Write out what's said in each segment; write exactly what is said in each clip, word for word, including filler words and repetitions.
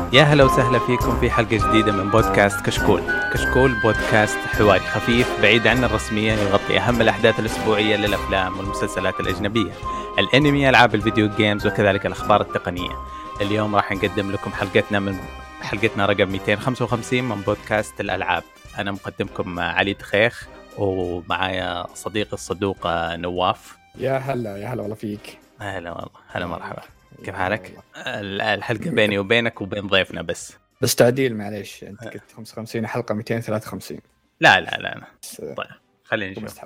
يا هلا وسهلا فيكم في حلقة جديدة من بودكاست كشكول. كشكول بودكاست حواري خفيف بعيد عن الرسمية، يغطي أهم الأحداث الأسبوعية للأفلام والمسلسلات الأجنبية، الأنمي، ألعاب الفيديو جيمز، وكذلك الأخبار التقنية. اليوم راح نقدم لكم حلقتنا من حلقتنا رقم مئتين وخمسة وخمسين من بودكاست الألعاب. أنا مقدمكم علي تخيخ، ومعايا صديقي الصدوق نواف. يا هلا يا هلا والله فيك. هلا والله، هلا مرحبا. كيف حالك؟ الحلقة بيني وبينك وبين ضيفنا بس بس تعديل معليش، انت قلت خمسة وخمسين حلقة مئتين وثلاثة وخمسين. لا لا لا, لا. طيب خلينا نشوف.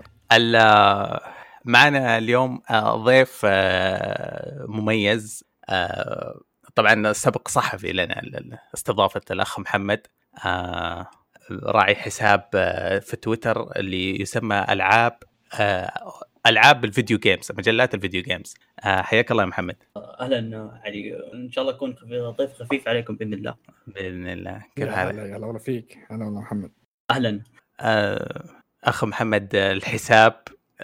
معنا اليوم ضيف مميز، طبعا سبق صحفي لنا استضافة الأخ محمد، راعي حساب في تويتر اللي يسمى ألعاب ألعاب الفيديو جيمز، مجلات الفيديو جيمز. حياك الله يا محمد. أهلا علي، إن شاء الله أكون ضيف خفيف عليكم بإذن الله. بإذن الله. كيف حالك؟ يا هلا والله فيك. أهلا والله محمد. أهلا. أخ محمد، الحساب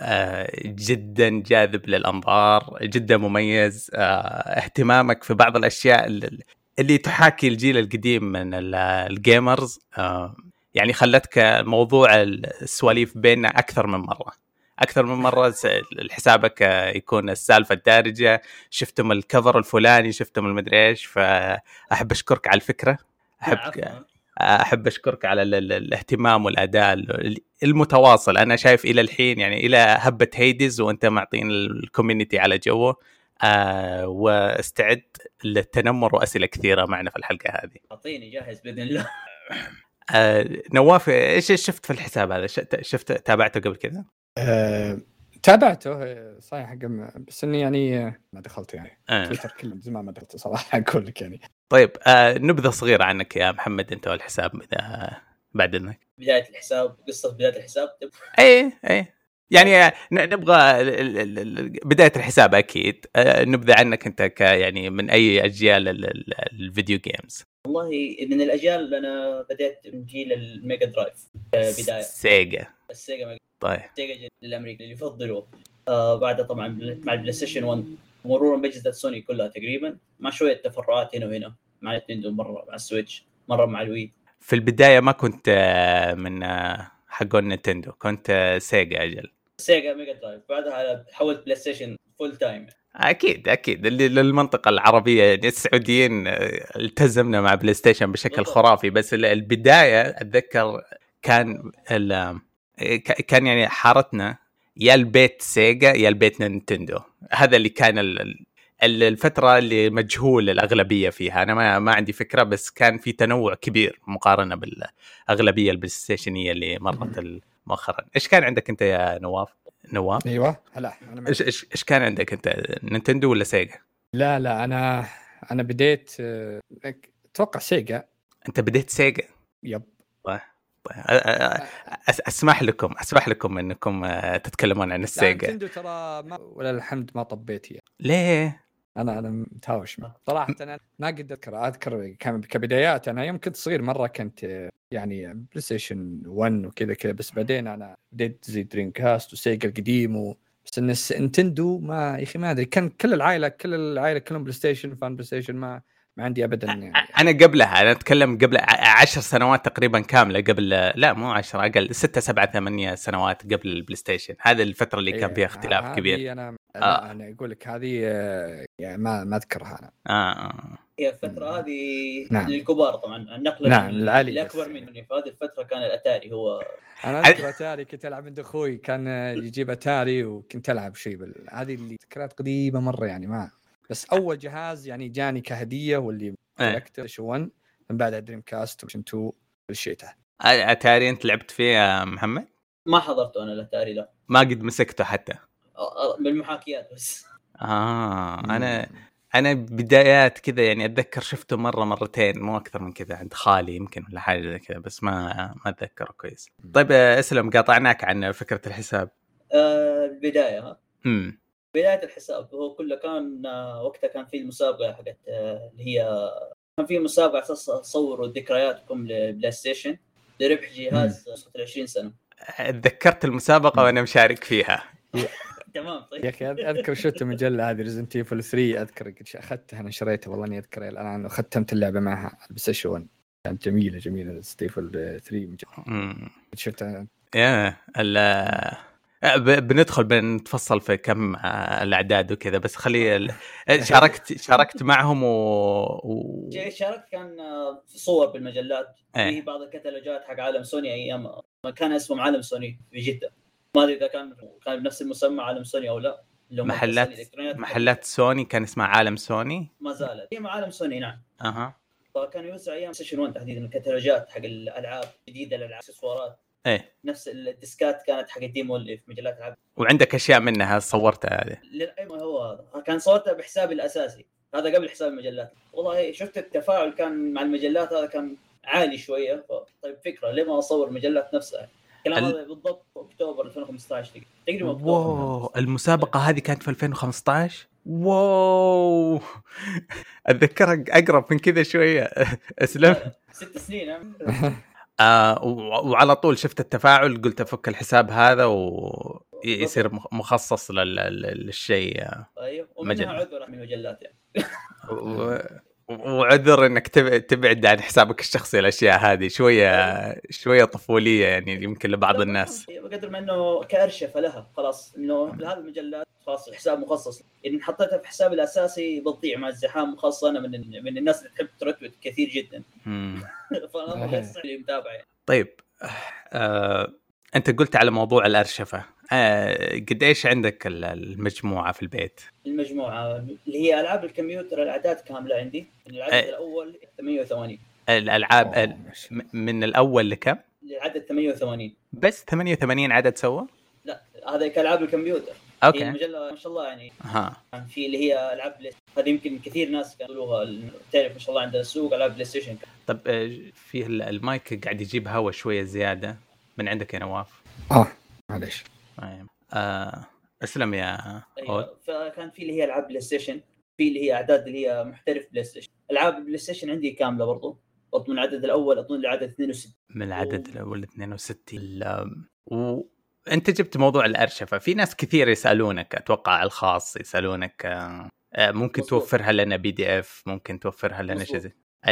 جدا جاذب للأنظار، جدا مميز. اهتمامك في بعض الأشياء اللي تحاكي الجيل القديم من الجيمرز يعني خلتك موضوع السواليف بيننا أكثر من مرة أكثر من مرة حسابك يكون السالفة الدارجة، شفتم الكفر الفلاني، شفتم المدري إيش. فأحب أشكرك على الفكرة، أحب أحب أشكرك على الاهتمام والأداء المتواصل. أنا شايف إلى الحين يعني إلى هبة هيدز وأنت معطين الكوميونيتي على جوه. آه واستعد للتنمر وأسئلة كثيرة معنا في الحلقة هذه. أعطيني جاهز بإذن الله. آه نواف، إيش شفت في الحساب هذا؟ شفت تابعته قبل كذا؟ أه، تابعته صحيح، بس إني يعني ما دخلت يعني آه. تويتر كله زمان ما دخلت صراحة أقول لك يعني. طيب آه نبذة صغيرة عنك يا محمد أنت والحساب إذا بعد إنك. بداية الحساب، قصة بداية الحساب. أي أي يعني نبغى بداية الحساب أكيد. آه نبذة عنك أنت ك يعني من أي أجيال الفيديو جيمز؟ والله من الأجيال اللي أنا بدأت من جيل الميجا درايف بداية. سيجا. السيجا ميجا. طيب. سيجا الأمريكي اللي يفضلوه. آه بعدها طبعا مع البلاي ستيشن واحد مرورا بأجهزة سوني كلها تقريبا، مع شوية تفرعات هنا وهنا مع نينتندو، مرة مع السويتش، مرة مع الوي. في البداية ما كنت من حقون نينتندو، كنت سيجا أجل. سيجا ميجا درايف، بعدها حولت بلاي ستيشن فول تايم. أكيد أكيد اللي للمنطقة العربية يعني السعوديين التزمنا مع بلاي ستيشن بشكل خرافي. بس البداية أتذكر كان كان يعني حارتنا يا البيت سيجا يا البيت نينتندو. هذا اللي كان الفترة اللي مجهول الأغلبية فيها. أنا ما ما عندي فكرة، بس كان في تنوع كبير مقارنة بالأغلبية البلاي ستيشنية اللي مرت مؤخرا. إيش كان عندك أنت يا نواف؟ نواف؟ أيوة. هلا أنا إيش إيش إيش كان عندك أنت، نينتندو ولا سيجا؟ لا لا أنا أنا بديت أتوقع سيجا. أنت بديت سيجا؟ يب. طيب طيب أسمح لكم أسمح لكم إنكم تتكلمون عن السيجا. نينتندو ترى ما ولا الحمد ما طبيت يعني. ليه؟ أنا أنا متهاوش صراحة. أنا ما قد أذكر أذكر كان كبدايات. أنا يوم كنت صغير مرة كنت يعني بلاي ستيشن واحد وكذا كذا، بس بعدين أنا بديت زي دريم كاست وسيجا القديم و... بس إن نينتندو ما يا أخي ما أدري، كان كل العائلة كل العائلة كلهم بلاي ستيشن، فان بلاي ستيشن ما ما عندي أبدا يعني. أنا قبلها أنا أتكلم قبل عشر سنوات تقريبا كاملة، قبل لا مو عشر، أقل ستة سبعة ثمانية سنوات قبل البلاي ستيشن. هذه الفترة اللي كان فيها اختلاف هذه كبير. أنا آه. لا أنا أقول لك هذه يعني ما ما أذكرها أنا. آه. هي الفترة هذه نعم. للكبار طبعا، النقل نعم العالي الأكبر مني. في هذه الفترة كان الأتاري هو. أنا أذكر أتاري كنت ألعب عند أخوي، كان يجيب أتاري وكنت ألعب شيء بال... هذه اللي ذكريات قديمة مرة يعني. ما بس أول جهاز يعني جاني كهدية واللي كولكتر شون، من بعد دريم كاست وشن تو بالشيته. أتاري أنت لعبت فيه يا محمد؟ ما حضرته أنا الأتاري، لا ما قد مسكته حتى بالمحاكيات بس. آه أنا أنا بدايات كذا يعني أتذكر شفته مرة مرتين مو أكثر من كذا عند خالي يمكن ولا حاجة زي كذا، بس ما ما أتذكره كويس. طيب أسلم، قاطعناك عن فكرة الحساب. آه البداية ها امم بداية الحساب هو كله كان آه وقتها كان في المسابقة حقت آه اللي هي كان في مسابقة أساس تصوروا ذكرياتكم لبلاي ستيشن لربح جهاز صوت عشرين سنة. تذكرت المسابقة وأنا مشارك فيها. تمام طيب يا اخي اذكر شفت مجله هذه ريزنت ايفل ثري، اذكر قد اخذتها انا شريتها والله اني اذكر الان وختمت اللعبه معها بس شلون كانت جميله جميله ريزنت ايفل ثري شفتها. يا ال بندخل بنتفصل في كم الاعداد وكذا، بس خلي شاركت شاركت معهم و, و... شاركت كان في صور بالمجلات ايه. في بعض الكتالوجات حق عالم سوني ايام ما كان اسمه عالم سوني في جده، ما ادري اذا كان كان بنفس المسمى عالم سوني او لا. محلات محلات سوني كان اسمها عالم سوني، ما زالت هي عالم سوني نعم. اها فكان يوزع ايام سيشن واحد تحديدا الكتالوجات حق الالعاب الجديده، الالعاب اكسسوارات ايه، نفس الديسكات كانت حق الديمو اللي في مجلات العاب، وعندك اشياء منها صورتها هذه. ايوه هو هذا كان صورتها بحسابي الاساسي، هذا قبل حساب المجلات. والله شفت التفاعل كان مع المجلات هذا كان عالي شويه. طيب فكره ليه ما اصور المجلات نفسها؟ الكلام هذا ال... بالضبط اكتوبر ألفين وخمسة عشر تقريبا. واو المسابقه هذه كانت في ألفين وخمسة عشر. واو اتذكرها اقرب من كذا شويه. اسلم ست سنين آه وعلى طول شفت التفاعل قلت افك الحساب هذا ويصير مخصص للشيء. ايوه ومنها عذر من المجلات يعني. و... وعذر انك تبعد عن حسابك الشخصي الاشياء هذه شويه شويه طفوليه يعني يمكن لبعض الناس، بقدر ما انه كارشفه لها خلاص انه هذه المجلات خلاص الحساب مخصص. ان حطيتها في حسابي الاساسي بتضيع مع الزحام، خاصه انا من من الناس اللي تحب ترتويت كثير جدا. فانا بس اللي متابع يعني. طيب آه، انت قلت على موضوع الارشفه، آه، قد ايش عندك المجموعه في البيت؟ المجموعه اللي هي العاب الكمبيوتر الاعداد كامله عندي. العدد آه. الاول ثمانية وثمانين الالعاب أوه. من الاول لكم؟ العدد ثمانية وثمانين بس ثمانية وثمانين عدد سوى؟ لا هذا كالعاب الكمبيوتر. اوكي. هي المجله ما شاء الله يعني ها. في اللي هي العاب هذه يمكن كثير ناس قالوها تعرف ما شاء الله عندنا السوق العاب بلاي ستيشن. طب في المايك قاعد يجيب هوا شويه زياده من عندك يا نواف. اه معليش. طيب آه اسلم يا أيوة. فكان في اللي هي العاب بلاي ستيشن، في اللي هي اعداد اللي هي محترف بلاي ستيشن. العاب بلاي ستيشن عندي كامله برضو برضو من العدد الاول اظن لعدد اثنين وستين. من العدد و... الاول اثنين وستين. و... انت جبت موضوع الارشفه، في ناس كثير يسالونك اتوقع على الخاص يسالونك ممكن مصبوط. توفرها لنا بي دي اف، ممكن توفرها لنا شيء.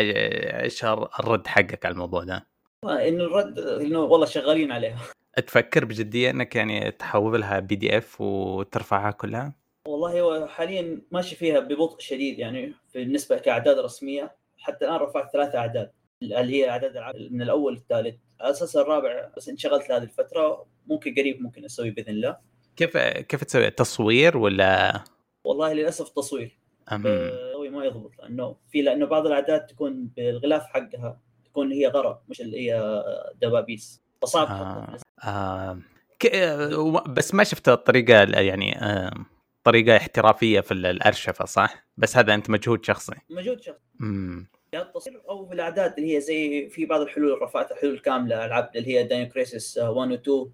ايش الرد حقك على الموضوع ده؟ انه الرد انه والله شغالين عليها. تفكر بجديه انك يعني تحولها بي دي اف وترفعها كلها؟ والله هو حاليا ماشي فيها ببطء شديد يعني بالنسبه كاعداد رسميه. حتى الان رفعت ثلاثة اعداد اللي هي اعداد من الاول للثالث، اساس الرابع بس انشغلت هذه الفتره، ممكن قريب ممكن اسوي باذن الله. كيف كيف تسوي تصوير ولا؟ والله للاسف تصوير قوي ما يضبط لانه في لانه بعض الاعداد تكون بالغلاف حقها تكون هي غرة مش اللي هي دبابيس، فصعب آه. آه. ك... بس ما شفت الطريقه يعني آه. طريقه احترافيه في الارشفه صح؟ بس هذا انت مجهود شخصي. مجهود شخصي. امم يا التصوير او بالاعداد اللي هي زي في بعض الحلول رفعت حلول كامله العاب اللي هي داينو كريسيس واحد و اثنين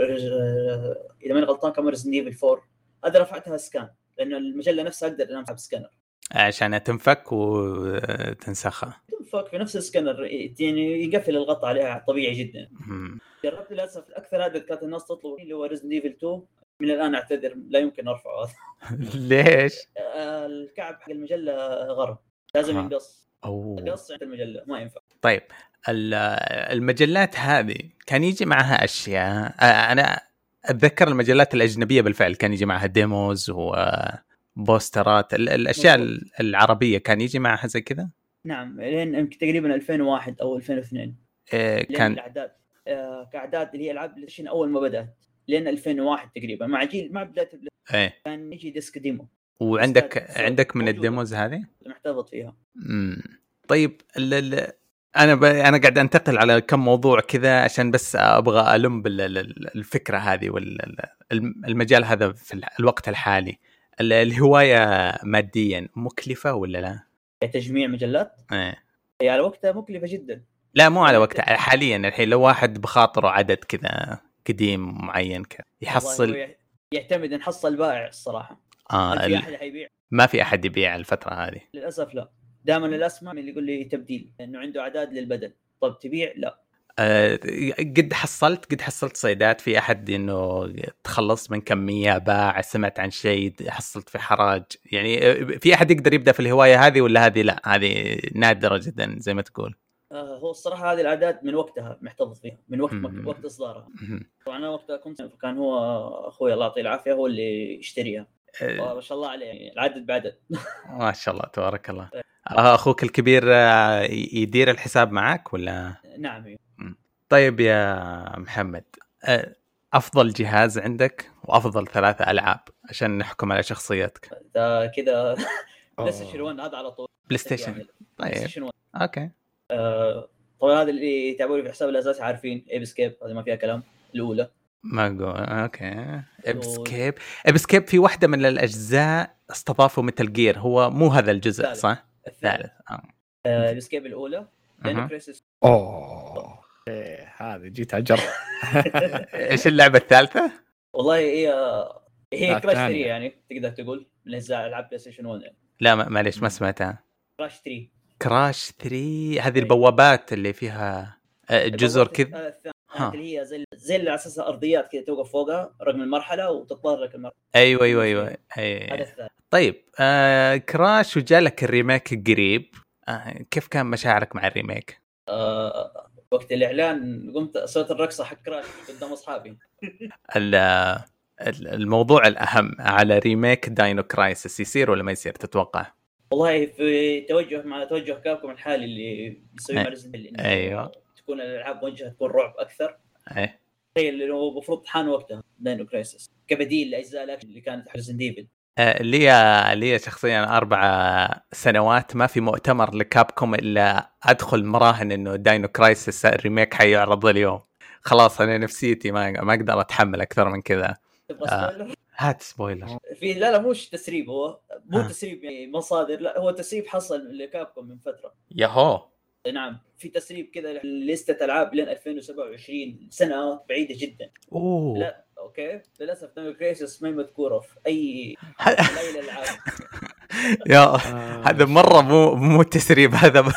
اذا ماني غلطان كمان ريزدنت ايفل فور هذا رفعتها سكان لانه المجله نفسها اقدر انام اسحب سكانر عشان تنفك وتنسخها. تنفك في نفس السكانر يعني يقفل الغطاء عليها طبيعي جدا. مم. جربت للاسف الاكثر هذا كانت الناس تطلب اللي هو ريزدنت ايفل تو، من الان اعتذر لا يمكن ارفعه. ليش؟ الكعب حق المجله غرب لازم ينقص او قص عند المجله ما ينفع. طيب المجلات هذه كان يجي معها اشياء، انا اتذكر المجلات الاجنبيه بالفعل كان يجي معها ديموز وبوسترات، الاشياء مصر. العربيه كان يجي معها زي كذا. نعم لين تقريبا ألفين وواحد او ألفين واثنين إيه كان الاعداد آه كاعداد اللي هي العاب بلايستيشن اول ما بدات لين ألفين وواحد تقريبا مع جيل مع بدايه إيه. كان يجي ديسك ديمو. وعندك عندك من الديموز هذه محتفظ فيها. امم طيب ال ال انا ب... انا قاعد انتقل على كم موضوع كذا عشان بس ابغى الم بالفكره هذه والمجال هذا في الوقت الحالي. الهوايه ماديا مكلفه ولا لا؟ تجميع مجلات ايه هي على وقتها مكلفه جدا. لا مو على وقتها حاليا الحين لو واحد بخاطره عدد كذا قديم معين كذا يحصل يعتمد ان حصل بائع الصراحه. اه في احد حيبيع؟ ما في احد يبيع الفتره هذه للاسف لا. دائما الاسماء اللي يقول لي تبديل انه عنده اعداد للبدل. طب تبيع؟ لا. أه قد حصلت قد حصلت صيدات في أحد إنه تخلص من كمية باع، سمعت عن شيء حصلت في حراج يعني؟ في أحد يقدر يبدأ في الهواية هذه ولا هذه لا هذه نادرة جدا زي ما تقول؟ آه هو الصراحه هذه العادات من وقتها محتفظ فيها من وقت مك... وقت اصدارها. طبعا انا وقتها كنت كان هو اخوي الله يعطيه العافيه هو اللي يشتريها. ما شاء الله عليه يعني العدد بعدد. ما شاء الله تبارك الله. اخوك الكبير يدير الحساب معك ولا؟ نعم. طيب يا محمد، افضل جهاز عندك وافضل ثلاثة العاب عشان نحكم على شخصيتك. ده كذا بلاي ستيشن واحد هذا على طول. بلاي ستيشن. طيب اوكي. آه طبعا هذا اللي يتابعوني في الحساب الاساسي عارفين ايبسكيب، هذه ما فيها كلام، الاولى. ما اقول اوكي ايبسكيب. ايبسكيب في واحدة من الاجزاء استضافوا ميتال جير، هو مو هذا الجزء الثالث. صح؟ الثالث. اه ايبسكيب الاولى. دينو كرايسيس. اوه ايه هذه جيت اجرب. ايش اللعبة الثالثة؟ والله هي هي كراش ثري يعني تقدر تقول من اجزاء العاب بلاي ستيشن واحد يعني. لا معليش ما سمعتها. كراش ثري. كراش ثري هذه البوابات اللي فيها جزر كذا، اللي هي زي زي اللي على اساس ارضيات كذا توقف فوقها رقم المرحله وتتطرق المرحله. ايوه ايوه ايوه, أيوة. طيب آه كراش وجالك الريميك قريب، آه كيف كان مشاعرك مع الريميك؟ آه وقت الاعلان قمت صوت الرقصه حق كراش قدام اصحابي. الموضوع الاهم على ريميك داينو كرايسس يصير ولا ما يصير تتوقع؟ والله في توجه مع توجه كابكوم الحالي اللي بيسوي مع ريزنت ايفل. ايوه تكون الالعاب موجهه تكون رعب اكثر. ايه هي اللي هو المفروض حان وقتها داينو كرايسس كبديل لاجزاء الاكشن اللي كانت حق ريزنت ايفل. لي لي شخصيا اربع سنوات ما في مؤتمر لكابكوم الا ادخل مراهن انه داينو كرايسس الريميك حيعرض اليوم. خلاص انا نفسيتي ما ما اقدر اتحمل اكثر من كذا. آه. هات سبويلر. في لا لا مش تسريب، هو مو آه. تسريب يعني مصادر، لا هو تسريب حصل لكابكوم من فتره. ياهو نعم في تسريب كذا لستة العاب لين ألفين وسبعة وعشرين سنه بعيده جدا. اوه لا اوكي للاسف داينو كرايسس ما مذكوره في اي اي الالعاب. يا هذا مره مو مو تسريب، هذا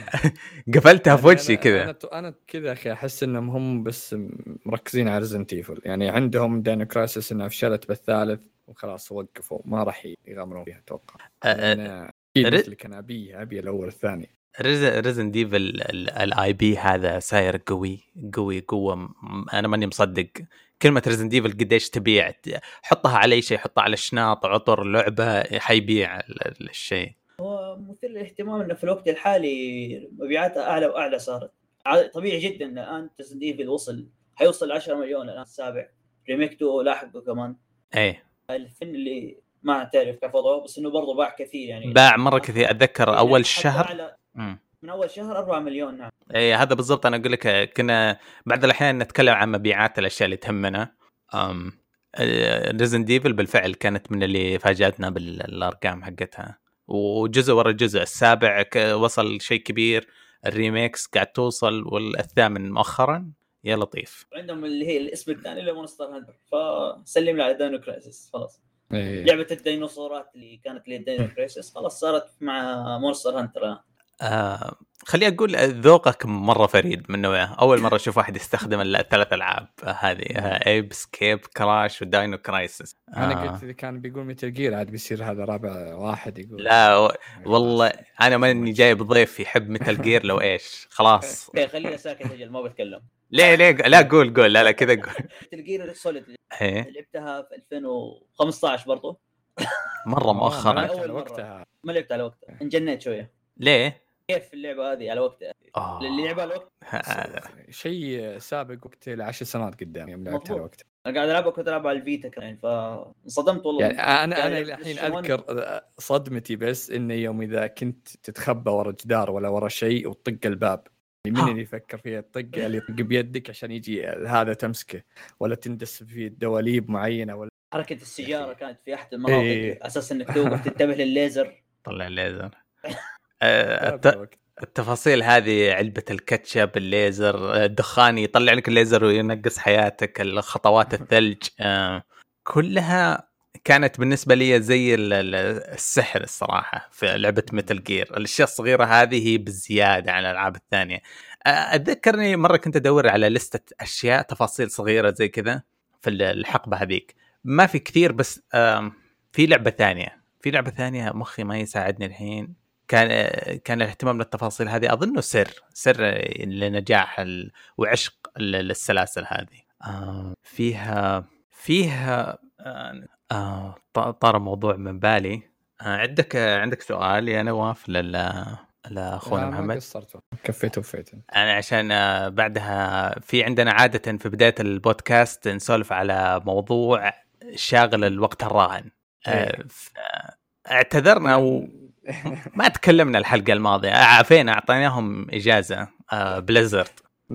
قفلتها في وجهي كذا. انا انا كذا اخي احس انهم هم بس مركزين على ريزنت ايفل، يعني عندهم داينو كرايسس انها فشلت بالثالث وخلاص وقفوا ما راح يغامرون فيها اتوقع. انا اللي كان ابي ابي الاول الثاني. ريزنت ايفل الاي بي هذا ساير قوي قوي قوه، انا ماني مصدق كلمه ريزنت ايفل قديش تبيع. حطها على اي شيء، حطها على شناط عطر لعبه حيبيع الشيء. هو مثير للاهتمام انه في الوقت الحالي مبيعاتها اعلى واعلى صارت. طبيعي جدا ان الان ريزنت ايفل وصل حيوصل عشرة مليون الان السابع، ريميكتو لاحقه كمان. ايه الفن اللي ما تعرف كيف وضعه بس انه برضه باع كثير يعني باع مره كثير. اتذكر اول شهر من اول شهر أربعة مليون. نعم ايه هذا بالضبط. انا اقول لك كنا بعد الاحيان نتكلم عن مبيعات الاشياء اللي تهمنا. ام ريزنت ايفل بالفعل كانت من اللي فاجأتنا بالارقام حقتها، وجزء ورا جزء. السابع وصل شيء كبير، الريميكس قاعد توصل، والثامن مؤخرا يا لطيف. عندهم اللي هي الاسم الثاني اللي مونستر هانتر، فسلم لي على داينو كرايسس خلاص. إيه. لعبه الديناصورات اللي كانت للداينو كرايسس خلاص صارت مع مونستر هانتر. آه خلي أقول ذوقك مرة فريد من نوعه. أول مرة أشوف واحد يستخدم الثلاث ألعاب هذه، ايبسكيب كراش وداينو كرايسس. آه. أنا قلت إذا كان بيقول ميتال جير عاد بيصير هذا رابع واحد يقول. لا و... والله أنا ماني جايب ضيف يحب ميتال جير لو إيش خلاص. خلينا ساكت أجل ما بتكلم. ليه ليه لا قول قول لا لا كذا قول. ميتال جير سوليد لعبتها في ألفين وخمسة عشر برضو مرة مؤخرا. ما لعبت على وقتها ما لعبت على وقتها انجنيت شوية. ليه؟ كيف اللعبة هذه على وقتها؟ آه. اللي لعبها على وقت شيء سابق وقت لعشر سنوات قدام يوم لعبتها على وقت. أنا قاعد ألعبها كنت ألعبها على الفيتا كمان فانصدمت والله. يعني أنا أنا الحين أذكر صدمتي بس إنه يوم إذا كنت تتخبى ورا جدار ولا ورا شيء وتطق الباب، مين اللي يفكر فيها الطق اللي يطق بيدك عشان يجي هذا تمسكه، ولا تندس في دواليب معينة، ولا حركة السيارة كانت في أحد المناطق إيه. أساس إنك توقف تنتبه للليزر. طلع الليزر. التفاصيل هذه، علبة الكاتشب، الليزر، الدخان يطلع لك الليزر وينقص حياتك، الخطوات الثلج، كلها كانت بالنسبه لي زي السحر الصراحه في لعبه ميتل جير. الاشياء الصغيره هذه هي بالزياده عن الالعاب الثانيه. اتذكرني مره كنت ادور على لسته اشياء تفاصيل صغيره زي كذا في الحقبه هذيك، ما في كثير، بس في لعبه ثانيه في لعبه ثانيه مخي ما يساعدني الحين، كان كان الاهتمام بالتفاصيل هذه اظنه سر سر لنجاح وعشق للسلاسل هذه. فيها فيها آه طار موضوع من بالي. آه عندك آه عندك سؤال يا نواف لل لاخونا محمد؟ ما قصرت كفيت وفيت انا عشان آه بعدها في عندنا عاده في بدايه البودكاست نسولف على موضوع شاغل الوقت الراهن. آه اعتذرنا او ما تكلمنا الحلقه الماضيه، عافينا اعطيناهم اجازه آه بليزرد،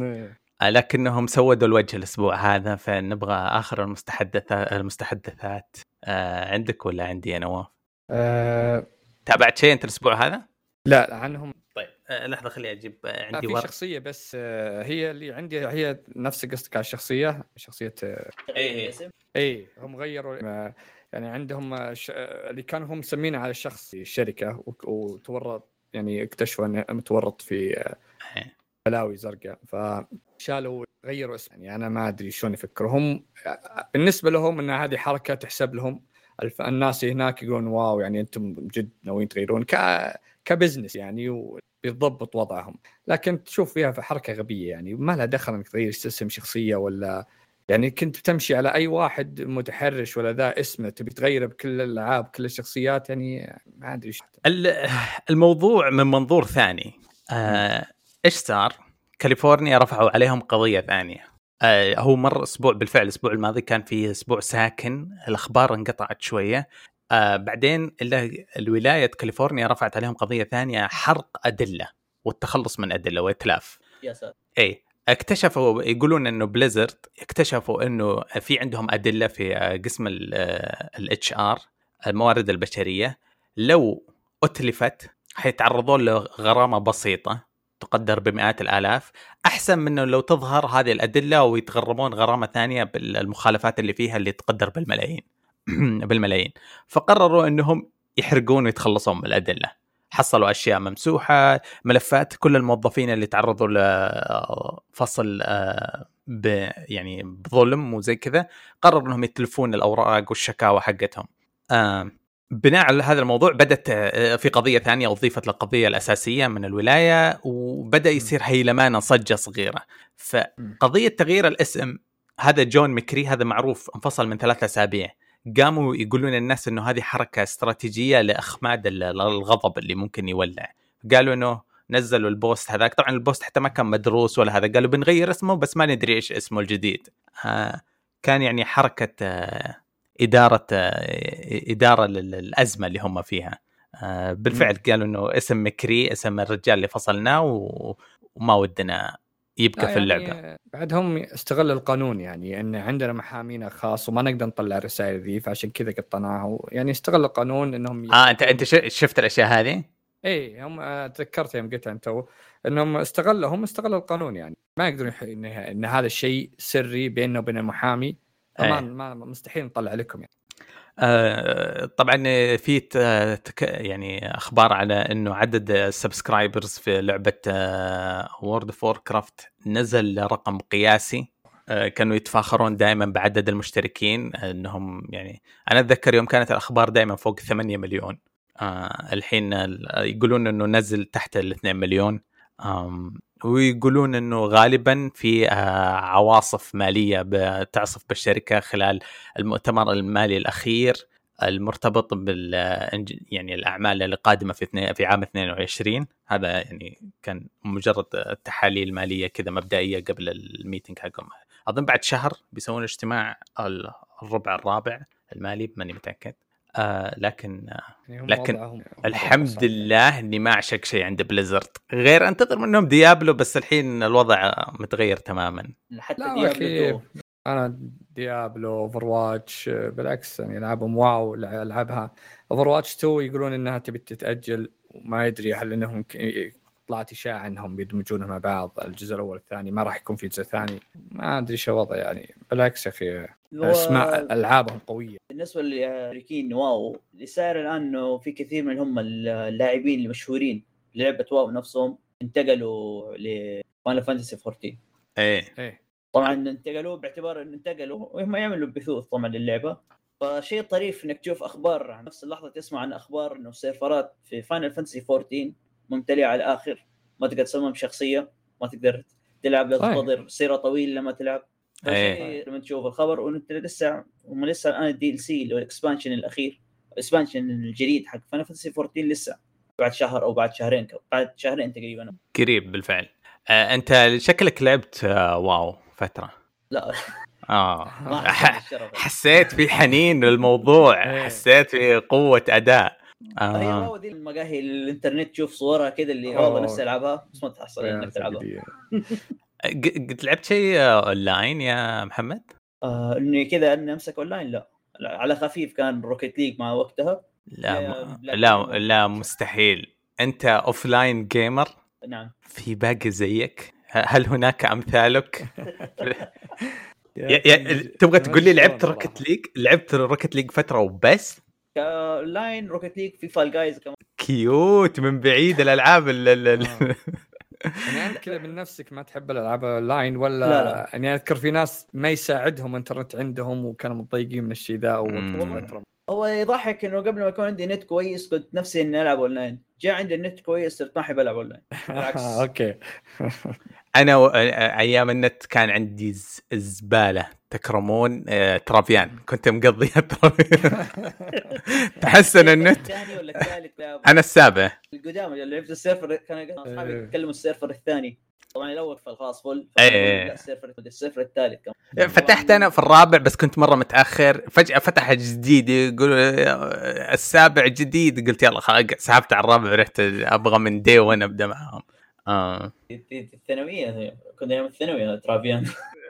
لكنهم سودوا الوجه الأسبوع هذا، فنبغى آخر المستحدثات المستحدثات آه عندك ولا عندي أنا نواف؟ أه... تابعت شيء أنت الأسبوع هذا؟ لا عنهم. طيب آه لحظة خلي أجيب آه عندي في شخصية بس آه هي اللي عندي، هي نفس قصتك على الشخصية شخصية آه إيه إيه هم غيروا آه يعني عندهم ش... اللي كانوا هم مسمينه على الشخص الشركة وتورط يعني اكتشفوا أنه متورط في آه بلاوي زرقاء، فشالوا غيروا اسم. يعني أنا ما أدري شلون يفكروا هم. بالنسبة لهم أن هذه حركة تحسب لهم، الناس هناك يقولون واو يعني أنتم جد ناويين تغيرون ك كبزنس يعني وبيضبط وضعهم، لكن تشوف فيها في حركة غبية يعني ما لها دخل انك تغير اسم شخصية، ولا يعني كنت تمشي على أي واحد متحرش ولا ذا اسمه تبي تغيره بكل الألعاب كل الشخصيات، يعني ما أدري. الموضوع من منظور ثاني آه إيش صار؟ كاليفورنيا رفعوا عليهم قضية ثانية. آه هو مر أسبوع بالفعل، الأسبوع الماضي كان فيه أسبوع ساكن، الأخبار انقطعت شوية. آه بعدين الولاية كاليفورنيا رفعت عليهم قضية ثانية، حرق أدلة والتخلص من أدلة وإتلاف. يا ساتر. إيه اكتشفوا يقولون إنه بليزرد اكتشفوا إنه في عندهم أدلة في قسم ال إتش آر الموارد البشرية، لو أتلفت حيتعرضون لغرامة بسيطة تقدر بمئات الآلاف، أحسن منه لو تظهر هذه الأدلة ويتغرمون غرامة ثانية بالمخالفات اللي فيها اللي تقدر بالملايين بالملايين. فقرروا أنهم يحرقون ويتخلصون من الأدلة. حصلوا أشياء ممسوحة، ملفات كل الموظفين اللي تعرضوا لفصل ب يعني بظلم وزي كذا، قرروا أنهم يتلفون الأوراق والشكاوى حقتهم. بناء على هذا الموضوع بدأت في قضية ثانية أضيفت للقضية الأساسية من الولاية، وبدأ يصير هيلمانة صجة صغيرة. فقضية تغيير الاسم هذا جون ميكري هذا معروف انفصل من ثلاثة أسابيع، قاموا يقولون للناس إنه هذه حركة استراتيجية لإخماد الغضب اللي ممكن يولع. قالوا إنه نزلوا البوست هذاك، طبعا البوست حتى ما كان مدروس ولا هذا، قالوا بنغير اسمه بس ما ندري إيش اسمه الجديد. كان يعني حركة إدارة إدارة للأزمة اللي هم فيها. بالفعل قالوا إنه اسم مكري اسم الرجال اللي فصلناه وما ودنا يبقى في اللعبة. يعني بعدهم استغل القانون، يعني إن عندنا محامينا خاص وما نقدر نطلع الرسائل ذي، فعشان كذا قطعناها. يعني استغل القانون إنهم آه أنت أنت شفت الأشياء هذه؟ إيه هم تذكرت يوم قلت أنت إنهم استغلهم استغلوا القانون، يعني ما يقدرون إن إن هذا الشيء سري بيننا وبين المحامي، ما ما مستحيل نطلع لكم يعني. آه طبعا في تك يعني اخبار على انه عدد السبسكرايبرز في لعبه وورد اوف ووركرافت نزل لرقم قياسي. آه كانوا يتفاخرون دائما بعدد المشتركين انهم يعني انا اتذكر يوم كانت الاخبار دائما فوق ثمانية مليون، آه الحين يقولون انه نزل تحت الاثنين مليون. ويقولون انه غالبا في عواصف ماليه بتعصف بالشركه خلال المؤتمر المالي الاخير المرتبط بال يعني الاعمال اللي قادمه في في عام اثنين وعشرين. هذا يعني كان مجرد تحاليل ماليه كذا مبدئيه قبل الميتنج حقهم. اظن بعد شهر بيسوون اجتماع الربع الرابع المالي، ماني متاكد. آه لكن آه لكن الحمد لله اني ما اعشق شيء عند بليزرد غير انتظر منهم ديابلو، بس الحين الوضع متغير تماما. حتى ديابلو انا ديابلو اوفرواتش بالعكس يعني العابهم واو العبها. اوفرواتش تو يقولون انها تبي تتاجل وما يدري هل انهم طلعت اشاعه انهم بيدمجونها مع بعض الجزء الاول والثاني، ما راح يكون في جزء ثاني، ما ادري شو وضع يعني. بالعكس يا اخي اسمع العابهم قويه. بالنسبه للامريكيين واو اللي صار الان انه في كثير من هم اللاعبين المشهورين لعبه واو نفسهم انتقلوا لفاينل فانتسي فورتين. ايه ايه طبعا انتقلوا باعتبار ان انتقلوا وهم يعملوا بثوث طبعا للعبه. فشيء طريف انك تشوف اخبار عن نفس اللحظه تسمع عن اخبار انه السيرفرات في فاينل فانتسي فورتين ممتلئه على الاخر، ما تقدر تصمم شخصيه، ما تقدر تلعب، لازم تنتظر سيره طويله لما تلعب. ايه لما تشوف الخبر وانت لسه هم لسه الان الدي ال سي اللي هو الاكسبانشن الاخير، الاكسبانشن الجديد حق فاينل فانتسي فورتين لسه بعد شهر او بعد شهرين بعد شهرين تقريبا قريب بالفعل. آه انت شكلك لعبت آه واو فتره. لا اه حسيت في حنين للموضوع، حسيت في قوه اداء. آه. هي واو دي المقاهي الانترنت تشوف صورها كده اللي هو نفسه يلعبها بس ما تحصل انك تلعبها. قد لعبت شيء اونلاين يا محمد؟ آه اني كذا اني امسك اونلاين لا. على خفيف كان روكيت ليج مع وقتها. لا لا لا, لا مستحيل. انت اوفلاين جيمر؟ نعم. في باقي زيك؟ هل هناك امثالك؟ يا يا تبغى تقول لي لعبت روكيت ليج؟ لعبت روكيت ليج فتره وبس؟ لاين روكيت ليج في فال جايز كمان. كيوت من بعيد الالعاب ال يعني انت كذا من نفسك ما تحب الالعاب اونلاين ولا؟ لا لا. يعني اذكر في ناس ما يساعدهم انترنت عندهم وكانوا متضايقين من الشيء ذا. هو يضحك انه قبل ما يكون عندي نت كويس كنت نفسي اني العب اونلاين، جاء عندي النت كويس صرت ما احب العب اونلاين. بالعكس. اوكي. انا و... ايام النت كان عندي زباله تكرمون آه... ترافيان، كنت مقضيها ترافيان. تحسن النت. الثاني ولا الثالث؟ انا السابع. القدام اللي لعبت السيرفر كان اصحابي يتكلموا السيرفر الثاني، طبعا الاول فالخلاص فل. ايه السيرفر السيرفر الثالث كمان فتحت انا في الرابع بس كنت مره متاخر، فجاه فتح جديد يقول السابع جديد، قلت يلا خلاص سحبت على الرابع ورحت ابغى من دي وانا ابدا معاهم. اه الثانويه كنا يوم الثانويه ترافيان.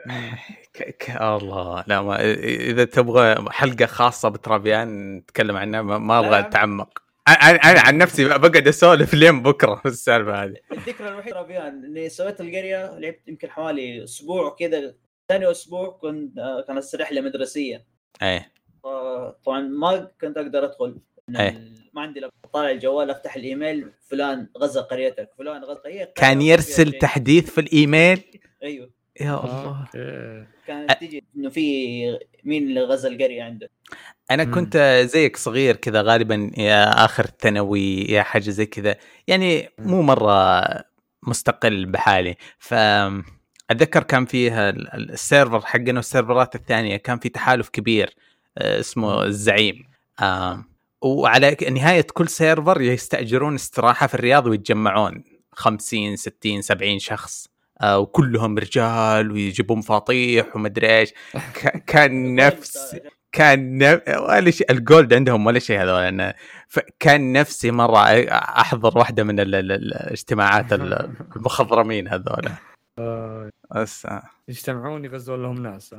الله لا ما اذا تبغى حلقه خاصه بترافيان نتكلم عنها ما ابغى اتعمق. انا عن نفسي بقعد اسولف لين بكره في السالفه هذه. الذكرى الوحيده ربيان اني سويت القريه، لعبت يمكن حوالي اسبوع كذا، ثاني اسبوع كنت كانت رحله مدرسيه. ايه طبعا ما كنت اقدر ادخل، أيه. ما عندي لا طالع الجوال افتح الايميل فلان غزا قريتك فلان غزا قريتك، كان يرسل تحديث في الايميل. ايوه يا الله. كانت أ... تيجي انه في مين اللي غزا القريه عندك. انا كنت زيك صغير كذا غالبا يا اخر ثانوي يا حاجه زي كذا، يعني مو مره مستقل بحالي. فاتذكر كان فيها السيرفر حقنا والسيرفرات الثانيه كان في تحالف كبير اسمه الزعيم، وعلى نهايه كل سيرفر يستاجرون استراحه في الرياض ويتجمعون خمسين ستين سبعين شخص، وكلهم رجال ويجيبون مفاطيح ومدري ايش. كان نفس كان ن... ولا شيء الجولد عندهم ولا شيء هذول. أنا فكان نفسي مرة أحضر واحدة من ال... ال... الاجتماعات المخضرمين هذول. بس يجتمعون يغزون لهم ناس.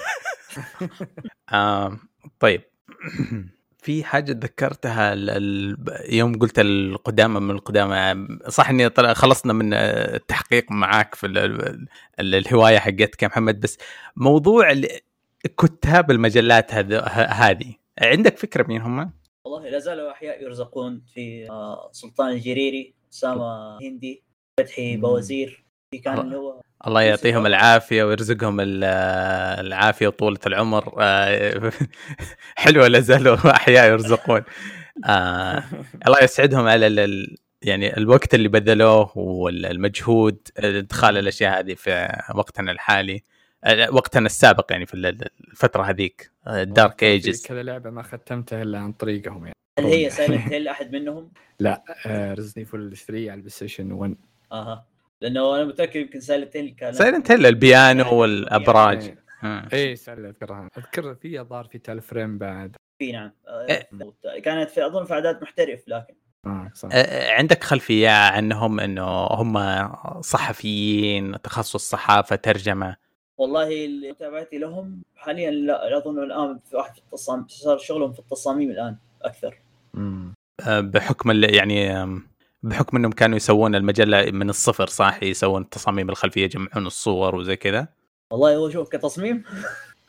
آه. طيب في حاجة ذكرتها ال... يوم قلت القدامى من القدامى، صح إني طلع خلصنا من التحقيق معاك في ال... ال... الهواية حقتك يا محمد، بس موضوع ال... كتاب المجلات هذه عندك فكرة مين هم؟ والله لا زالوا أحياء يرزقون، في سلطان الجريري، أسامة هندي، فتحي بوزير، في كان اللي هو الله يعطيهم العافية ويرزقهم العافية وطولة العمر. حلوة لا زالوا أحياء يرزقون. آه الله يسعدهم على ال يعني الوقت اللي بذلوه والمجهود ادخال الأشياء هذه في وقتنا الحالي، وقتنا السابق يعني في الفترة هذيك دارك ايجز. كذا لعبة ما ختمتها إلا عن طريقهم يعني. هل هي سايلنت هيل أحد منهم؟ لا ريزني فول ثري على البلايستيشن ون. اها لأنه أنا متأكد يمكن سايلنت هيل كان سايلنت هيل البيانو والأبراج. إيه سايلنت أذكرها أذكر فيها ظهر في تلفريم بعد. في نعم كانت في أظن في أعداد محترف. لكن آه صح. عندك خلفية عنهم إنه هم صحفيين تخصص صحافة ترجمة؟ والله اللي تابعتي لهم حاليا لا أظن الآن في واحد في التصاميم، صار شغلهم في التصاميم الآن أكثر. امم بحكم يعني بحكم إنهم كانوا يسوون المجلة من الصفر صح، يسوون تصاميم الخلفية يجمعون الصور وزي كذا. والله هو شوف كتصميم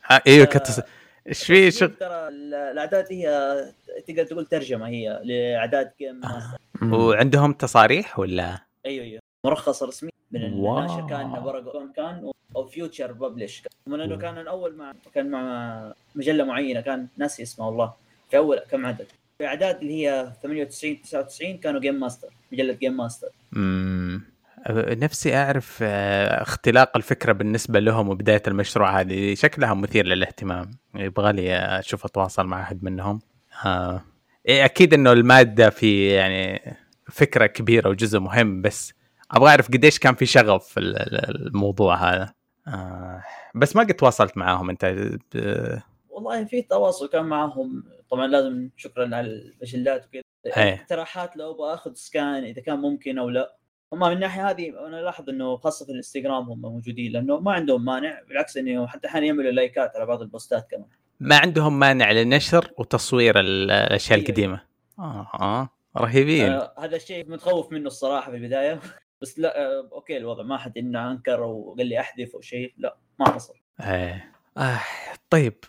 آه ايوه كنت ايش في شغل ترى الاعداد هي تقدر تقول ترجمه هي لاعداد جيم ماستر. وعندهم تصاريح ولا؟ ايوه ايوه مرخص رسمي من الناشر كان برق كان او فيوتشر ببلش من انه كان الاول مع كان مع مجله معينه كان ناسي اسمه والله في اول كم عدد في اعداد اللي هي ثمانية وتسعين تسعة وتسعين كانوا جيم ماستر مجله جيم ماستر. امم نفسي اعرف اختلاق الفكره بالنسبه لهم وبدايه المشروع هذه شكلها مثير للاهتمام يبغى لي اشوف اتواصل مع احد منهم. آه. اكيد انه الماده في يعني فكره كبيره وجزء مهم بس ابغى اعرف قديش كان في شغف في الموضوع هذا. آه. بس ما قد تواصلت معاهم انت؟ ب... والله في تواصل كان معهم طبعا لازم شكرا على المجلات وكذا اقتراحات لو ابغى اخذ سكان اذا كان ممكن او لا. هم من الناحيه هذه انا لاحظ انه خاصه في الانستغرام هم موجودين لانه ما عندهم مانع بالعكس انه حتى حين يعملوا لايكات على بعض البوستات كمان ما عندهم مانع للنشر وتصوير الاشياء القديمه. اه اه رهيبين. آه هذا الشيء متخوف منه الصراحه في البدايه بس لا آه اوكي الوضع ما حد انه انكر وقال لي احذف او شيء لا ما حصل. ايه آه طيب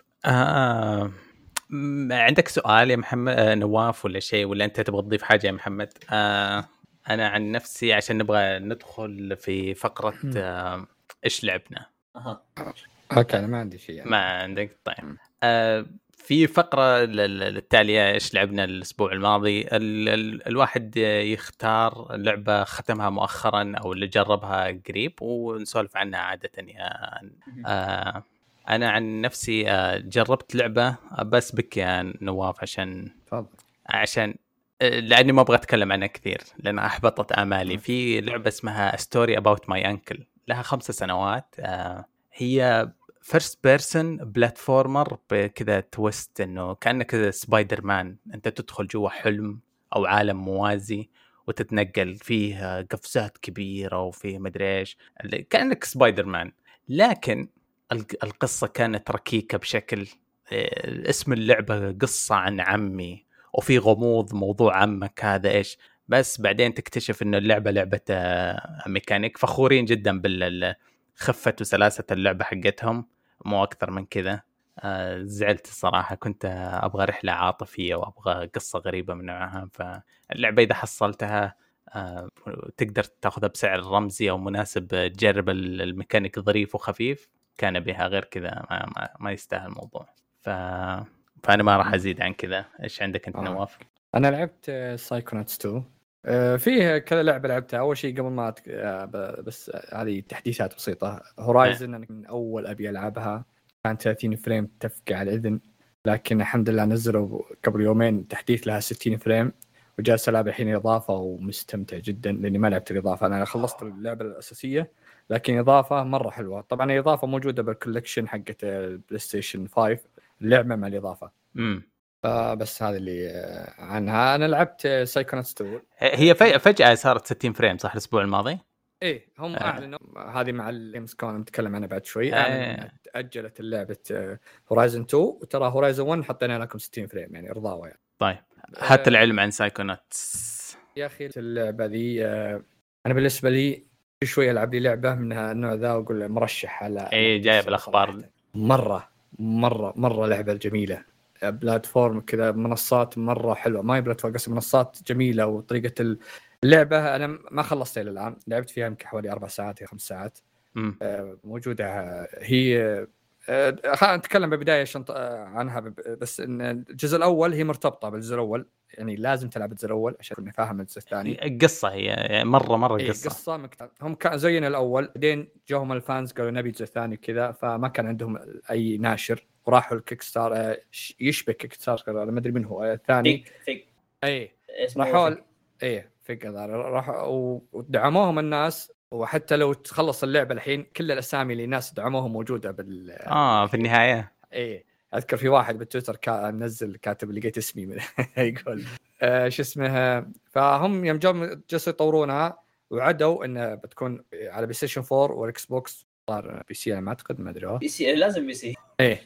آه عندك سؤال يا محمد آه نواف ولا شيء ولا انت تبغى تضيف حاجه يا محمد؟ آه انا عن نفسي عشان نبغى ندخل في فقره آه ايش لعبنا. اها اوكي انا ما عندي شيء يعني. ما عندك طيب. آه في فقره التاليه ايش لعبنا الاسبوع الماضي ال ال الواحد يختار لعبه ختمها مؤخرا او اللي جربها قريب ونسولف عنها عاده. يعني آه انا عن نفسي جربت لعبه بس بك يا نواف عشان تفضل عشان لاني ما ابغى اتكلم عنها كثير لان احبطت امالي. في لعبه اسمها ستوري اباوت ماي انكل لها خمس سنوات. هي فيرست بيرسون بلاتفورمر بكذا تويست انه كانك سبايدر مان انت تدخل جوا حلم او عالم موازي وتتنقل فيه قفزات كبيره وفيه مدري ايش كانك سبايدر مان. لكن القصة كانت ركيكة بشكل اسم اللعبة قصة عن عمي وفي غموض موضوع عمك هذا إيش بس بعدين تكتشف إنه اللعبة لعبة ميكانيك. فخورين جدا بالخفة وسلاسة اللعبة حقتهم مو أكثر من كذا. زعلت الصراحة كنت أبغى رحلة عاطفية وأبغى قصة غريبة من نوعها. فاللعبة إذا حصلتها تقدر تأخذها بسعر رمزي أو مناسب تجرب الميكانيك ظريف وخفيف كان بها غير كذا ما, ما, ما يستاهل الموضوع. ف... فأنا ما راح أزيد عن كذا. إيش عندك أنت نواف؟ أنا لعبت سايكوناتس تو. فيه كذا لعبة لعبتها. أول شيء قبل ما أتك... بس هذه تحديثات بسيطة. هورايزن أنا من أول أبي ألعبها كان ثلاثين فريم تفقع على الإذن لكن الحمد لله نزلوا قبل يومين تحديث لها ستين فريم وجالس ألعب الحين إضافة ومستمتع جدا لأني ما لعبت الإضافة. أنا خلصت اللعبة الأساسية لكن إضافة مرة حلوة. طبعا الإضافة موجودة بالكولكشن حقة البلاي ستيشن خمسة اللعبة مع الإضافة. امم فبس هذا اللي عنها. أنا لعبت سايكوناتس تو. هي فجأة صارت ستين فريم صح الأسبوع الماضي؟ إيه هم آه. أعلنوا هذه مع الإمس كون نتكلم عنها بعد شوي. آه. أجلت اللعبة هورايزن تو وترى هورايزن ون حطينا لكم ستين فريم يعني إرضاوة يعني. طيب هات العلم عن سايكوناتس يا أخي اللعبة ذي أنا بالنسبة لي شوي ألعب لي لعبة من النوع ذا وأقول مرشح على إيه جايب الأخبار مرة مرة مرة لعبة جميلة. بلاتفورم كذا منصات مرة حلوة ما هي بلاتفورم قصدي منصات جميلة وطريقة اللعبة أنا ما خلصتها إلى الآن لعبت فيها يمكن حوالي أربع ساعات أو خمس ساعات. م. موجودة هي خلينا نتكلم ببداية عنها بس إن الجزء الأول هي مرتبطة بالجزء الأول يعني لازم تلعب الجزء الأول عشان تكون فاهم الجزء الثاني. القصة هي مرة مرة إيه قصة قصة مكتب. هم كان زين الأول بعدين جاهم الفانز قالوا نبي الجزء الثاني كذا فما كان عندهم أي ناشر وراحوا الكيك ستار يشبه كيك ستار ما أدري من هو الثاني فيك إيه راحوا إيه فيك هذا راحوا ودعموهم الناس وحتى لو تخلص اللعبة الحين كل الأسامي اللي الناس دعموهم موجودة بال آه في النهاية. إيه أذكر في واحد بالتويتر كان نزل كاتب لقيت اسمي من يقول آه شو اسمها. فهم يوم جم جلسوا يطورونها وعدوا إنه بتكون على بلاي ستيشن فور والإكس بوكس صار بي سي أنا ما أعتقد ما أدري بي سي لازم بي سي. إيه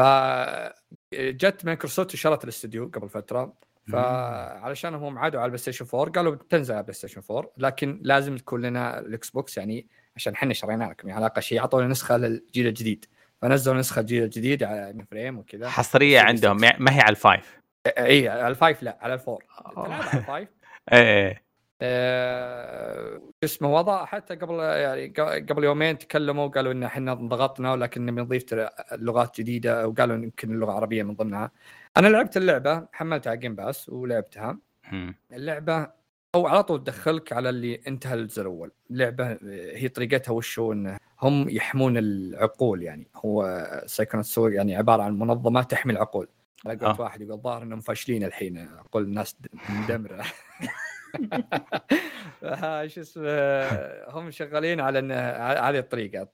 فجت مايكروسوفت وشرت الاستوديو قبل فترة فعلشان هم عادوا على البلاي ستيشن فور قالوا بتنزل على البلاي ستيشن فور لكن لازم تكون لنا الاكس بوكس يعني عشان احنا شرينا لكم يعني علاقه شيء عطونا نسخه للجيل الجديد فنزلوا نسخه جديده على فريم وكذا حصريه عندهم ما هي على الفايف. اي على الفايف لا على الفور تلعب على الفايف. ايه أه... اسمه وضع حتى قبل يعني قبل يومين تكلموا قالوا ان احنا ضغطنا ولكن بنضيف لغات جديده وقالوا يمكن اللغه العربيه من ضمنها. انا لعبت اللعبه حملتها جيم باس ولعبتها. اللعبه او على طول تدخلك على اللي انتهى الجزء الاول. اللعبه هي طريقتها وشو انه هم يحمون العقول يعني هو سايكونوتسو يعني عباره عن منظمه تحمي العقول. لقيت واحد يقول ظاهر انهم فاشلين الحين عقول الناس مدمره. ايش اسمه هم شغالين على ان هذه الطريقه.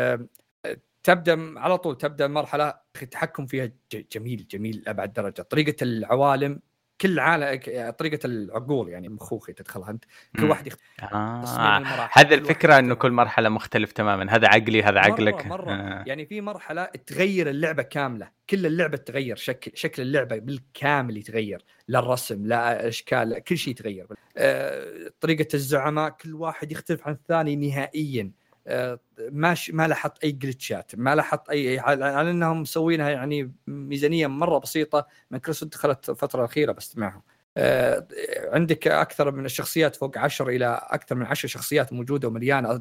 تبدا على طول تبدا مرحله التحكم فيها جميل جميل ابعد درجه. طريقه العوالم كل عالم طريقه العقول يعني مخوخي تدخلها انت كل واحد يخ... آه. هذا الفكره انه كل مرحله مختلف تماما. هذا عقلي هذا عقلك مرة, مرة. آه. يعني في مرحله تغير اللعبه كامله كل اللعبه تغير شكل شكل اللعبه بالكامل يتغير لا الرسم لا اشكال لا كل شيء يتغير. آه. طريقه الزعماء كل واحد يختلف عن الثاني نهائيا. آه. ما ش... ما لاحظت اي جلتشات ما لاحظت اي على انهم مسوينها يعني ميزانيه مره بسيطه. مايكروسوفت دخلت الفتره الاخيره بس معهم. آه عندك اكثر من الشخصيات فوق عشر الى اكثر من عشر شخصيات موجوده ومليانه.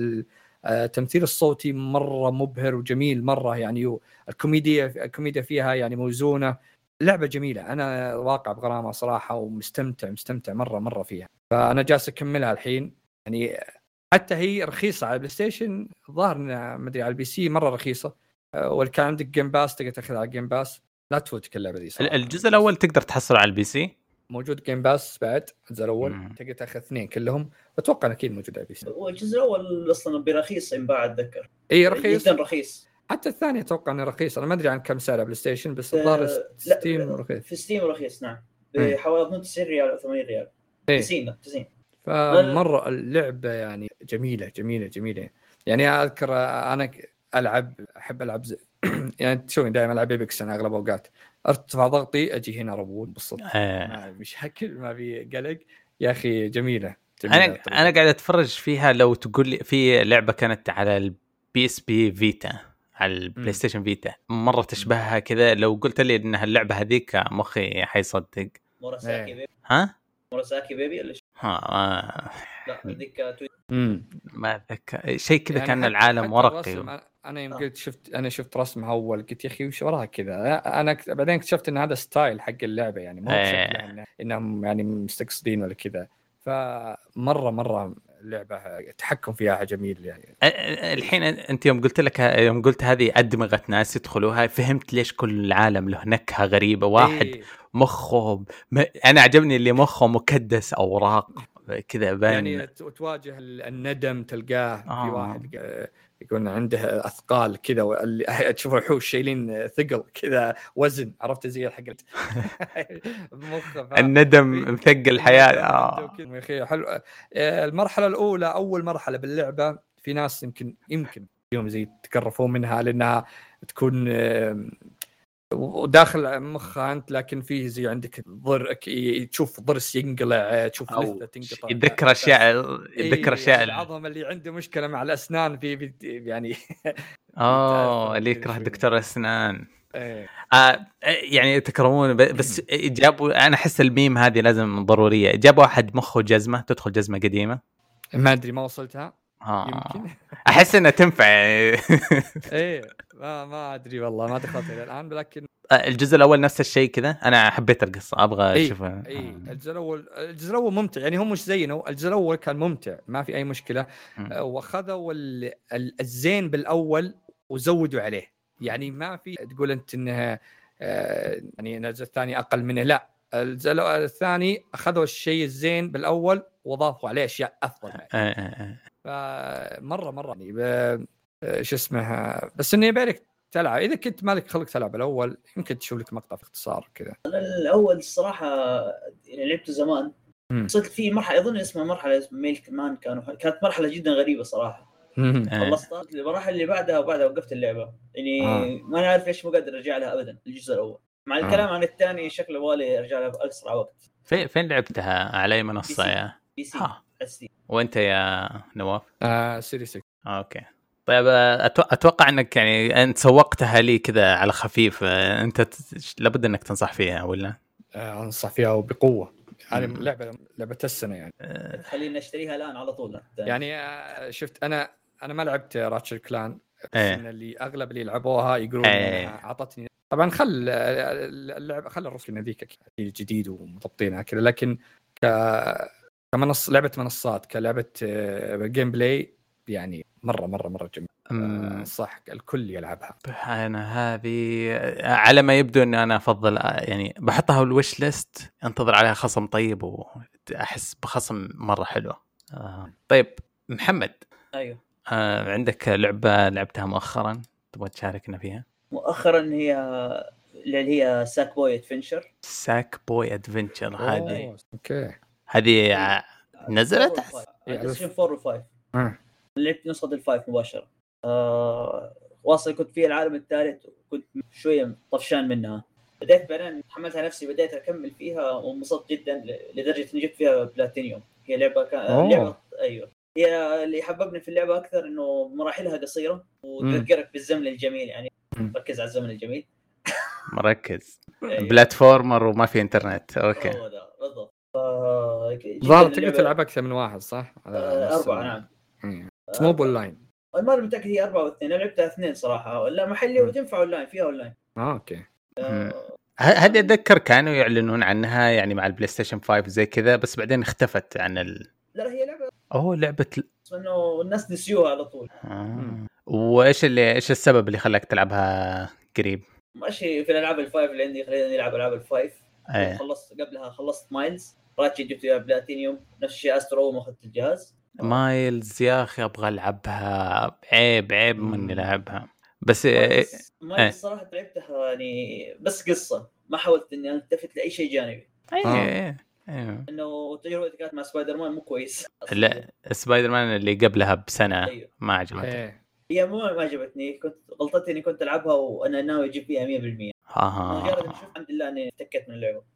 التمثيل الصوتي مره مبهر وجميل مره يعني. الكوميديا الكوميديا فيها يعني موزونه. لعبه جميله انا واقع بغرامه صراحه ومستمتع مستمتع مره مره فيها. فانا جالس اكملها الحين يعني. حتى هي رخيصه على البلاي ستيشن ظاهر ما ادري على البي سي مره رخيصه. والكان عندك جيم باس تقدر تاخذها على جيم باس. لا تفوتك اللعبه دي صراحه. الجزء الاول تقدر تحصله على البي سي موجود جيم باس بعد الجزء الاول تقدر تاخذ اثنين كلهم. اتوقع اكيد موجود على البي سي. هو الجزء الاول اصلا برخيص انباع اتذكر. اي رخيص جدا رخيص. حتى الثاني اتوقع انه رخيص. انا ما ادري عن كم سعره بلاي ستيشن بس الظاهر ستيم رخيص. في ستيم رخيص نعم بحوالي تسعين ريال او ثمانين ريال. تسعين تسعين. فمره اللعبه يعني جميله جميله جميله يعني. اذكر انا العب احب العب زي يعني تشوفني دائما العب ايبكس انا اغلب اوقات ارتفع ضغطي اجي هنا ربون بالصدفه. آه. ما مشاكل ما في قلق يا اخي جميله, جميلة. انا انا قاعد اتفرج فيها. لو تقول لي في لعبه كانت على البي اس بي فيتا على البلاي ستيشن فيتا مره تشبهها كذا. لو قلت لي انها اللعبه هذيك مخي حيصدق. موراساكي بيبي. ها موراساكي بيبي ولا ها آه. لا هذيك ما اتذكر شيء كذا يعني. كان العالم ورقي. انا يوم قلت شفت انا شفت رسمها اول قلت يا اخي وش وراها كذا. انا بعدين اكتشفت ان هذا ستايل حق اللعبه يعني مو بشكل انهم يعني مستقصدين ولا كذا. فمره مره اللعبه التحكم فيها جميل يعني. الحين انت يوم قلت لك يوم قلت هذه ادمغه ناس يدخلوها فهمت ليش كل العالم له نكهه غريبه. واحد إيه. مخه م... انا عجبني اللي مخه مكدس اوراق كذا بان يعني تواجه الندم تلقاه آه. في واحد يكون عنده اثقال كذا واللي تشوف الوحوش شايلين ثقل كذا وزن عرفت زي الحق الندم مثقل الحياه. اه يا اخي حلو. المرحله الاولى اول مرحله باللعبه في ناس يمكن يمكن يوم زي تكرفون منها لانها تكون وداخل مخها انت لكن فيه زي عندك ضر تشوف ضرس ينقلع تشوف لثه تنقطع يتذكر اشياء يتذكر اشياء العظم اللي عنده مشكله مع الاسنان في يعني اه اللي يكره دكتور اسنان. ايه. آه يعني تكرمون بس جابوا. انا احس الميم هذه لازم ضروريه. جابوا واحد مخه جزمه تدخل جزمه قديمه ما ادري ما وصلتها آه. يمكن احس انها تنفع يعني. ايه ما ما ادري والله ما دخلت الى الان لكن الجزء الاول نفس الشيء كذا. انا حبيت القصه ابغى أيه اشوفها. اي الجزء الاول الجزء الاول ممتع يعني هم مش زينه. الجزء الاول كان ممتع ما في اي مشكله. واخذوا الزين بالاول وزودوا عليه يعني ما في تقول انت انها يعني الجزء الثاني اقل منه. لا الجزء الثاني اخذوا الشيء الزين بالاول وضافوا عليه اشياء افضل. فمره مره يعني شو اسمها بس اني بالك تلعب اذا كنت مالك خلق تلعب الاول يمكن تشوف لك مقطع في اختصار كذا. الاول الصراحه يعني لعبته زمان وصلت في مرحله اظن اسمها مرحله ميلك مان كانوا كانت مرحله جدا غريبه صراحه. خلصتها المراحل اللي بعدها وبعدها وقفت اللعبه يعني آه. ما انا عارف ليش مو قادر ارجع لها ابدا. الجزء الاول مع الكلام آه. عن الثاني شكله والي ارجع لها باسرع وقت. في فين لعبتها على اي منصه؟ يا بي سي ها. وانت يا نواف؟ آه سيريس. آه اوكي طيب أتو- اتوقع انك يعني انت سوقتها لي كذا على خفيف، انت ت- لابد انك تنصح فيها ولا؟ آه، انصح فيها وبقوه. هذه مم. لعبه لعبه السنه يعني. آه، خلينا نشتريها الان على طول. يعني آه، شفت انا انا ما لعبت راتشل كلان، بس إيه. ان اللي اغلب اللي لعبوها يقولون إيه. انها اعطتني طبعا. خل اللعبه خل الرسل ذيك جديد ومضبطينها كذا، لكن ك كمنص لعبه منصات كلعبه جيم بلاي يعني مره مره مره جميل. أمم. صح الكل يلعبها. انا هذه على ما يبدو ان انا افضل يعني بحطها الوش ليست، انتظر عليها خصم طيب واحس بخصم مره حلو. آه. طيب محمد، ايوه آه عندك لعبه لعبتها مؤخرا تبغى تشاركنا فيها؟ مؤخرا هي اللي هي ساك بوي ادفنشر. ساك بوي ادفنتشر. هذه أوه، اوكي. هذه ع- نزلت إيه، على بلايستيشن أربعة وخمسة. آه. لعبت نسخة الفايف مباشرة. آه واصل كنت في العالم الثالث وكنت شوية طفشان منها. بديت بعدين حملتها نفسي، بديت أكمل فيها وانبسطت جدا لدرجة إني جبت فيها بلاتينيوم. هي لعبة كان لعبة أيوه هي اللي حببني في اللعبة أكثر إنه مراحلها قصيرة وتذكرك بالزمن الجميل، يعني ركز على الزمن الجميل. مركز. أيوه. بلاتفورمر وما في انترنت. اوكي هو ده بالضبط. ظهر تقدر تلعب اكثر من واحد صح؟ آه أربعة نعم. مو اونلاين. ما متأكد هي أربعة واثنين. أنا لعبتها اثنين صراحة، ولا محلي م. وتنفع أونلاين فيها أونلاين. آه أوكي. آه هذه اتذكر كانوا يعلنون عنها يعني مع البلاي ستيشن خمسة زي كذا، بس بعدين اختفت عن ال... لا هي لعبة اوه لعبه ل... إنه الناس نسيوها على طول. آه. وايش اللي ايش السبب اللي خلاك تلعبها قريب؟ ماشي في الألعاب الفايف اللي عندي خلينا نلعب ألعاب الفايف. أيه. خلصت قبلها خلصت مايلز، راتشي جبت فيها بلاتينيوم، نفس الشيء أسترو ما أخذت الجهاز. مايلز يا اخي ابغى العبها، عيب عيب مني لعبها بس مايلز, مايلز ايه. صراحة لعبتها يعني بس قصة، ما حاولت إني ألتفت لأي شيء جانبي. ايه ايه. إنه تجربتي كانت مع سبايدر مان مو كويس. لا سبايدر مان اللي قبلها بسنه. أيوه. ما عجبتني. إيه. هي مو ما عجبتني، كنت غلطتي اني كنت العبها وانا ناوي اجيب فيها مية بالمية. اها مجرد اني شوف الحمد لله اني تكت من اللعبه.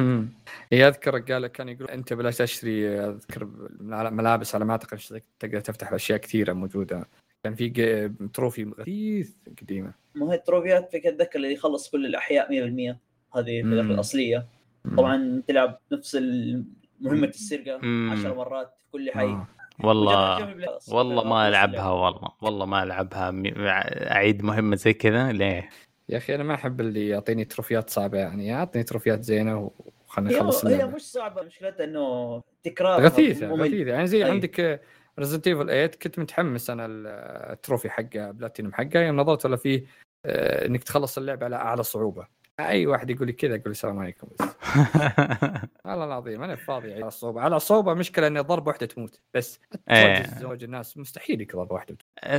يذكر قال كان يقول انت بلاش تشتري اذكر ملابس على ما اعتقد تقدر تفتح اشياء كثيره موجوده. كان في تروفي غثيث قديمه. مو هي التروفيات فيك اتذكر اللي يخلص كل الاحياء مية بالمية، هذه في الاصليه. طبعا تلعب نفس مهمه السرقه عشر مرات في كل حي. آه. والله والله ما العبها، والله والله ما العبها اعيد مهمه زي كذا ليه يا اخي انا ما احب اللي يعطيني تروفيات صعبه، يعني اعطني تروفيات زينه وخلنا نخلص اللعبه. هي مش صعبه، مشكلتها انه تكرار غثيثه غثيثه يعني زي أي. عندك ريزنت ايفل ثمانية كنت متحمس انا التروفي حقه بلاتينوم حقه يوم نضغط ولا فيه آه انك تخلص اللعبه على اعلى صعوبه. اي واحد يقول لي كذا اقول السلام عليكم بس. والله العظيم انا فاضي على الصعوبه. على الصعوبه مشكله ان ضربه واحده تموت بس. زوج الناس مستحيل يضرب واحده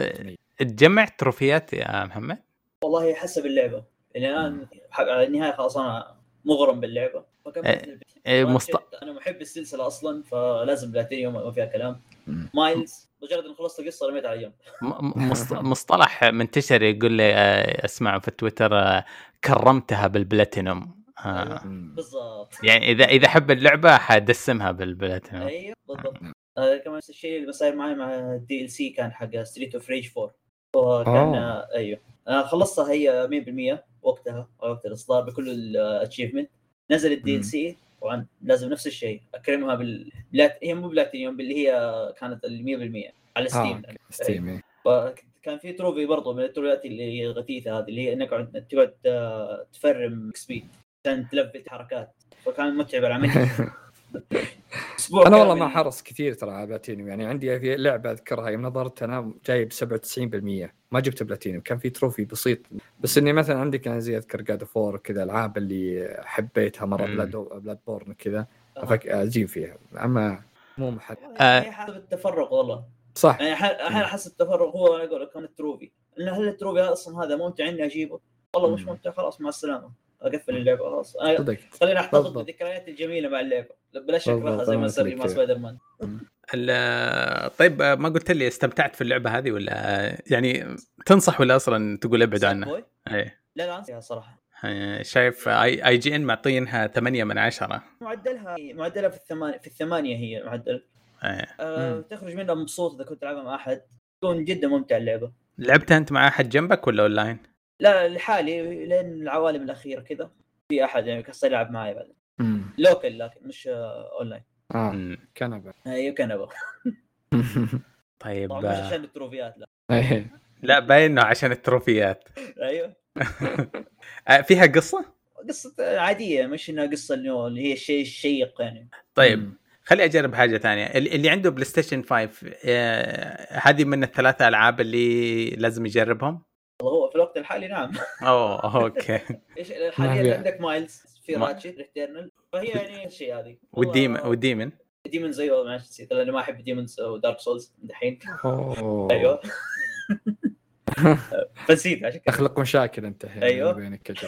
تجمع تروفيات يا محمد. والله حسب اللعبه، اللي الان النهايه خلاص انا مغرم باللعبه فكملت. إيه مست... انا محب السلسله اصلا فلازم بلاتينيوم ما فيها كلام. مايلز مجرد ان خلصت القصه رميت على جنب. مصط... مصطلح منتشر يقول لي اسمعه في تويتر كرمتها بالبلاتينوم. أيوة. بالضبط. يعني اذا اذا حب اللعبه حدسمها بالبلاتينوم. ايوه بالضبط. آه كمان الشيء اللي صاير معي مع الدي ال سي كان حق ستريت اوف ريج فور، وكان آه. ايوه انا خلصتها هي مية بالمية وقتها وقت الاصدار بكل الاتشيفمنت. نزل الدي ال سي طبعا لازم نفس الشيء اكرمها بال هي مو بلاتينيوم اللي هي كانت ال مية بالمية على ستيم. آه. ستيم فكان في تروفي برضه من التروفيات اللي هي غثيثه هذه اللي هي انك تقعد تفرم سبيد عشان تلفت حركات، فكان متعب العمليه. انا والله ما حرص كثير ترى على بلاتينيوم، يعني عندي في لعبه اذكرها يوم نظرت انا جايب سبعة وتسعين بالمية ما جبت بلاتينيوم. كان في تروفي بسيط بس اني مثلا عندك انا زي اذكر جاد فور كذا العاب اللي حبيتها مره بلاد بلاد بورن كذا افك اجيب فيها، اما مو محل هي حسب التفرغ والله. صح يعني احيانا حسب التفرغ هو انا اقول لك كان التروفي انه هل التروفي اصلا هذا ممتع اني اجيبه والله مش ممتع خلاص مع السلامه اقفل اللعبه خلاص. خلينا احتفظ بالذكريات الجميله مع اللعبه بلاش اكرهها زي ما صار لي مع سبايدر مان. طيب ما قلت لي استمتعت في اللعبه هذه ولا يعني تنصح ولا اصلا تقول ابعد عنها؟ ايه لا لا انصحها صراحه. شايف اي اي جي ان معطينها ثمانية من عشرة. معدلها معدلها في الثمانية في الثمانية هي معدل. ايه أه تخرج منها مبسوط اذا كنت تلعبها مع احد تكون جدا ممتع اللعبه. لعبتها انت مع احد جنبك ولا اونلاين؟ لا لحالي لين العوالم الاخيره كذا، في احد يعني كسر يلعب معي بعد امم لوكل لكن مش آه، اونلاين. اه مم. كنبه. ايوه كنبه. طيب طبعا مش عشان التروفيات لا. ايه لا باين انه عشان التروفيات. ايوه آه، فيها قصة؟ قصه عاديه، مش انها قصه اللي هي الشيء الشيق يعني. طيب مم. خلي اجرب حاجة ثانية. اللي عنده بلاي ستيشن خمسة آه، هذه من الثلاثة العاب اللي لازم يجربهم. والله هو في الوقت الحالي نعم. اوه اوكي. ايش ما حاليا في- عندك مايلز في ما- راتشت ريتيرنال، فهي يعني الشيء هذه. والديمن والديمن ديمون زيه معلش نسيت لاني ما احب ديمونز او دارك سولز دحين. اوه ايوه فنسيت عشان كذا. تخلق مشاكل انت هنا أيوه. بينك كجر.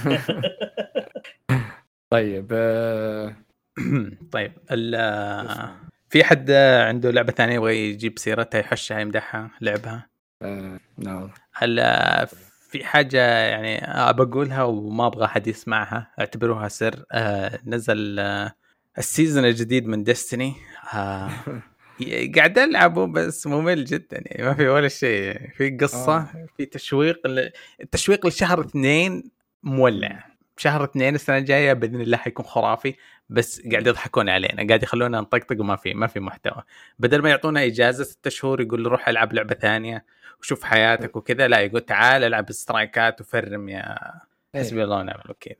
طيب آه، طيب ال- في حد عنده لعبة ثانية يبغى يجيب سيرتها يحشها يمدحها لعبها؟ آه، نعم. هل في حاجة يعني بقولها وما أبغى حد يسمعها، اعتبروها سر. آه نزل آه السيزن الجديد من ديستني. آه قاعد ألعبه بس ممل جدا يعني، ما في ولا شيء. في قصة آه. في تشويق. التشويق لشهر اثنين مولع. شهر اثنين السنة الجاية بإذن الله حيكون خرافي، بس قاعد يضحكون علينا، قاعد يخلونا نطقطق وما في ما في محتوى. بدل ما يعطونا إجازة ستة شهور يقول روح ألعب لعبة ثانية وشوف حياتك وكذا، لا يقول تعال العب سترايكات وفرم. يا حسبي الله ونعم الوكيل.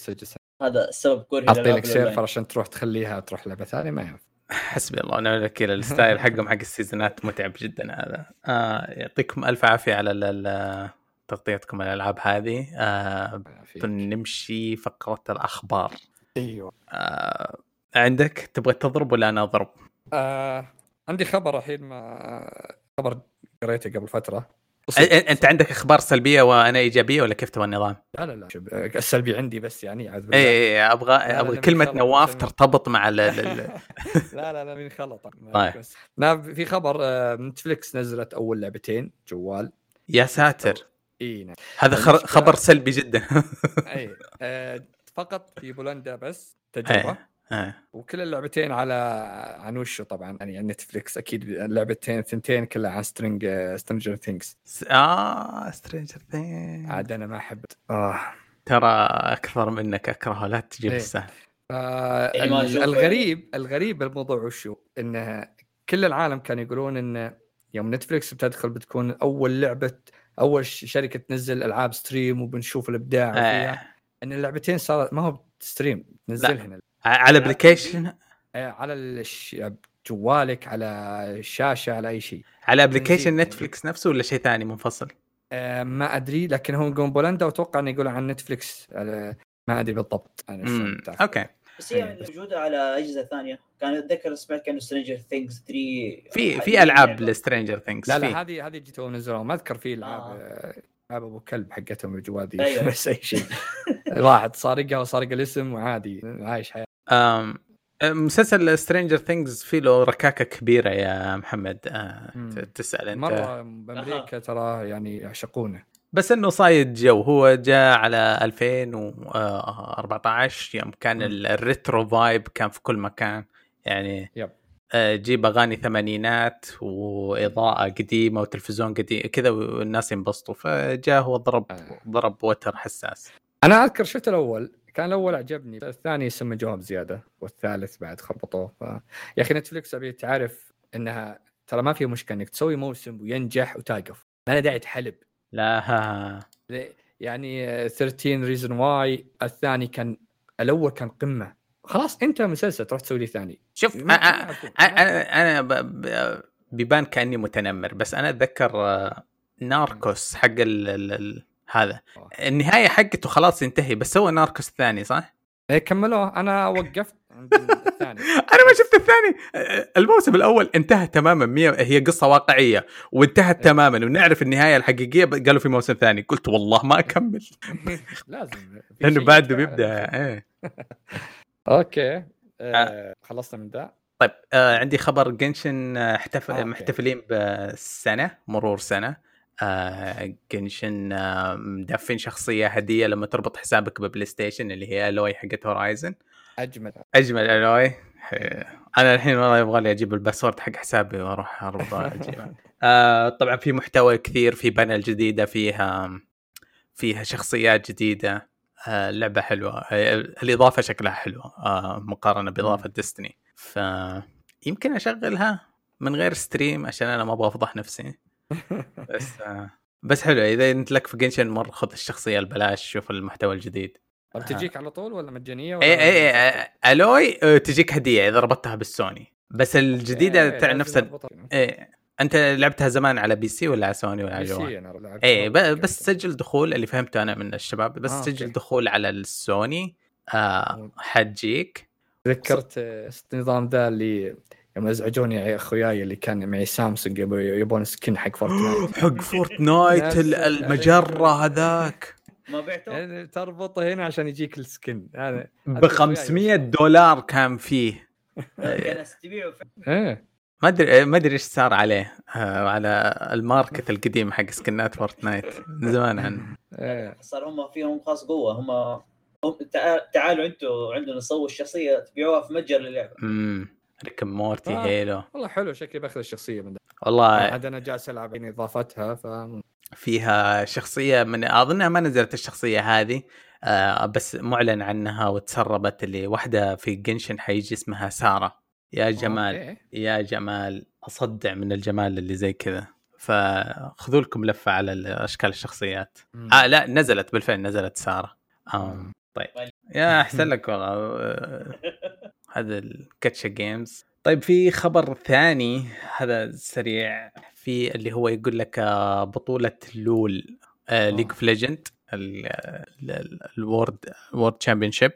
هذا السبب كوري حاطين لك سيرفر عشان تروح تخليها تروح لعبة ثانية ما ينفع. حسبي الله ونعم الوكيل. الستايل حقهم حق السيزونات متعب جدا هذا. آه يعطيكم ألف عافية على تغطيتكم الألعاب هذه. آه نمشي فقرة الأخبار. ايوه. آه عندك تبغى تضرب ولا أنا أضرب؟ آه عندي خبر الحين، ما خبر قريته قبل فترة. انت عندك اخبار سلبيه وانا ايجابيه ولا كيف تبغى النظام؟ لا لا لا السلبي عندي بس يعني عاد بالله. اي ابغى ابغى كلمه نواف ترتبط مع ال لا لا لا من خلطه. طيب ناب في خبر نتفليكس نزلت اول لعبتين جوال. يا ساتر. اي نعم. هذا خبر سلبي جدا. اي آه فقط في بولندا بس تجربه. أي. أي. وكل اللعبتين على عن وشه طبعا يعني نتفليكس اكيد اللعبتين ثنتين كلها عن سترينج سترينجر ثينجز. اه سترينجر ثينجز عاد انا ما احب اه ترى اكثر منك اكره، لا تجيب إيه. السهل. آه الغريب يعني. الغريب الموضوع وشو انه كل العالم كانوا يقولون ان يوم نتفليكس بتدخل بتكون اول لعبه اول شركه تنزل العاب ستريم وبنشوف الابداع فيها. آه. ان اللعبتين صارت ما هو ستريم تنزلهن على ابلكيشن على جوالك على الشاشه على اي شيء على ابلكيشن نتفليكس نفسه ولا شيء ثاني منفصل. آه ما ادري لكن هم يقولون بولندا واتوقع ان يقولوا عن نتفليكس ما ادري بالضبط انا اوكي. بس هي موجوده على اجهزه ثانيه. كان اتذكر سمعت كانه سترينجر ثينجز ثري في في العاب لسترينجر ثينجز. لا لا هذه هذه جيتوا نزلوا ما اذكر في العاب آه. العاب ابو كلب حقتهم الجوال دي. أيوة. بس اي شيء واحد سارقها وسارق الاسم وعادي عايش حياته. أم مسلسل سترينجر ثينجز فيه له ركاكه كبيره يا محمد. أه تسال انت مره بامريكا ترى يعني يعشقونه، بس انه صايد جو. هو جاء على ألفين وأربعة عشر يوم كان الريترو فايب كان في كل مكان يعني. يب. جيب اغاني ثمانينات واضاءه قديمه وتلفزيون قديم كذا والناس ينبسطوا، فجاء هو ضرب آه. ضرب وتر حساس. انا اذكر شفت الاول كان الاول عجبني، الثاني سمى جواب زياده والثالث بعد خربطوه. ف... يا اخي نتفليكس ابي تعرف انها ترى ما في مشكله انك تسوي موسم وينجح وتوقف، ما له داعي تحلب. لا ها. يعني ثيرتين ريزن واي الثاني كان الاول كان قمه، خلاص انت مسلسل تروح تسوي لي ثاني. شوف انا انا انا بيبان كاني متنمر بس انا اتذكر ناركوس حق ال ال هذا النهايه حقته خلاص انتهي، بس هو ناركوس الثاني صح؟ ايه كملوه. انا وقفت عند الثاني. انا ما شفت الثاني. الموسم الاول انتهى تماما مية، هي قصه واقعيه وانتهت تماما ونعرف النهايه الحقيقيه. قالوا في موسم ثاني قلت والله ما اكمل. لازم لانه بعده بيبدا. ايه اوكي آه خلصنا من ده. طيب آه عندي خبر جنشن احتفل آه محتفلين بسنه مرور سنه. آه جنشن آه مدفن شخصيه هديه لما تربط حسابك ببلاي ستيشن اللي هي الوي حقت هورايزن. اجمل اجمل الوي. انا الحين والله يبغى لي اجيب الباسورد حق حسابي واروح اربطه اجيبه. آه طبعا في محتوى كثير، في بانل جديده، فيها فيها شخصيات جديده. آه لعبه حلوه، آه الاضافه شكلها حلوه آه مقارنه باضافه ديستني، فيمكن اشغلها من غير ستريم عشان انا ما ابغى افضح نفسي. بس آه بس حلو اذا انت لك في جنشن مر خذ الشخصيه البلاش، شوف المحتوى الجديد. طب تجيك على طول ولا مجانيه ولا اي اي اي الوي تجيك هديه اذا ربطتها بالسوني، بس الجديده إيه تاع نفس ايه. انت لعبتها زمان على بي سي ولا على سوني ولا على جوال؟ ايه بس سجل دخول، اللي فهمته انا من الشباب بس آه سجل أوكي. دخول على السوني آه حتجيك. تذكرت النظام ذا اللي يوم ازعجوني اخوياي اللي كان معي سامسونج يبون سكين حق فورتنايت حق فورتنايت المجره هذاك ما بعته يعني تربطه هنا عشان يجيك السكن هذا ب خمسمية دولار كان فيه. كان استبيعه ايه ما ادري ما ادري ايش صار عليه آه على الماركت القديم حق سكنات فورتنايت من زمان عنه. ايه صار هم فيهم خاص قوه، هم هم تعالوا انتوا عندنا نسوي الشخصيه تبيعوها في متجر اللعبه. امم ريك مورتي آه. هيلو والله حلو، شكلي باخذ الشخصيه من ده والله. عاد انا جالس العب يعني اضافتها ف فيها شخصيه من اظنها ما نزلت الشخصيه هذه آه بس معلن عنها وتسربت، اللي واحده في جنشن حيجي اسمها ساره. يا جمال أوكي. يا جمال اصدع من الجمال اللي زي كذا، فخذوا لكم لفه على اشكال الشخصيات. مم. اه لا نزلت بالفعل، نزلت ساره. آه. طيب يا احسن لك والله هذا الكاتشا جيمز. طيب في خبر ثاني هذا سريع، في اللي هو يقول لك بطولة لول ليج اوف ليجند الورد وورد تشامبيونشيب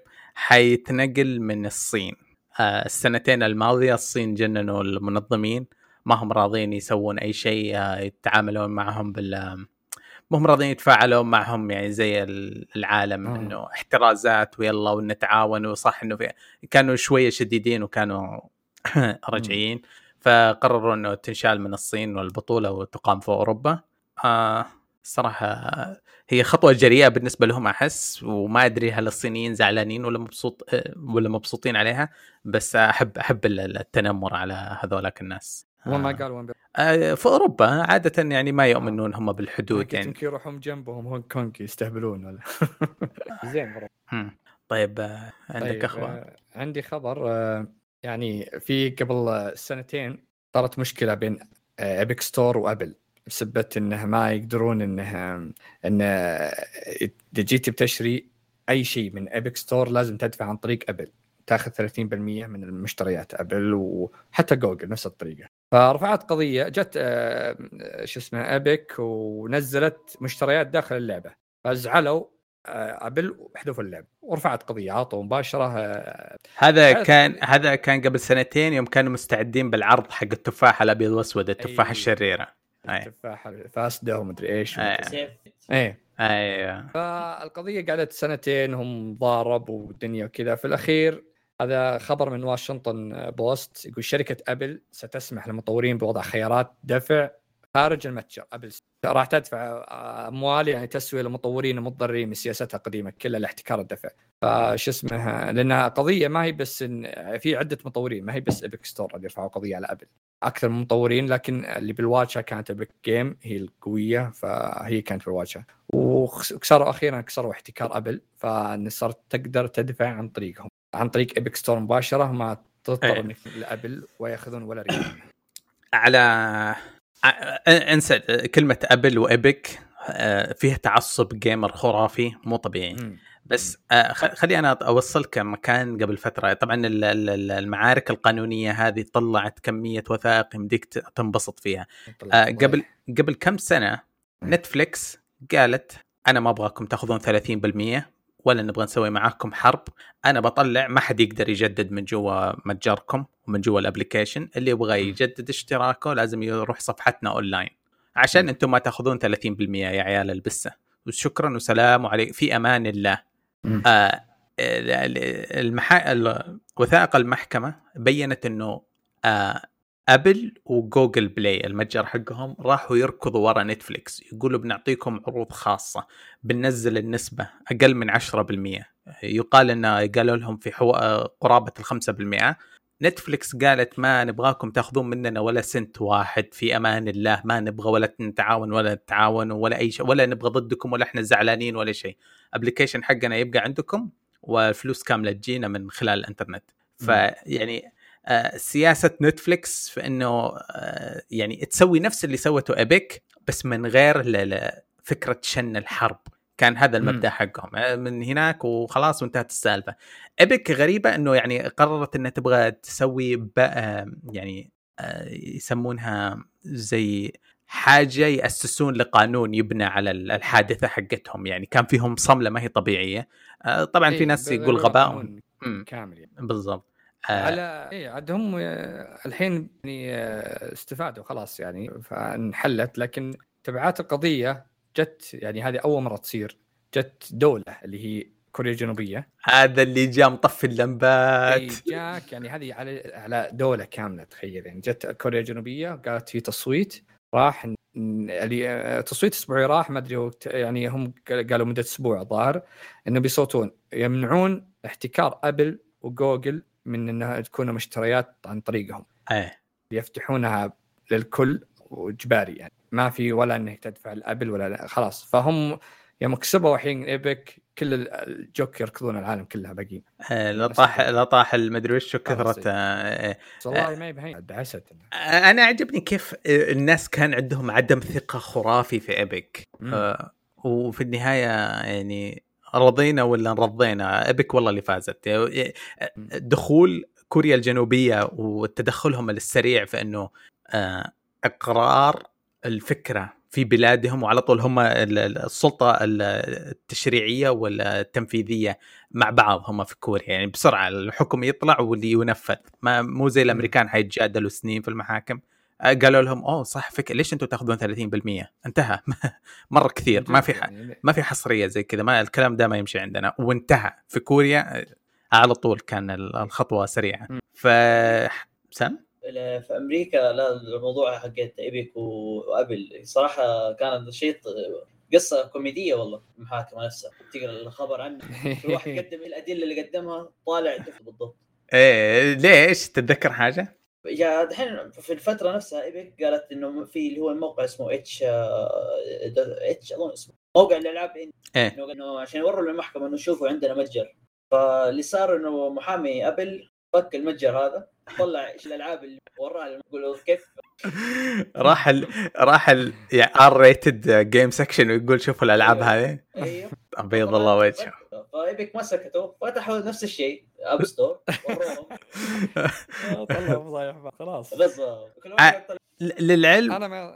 حيتنقل من الصين. آه السنتين الماضية الصين جننوا المنظمين، ما هم راضين يسوون أي شيء آه يتعاملون معهم بال ما هم راضين يتفاعلوا معهم يعني زي العالم آه. إنه احترازات ويلا ونتعاون، وصح إنه في كانوا شوية شديدين وكانوا رجعيين، فقرروا إنه تنشال من الصين والبطولة وتقام في أوروبا. آه صراحة هي خطوة جريئة بالنسبة لهم أحس، وما أدري هل الصينيين زعلانين ولا مبسوط ولا مبسوطين عليها، بس أحب أحب التنمر على هذولك الناس. آه. وما قالوا وين آه في أوروبا عادة يعني ما يؤمنون هم بالحدود، يعني يمكن يروحهم جنبهم هونغ كونغ يستهبلون ولا زين برا. طيب آه عندك طيب أخبار؟ آه عندي خبر آه يعني في قبل سنتين صارت مشكلة بين آه إبك ستور وأبل بسبب إنه ما يقدرون إنه إن إذا جيت بتشتري أي شيء من إبك ستور لازم تدفع عن طريق أبل، تاخذ ثلاثين بالمية من المشتريات أبل وحتى جوجل نفس الطريقة. فرفعت قضية جت آه شو اسمه أبك ونزلت مشتريات داخل اللعبة، فزعلوا آه أبل وحذفوا اللعبة ورفعت قضية عطوا مباشرة. آه هذا كان هذا كان قبل سنتين يوم كانوا مستعدين بالعرض حق التفاح الأبيض والأسود، التفاح أي الشريرة، التفاح الفاسدة ومدري إيش. أي أي أي فالقضية قعدت سنتين هم ضاربوا والدنيا وكذا. في الأخير هذا خبر من واشنطن بوست يقول شركة أبل ستسمح للمطورين بوضع خيارات دفع خارج المتجر. أبل راح تدفع أموال يعني تسوية للمطورين المضطرين من سياستها القديمة كلها لاحتكار الدفع. فش اسمها لأنها قضية ما هي بس إن في عدة مطورين، ما هي بس إبك ستور اللي يرفعوا قضية على أبل، أكثر من مطورين، لكن اللي بالواتشة كانت إبك جيم هي القوية فهي كانت بالواتشة، وكسروا أخيرا كسروا احتكار أبل، فصارت تقدر تدفع عن طريقهم عن طريق إبك ستور مباشرة، ما تضطر انك لأبل وياخذون ولا ريال. على انسى كلمة أبل وإبك فيها تعصب جيمر خرافي مو طبيعي. م. بس خلي أنا أوصلك مكان قبل فترة، طبعا المعارك القانونية هذه طلعت كمية وثائق يمديك تنبسط فيها. قبل قبل كم سنة نتفليكس قالت أنا ما أبغاكم تأخذون ثلاثين بالمية ولا نبغى نسوي معاكم حرب، أنا بطلع ما حد يقدر يجدد من جوا متجركم ومن جوا الابليكيشن، اللي يبغى يجدد اشتراكه لازم يروح صفحتنا أونلاين عشان أنتم ما تأخذون ثلاثين بالمية يا عيال البسة، وشكرا وسلام وعليك في أمان الله. آه المحا... وثائق المحكمة بيّنت أنه آه أبل وجوجل بلاي المتجر حقهم راحوا يركضوا ورا نتفليكس، يقولوا بنعطيكم عروض خاصة بننزل النسبة أقل من عشرة بالمية، يقال أن قالوا لهم في حو... قرابة الخمسة بالمئة نتفليكس قالت ما نبغاكم تاخذون مننا ولا سنت واحد، في امان الله ما نبغى ولا نتعاون ولا نتعاون ولا اي شيء، ولا نبغى ضدكم ولا احنا زعلانين ولا شيء. ابلكيشن حقنا يبقى عندكم والفلوس كامله تجينا من خلال الانترنت. فيعني آه سياسه نتفليكس في انه آه يعني تسوي نفس اللي سوته ايبك بس من غير فكره شن الحرب. كان هذا المبدأ حقهم من هناك وخلاص وانتهت السالفة. إبك غريبة انه يعني قررت انها تبغى تسوي بقى يعني يسمونها زي حاجة يأسسون لقانون يبنى على الحادثة حقتهم. يعني كان فيهم صملة ما هي طبيعية. طبعا في ناس يقول غباء كامل بالضبط. على ايه عندهم الحين يعني استفادوا خلاص يعني فانحلت، لكن تبعات القضية جت يعني هذه أول مرة تصير، جت دولة اللي هي كوريا الجنوبية. هذا اللي جاء مطفي اللمبات. اي جاك يعني هذه على على دولة كاملة تخيل. يعني جت كوريا الجنوبية قالت في تصويت راح اللي تصويت أسبوعي راح ما أدري يعني هم قالوا مدة أسبوع ظاهر إنه بيصوتون يمنعون احتكار أبل وجوجل من إنها تكون مشتريات عن طريقهم. ايه يفتحونها للكل وإجباري يعني ما في ولا انك تدفع الابل ولا خلاص. فهم يوم كسبوا الحين ايبك كل الجوك يركضون العالم كلها باقيين. آه لا طاح لا طاح المدري وش كثرت. آه والله ما يبهين دعست. انا عجبني كيف الناس كان عندهم عدم ثقة خرافي في ايبك. آه وفي النهاية يعني رضينا ولا رضينا ايبك والله اللي فازت. دخول كوريا الجنوبية وتدخلهم السريع في انه آه اقرار الفكرة في بلادهم، وعلى طول هم السلطة التشريعية والتنفيذية مع بعض هم في كوريا. يعني بسرعة الحكم يطلع واللي ينفذ، ما مو زي الأمريكان حيتجادلوا سنين في المحاكم. قالوا لهم أوه صح فكرة ليش أنتوا تأخذون ثلاثين بالمية انتهى. مرة كثير ما في ح... ما في حصرية زي كذا، ما الكلام ده ما يمشي عندنا وانتهى. في كوريا على طول كان الخطوة سريعة. ف سام في أمريكا لا الموضوع حقت إيبك وأبل صراحة كانت شيء قصة كوميدية والله. المحاكمة نفسها تقرأ الخبر عنه كل واحد قدم الأدلة اللي قدمها طالع بالضبط. إيه ليش تتذكر حاجة؟ يا دحين في الفترة نفسها إيبك قالت إنه في اللي هو الموقع اسمه اتش اتش أظن اسمه موقع الألعاب إيه؟ إنه عشان يوروا للمحكمة إنه شوفوا عندنا متجر. فاللي صار إنه محامي أبل فك المتجر هذا طلع ايش الالعاب اللي وراها يقولوا كيف راح ال... راح ال... يعني ار ريتد جيم سكشن ويقول شوفوا الالعاب هذه. ايوه ابيض الله وجهه. فايبك ما سكتوا فتحوا نفس الشيء اب ستور وروهم طلعوا فضايح خلاص. بالضبط للعلم انا ما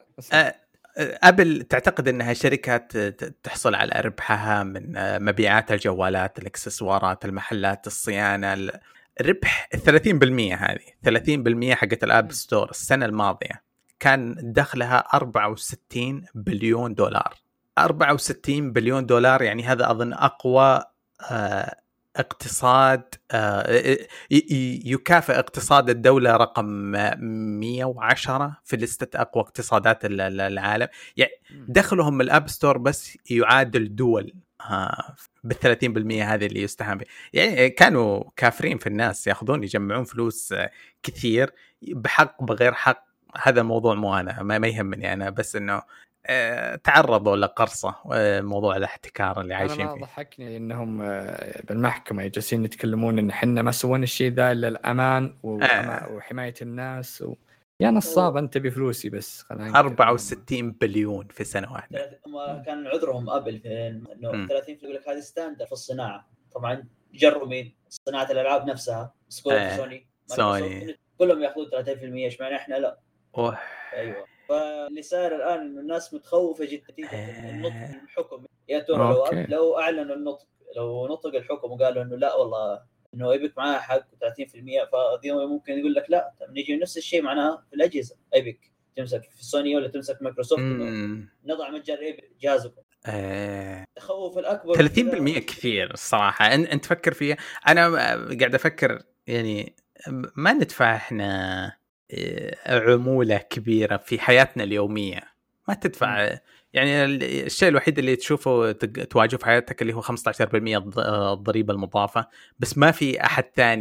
أبل تعتقد أنها شركات تحصل على ربحها من مبيعات الجوالات، الإكسسوارات، المحلات، الصيانة. الربح ثلاثين بالمية هذه ثلاثين بالمية حقت الآب ستور السنة الماضية كان دخلها أربعة وستين بليون دولار. أربعة وستين بليون دولار يعني هذا أظن أقوى آه اقتصاد آه يكافئ اقتصاد الدولة رقم مية وعشرة في لستة أقوى اقتصادات العالم. يعني دخلهم الأب ستور بس يعادل دول آه بالثلاثين بالمية هذه اللي يستهان به. يعني كانوا كافرين في الناس يأخذون يجمعون فلوس كثير بحق بغير حق. هذا موضوع مو أنا ما يهمني أنا، بس إنه تعرضوا لقرصة موضوع الاحتكار اللي عايشين فيه. أنا ضحكني إنهم بالمحكمة يجلسين يتكلمون إن حنا ما سوينا الشيء ذا إلا الأمان وحماية الناس و... يا نصاب أنت بفلوسي بس. أربعة وستين بليون في سنة واحدة. كان عذرهم أبل في إنه ثلاثين يقول لك هذه ستاندر في الصناعة. طبعا جروا مين صناعة الألعاب نفسها سكوير آه. سوني سوني كلهم يأخذون ثلاثين بالمية إيش معنى إحنا لا. أوه. أيوة. فاللي صار الآن إنه الناس متخوفة جدا نتيجة النطق الحكم. يا ترى لو لو أعلنوا النطق لو نطق الحكم وقالوا إنه لا والله إنه إيبك معاه حق ثلاثين بالمية فديهم ممكن يقول لك لا. طب نيجي نفس الشيء معناه في الأجهزة إيبك تمسك في سوني ولا تمسك مايكروسوفت نضع متجر إيبك جهازكم. آه. تخوف الأكبر ثلاثين بالمية كثير الصراحة. أنت تفكر فيها. أنا قاعد أفكر يعني ما ندفع إحنا عمولة كبيرة في حياتنا اليومية. ما تدفع م. يعني الشيء الوحيد اللي تشوفه تواجه في حياتك اللي هو خمسة عشر بالمية الضريبة المضافة، بس ما في أحد ثاني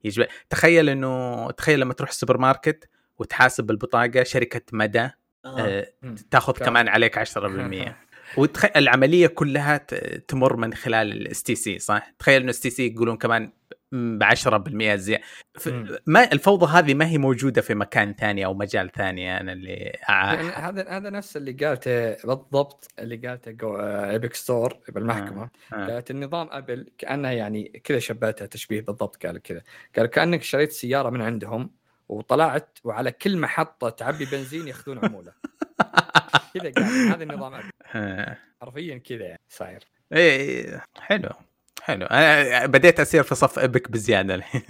يجب تخيل انه تخيل لما تروح السوبر ماركت وتحاسب بالبطاقه شركه مدى آه. تاخذ كمان عليك عشرة بالمية وتخيل العمليه كلها تمر من خلال الاس تي سي صح. تخيل انه اس تي سي يقولون كمان ب عشرة بالمية زياده. ما الفوضى هذه ما هي موجوده في مكان ثاني او مجال ثاني. انا اللي هذا هذا نفس اللي قالته بالضبط اللي قالته جو ايبك ستور بالمحكمه. آه. آه. قالت النظام ابل كانه يعني كذا شبهتها تشبيه بالضبط. قال كذا قال كانك شريت سياره من عندهم وطلعت وعلى كل محطه تعبي بنزين ياخذون عموله كذا. قال هذا النظام ابل حرفيا كذا يعني صاير. ايه حلو حلو. انا بديت اسير في صف ابك بزياده الحين.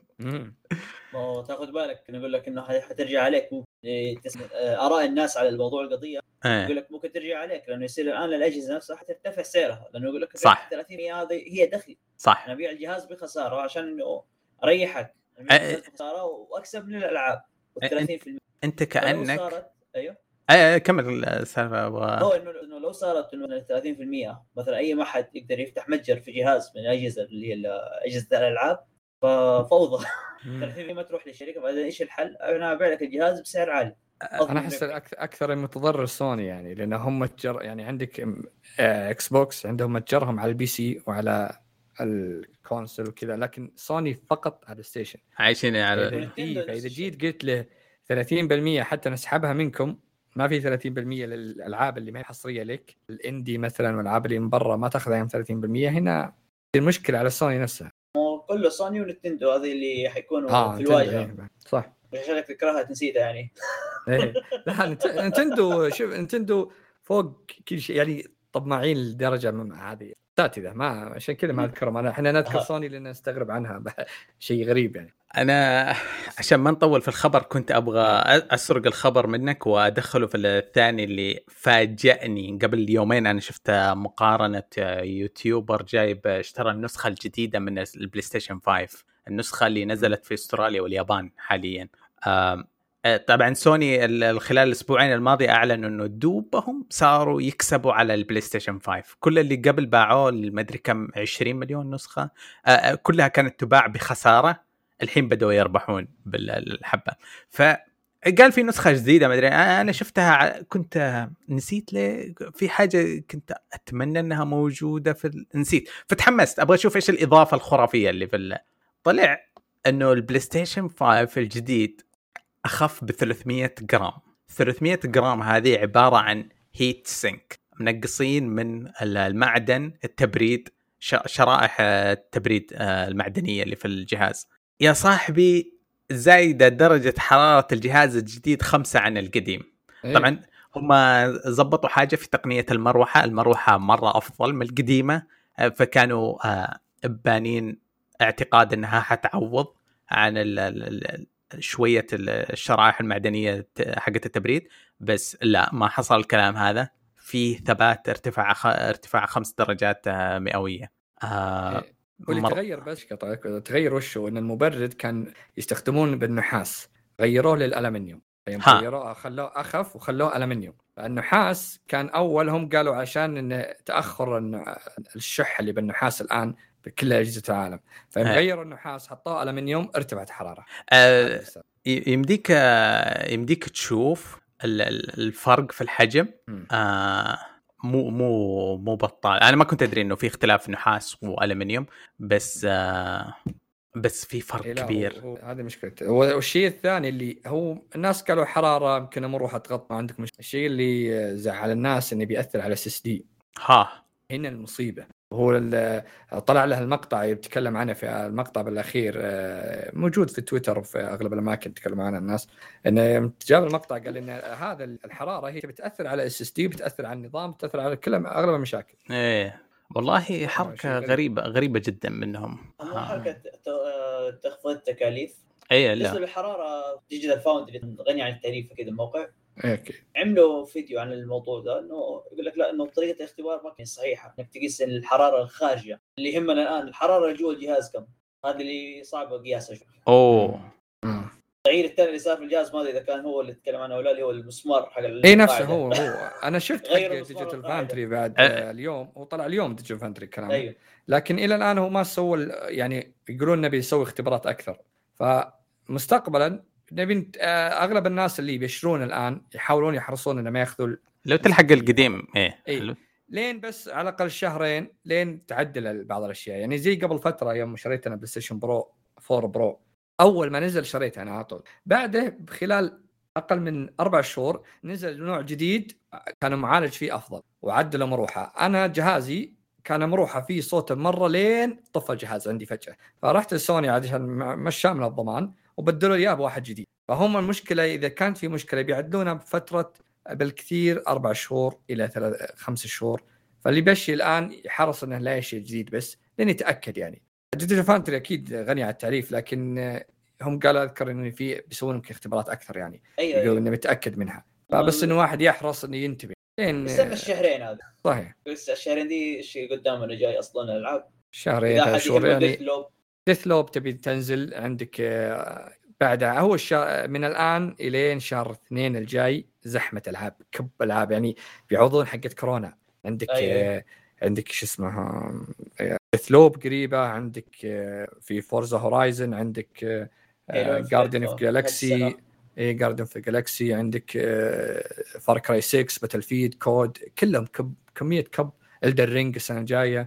ما تاخذ بالك نقول لك انه حترجع عليك اراء الناس على الموضوع القضيه. يقول لك ممكن ترجع عليك لانه يصير الان الاجهزه نفسها حترتفع سعرها لانه يقول لك ثلاثين بالمية هذه هي دخل صح. انا ابيع الجهاز بخساره عشان انه اريحك بخساره واكسب من الالعاب ثلاثين بالمية. انت كانك صارت ايوه ايه كمل السالفه. هو انه لو صارت انه ثلاثين بالمية مثلا اي ما حد يقدر يفتح متجر في جهاز من الاجهزه اللي هي اجهزه الالعاب ففوضى. ثلاثين بالمية ما تروح للشركه بعدين ايش الحل؟ انا ابيع لك الجهاز بسعر عالي. انا احس اكثر المتضرر سوني يعني لان هم متجر يعني عندك اكس بوكس عندهم متجرهم على البي سي وعلى الكونسول وكذا لكن سوني فقط على الستيشن عايشين على. فاذا جيت قلت له ثلاثين بالمية حتى نسحبها منكم ما في ثلاثين بالمية للالعاب اللي ما هي حصريه لك الاندي مثلا والالعاب اللي من برا ما تاخذها يوم ثلاثين بالمية هنا المشكله على سوني نفسها. كله سوني ونتندو هذه اللي حيكونوا آه في الواجهه إيه. صح عشان تكرهها تنسيتها يعني. ايه لا نتندو شوف نتندو فوق كل شيء يعني طماعين لدرجه هذه تاتي ذا ما عشان كذا ما اذكرهم. انا احنا نذكر سوني لان نستغرب عنها شيء غريب يعني. انا عشان ما نطول في الخبر كنت ابغى اسرق الخبر منك وادخله في الثاني اللي فاجأني قبل يومين. انا شفت مقارنه يوتيوبر جايب اشترى النسخه الجديده من البلاي ستيشن خمسة النسخه اللي نزلت في استراليا واليابان حاليا. طبعا سوني خلال الاسبوعين الماضيه اعلنوا انه دوبهم صاروا يكسبوا على البلاي ستيشن خمسة. كل اللي قبل باعوه ما ادري كم عشرين مليون نسخه كلها كانت تباع بخساره. الحين بدأوا يربحون بالحبه. فقال في نسخه جديده ما ادري انا شفتها كنت نسيت ليه في حاجه كنت اتمنى انها موجوده في نسيت فتحمست ابغى اشوف ايش الاضافه الخرافيه اللي في طلع انه البلاي ستيشن خمسة الجديد أخف بثلاثمية جرام. ثلاثمية جرام هذه عبارة عن هيت سينك منقصين من المعدن التبريد شرائح التبريد المعدنية اللي في الجهاز يا صاحبي زايدة درجة حرارة الجهاز الجديد خمسة عن القديم. طبعا هم زبطوا حاجة في تقنية المروحة. المروحة مرة أفضل من القديمة فكانوا بانين اعتقاد أنها حتعوض عن ال شوية الشرائح المعدنية حقة التبريد بس لا ما حصل الكلام هذا. في ثبات ارتفاع خ... ارتفاع خمس درجات مئوية. آه واللي مر... تغير بس قطعك تغير وشه ان المبرد كان يستخدمون بالنحاس غيروه للألمنيوم غيروه خلوه أخف وخلوه ألمنيوم. النحاس كان أول هم قالوا عشان إن تأخر الشح اللي بالنحاس الآن بكل أجهزة العالم فغيروا النحاس حطوه ألمنيوم ارتفعت حرارة. أه يمديك يمديك تشوف الفرق في الحجم. آه مو مو مو بطال. أنا ما كنت أدري إنه في اختلاف نحاس وألمنيوم بس آه بس في فرق إيه كبير. هذه مشكلته. والشيء الثاني اللي هو الناس قالوا حرارة يمكن مروحة تغطى عندك مش... الشيء اللي زعل الناس إنه بيأثر على اس اس دي. ها هنا المصيبة. هو طلع له المقطع يتكلم عنه في المقطع بالأخير موجود في تويتر وفي أغلب الأماكن يتكلم عنه الناس إنه جاب المقطع قال إن هذا الحرارة هي بتأثر على اس اس دي بتأثر على النظام بتأثر على كل أغلب المشاكل. إيه والله حركة غريبة غريبة جدا منهم. أما حركة تخفيض التكاليف. إيه لا. بالنسبة للحرارة ديجيتال فاوندري غني عن التعريف كذا الموقع. أوكي. عملوا فيديو عن الموضوع ده إنه يقول لك لا إنه طريقة الاختبار ما كانت صحيحة إنك تقيس الحرارة الخارجية اللي يهمنا الآن الحرارة جوا الجهاز كم هذا اللي صعبة قياسها. أوه. ضعيفة التغيير الثاني اللي صار في الجهاز ما ادري اذا كان هو اللي تكلم عنه ولا اللي هو المسمار حق اي نفسه هو هو انا شفت حق غيروا مسمار ديجيتال القاعدة. فانتري بعد أه. آه، اليوم وطلع اليوم ديجيتال فانتري كلامه ايوه لكن الى الان هو ما سوى ال- يعني يقولون نبي نسوي اختبارات اكثر فمستقبلا نبي نت- آه، اغلب الناس اللي بيشترون الان يحاولون يحرصون انه ما ياخذوا ال- لو تلحق القديم ايه إيه. حلو. لين بس على الاقل شهرين لين تعدل بعض الاشياء يعني زي قبل فتره يوم شريت انا بلاي ستيشن برو فور برو اول ما نزل شريته انا على طول بعده بخلال اقل من اربع شهور نزل نوع جديد كان معالج فيه افضل وعدل مروحه انا جهازي كان مروحه فيه صوت مره لين طفى الجهاز عندي فجاه فرحت لسوني عشان مشى من الضمان وبدلوا لي بواحد جديد فهم المشكله اذا كانت في مشكله بيعدلونها بفتره بالكثير أربع شهور إلى ثلاث خمس شهور فاللي بشي الآن يحرص إنه لا شيء جديد بس لين يتأكد يعني ديجيتال فانتري أكيد غني عن التعريف لكن هم قالوا أذكر إنه في بيسوون يمكن اختبارات أكثر يعني ايوه يقولون ايوه إنه متأكد منها فبس إنه واحد يحرص إنه ينتبه لين بس الشهرين هذا صحيح بس الشهرين دي شيء قدامنا جاي اصلا الالعاب شهرين اذا ثلاث حد شهور يعني يعني ديث لوب تبي تنزل عندك آه، بعدها هو الشهر من الآن إلين شهر اثنين الجاي زحمة ألعاب كب ألعاب يعني بيعوضون حقت كورونا عندك أيوة. آه عندك شو اسمها ديث لوب قريبة عندك آه في فورزا هورايزن عندك جاردن اوف جالاكسي اي جاردن اوف جالاكسي عندك فار كراي ستة باتل فيلد كود كلهم كب كمية كب إلدر رينج السنة الجاية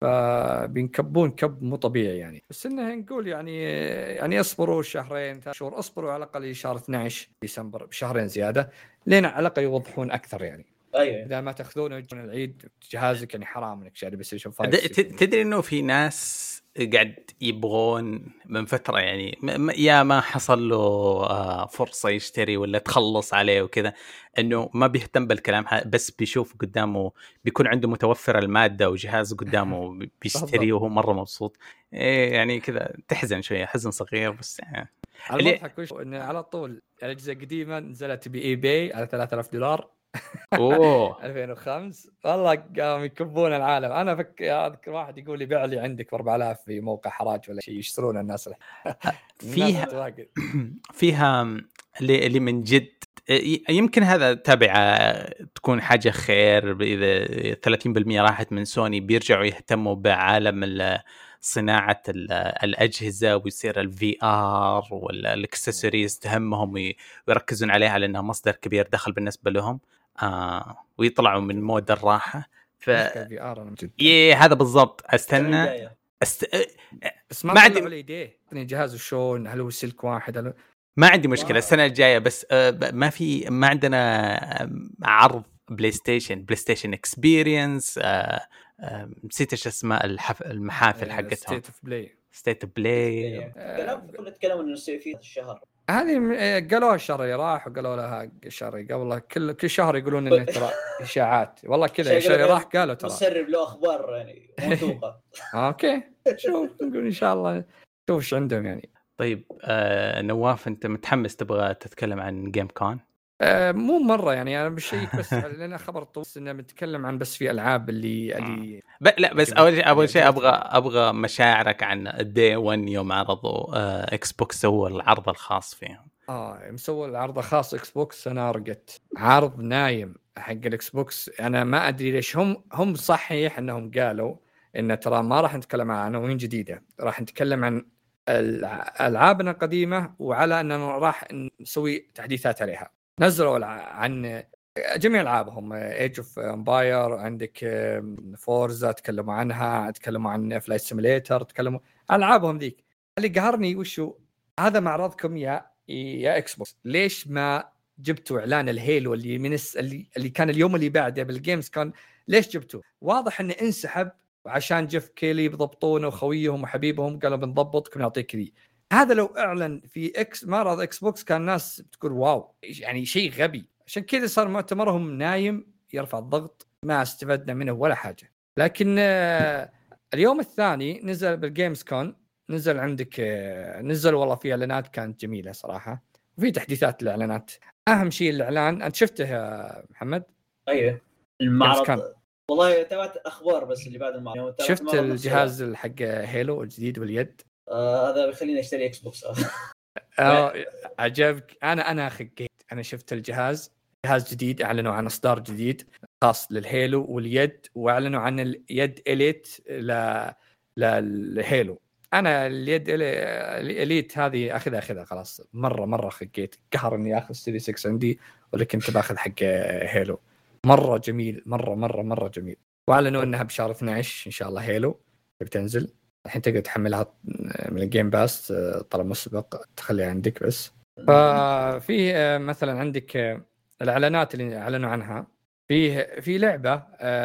فبينكبون كب مو طبيعي يعني بس انه نقول يعني يعني اصبروا شهرين ثلاث شهور اصبروا على الاقل شهر اثنا عشر ديسمبر بشهرين زياده لين على الاقل يوضحون اكثر يعني ايوه اذا ما تاخذونه العيد جهازك يعني حرام انك شاري بلاي ستيشن د- ت- تدري انه في ناس قاعد يبغون من فتره يعني م- م- يا ما حصل له آه، فرصه يشتري ولا تخلص عليه وكذا انه ما بيهتم بالكلام ه- بس بيشوف قدامه بيكون عنده متوفر الماده وجهاز قدامه بي- بيشتري وهو مره مبسوط إيه يعني كذا تحزن شويه حزن صغير بس يعني المضحك وش انه على طول الاجهزه القديمه نزلت باي باي على ثلاثة آلاف دولار اوه ألفين وخمسة والله قاموا يكبون العالم انا فك اذكر واحد يقول لي بيع لي عندك ب أربعة آلاف في موقع حراج ولا شيء يشترون الناس فيها فيها اللي اللي من جد يمكن هذا تابع تكون حاجه خير اذا ثلاثين بالمئة راحت من سوني بيرجعوا يهتموا بعالم صناعه الاجهزه ويصير الفي ار ولا الاكسسوارز تهمهم ويركزون عليها على انها مصدر كبير دخل بالنسبه لهم آه ويطلعوا من مود الراحه ف ايه هذا بالضبط استنى أست... بس ما طلعوا لي ايديه جهاز شلون هل هو سلك واحد هل... ما عندي مشكله السنه الجايه بس ما في ما عندنا عرض بلاي ستيشن بلاي ستيشن اكسبيرينس نسيت ايش اسماء الحف... المحافل حقتهم ستيت اوف بلاي ستيت اوف بلاي كلام كل الكلام انه يصير في الشهر هذه قالوها الشهر اللي راح وقالوا لها الشهر قبله كل كل شهر يقولون انه ترى اشاعات والله كذا الشهر اللي راح قالوا ترى مسرب له اخبار يعني موثوقه اوكي شوف نقول ان شاء الله شوف ايش عندهم يعني. طيب آه نواف انت متحمس تبغى تتكلم عن جيم كون؟ آه مو مره يعني انا بشيك بس لان خبر طويل انه بنتكلم عن بس في العاب اللي اللي ب... لا بس اول شيء اول شيء ابغى ابغى مشاعرك عن الدي واحد يوم عرضوا آه اكس بوكس سووا العرض الخاص فيهم. اه مسوي العرض الخاص اكس بوكس انا رقت عرض نايم حق الاكس بوكس انا ما ادري ليش هم هم صحيح انهم قالوا ان ترى ما راح نتكلم عن عناوين جديده راح نتكلم عن العابنا القديمه وعلى اننا راح نسوي تحديثات عليها. نزلوا عن جميع العابهم ايج اوف امباير عندك فورزا تكلموا عنها تكلموا عن فلايت سيميليتر تكلموا العابهم ذيك. اللي قهرني وشو هذا معرضكم يا يا اكس بوكس ليش ما جبتوا اعلان الهيلو اللي من اللي, اللي كان اليوم اللي بعده بالجيمز كان ليش جبتوه؟ واضح انه انسحب وعشان جيف كيلي بضبطونه وخويهم وحبيبهم قالوا بنضبطكم نعطيك ذي. هذا لو اعلن في اكس معرض اكس بوكس كان الناس بتقول واو يعني شيء غبي. عشان كذا صار مؤتمرهم نايم يرفع الضغط ما استفدنا منه ولا حاجه. لكن اليوم الثاني نزل بالجيمز كون نزل عندك نزل والله في اعلانات كانت جميله صراحه وفي تحديثات الاعلانات. اهم شيء الاعلان انت شفته يا محمد؟ ايوه المعرض والله تابعت اخبار بس اللي بعد المعرض شفت الجهاز حق هيلو الجديد واليد آه هذا بيخليني اشتري اكس بوكس آه عجبك؟ انا انا خقيت، انا شفت الجهاز جهاز جديد، اعلنوا عن اصدار جديد خاص للهيلو واليد، واعلنوا عن اليد اليت ل للهيلو. انا اليد اليت هذه اخذها اخذها خلاص، مره مره خقيت، قهر اني اخذ سيري ستة عندي ولا كنت باخذ حق هيلو. مره جميل، مره مره مره جميل. واعلنوا انها بشهر اثنا عشر ان شاء الله هيلو بتنزل. الحين تقدر تحملها من الجيم باس طلب مسبق، تخليها عندك بس. ففي مثلا عندك الاعلانات اللي اعلنوا عنها، فيه في لعبه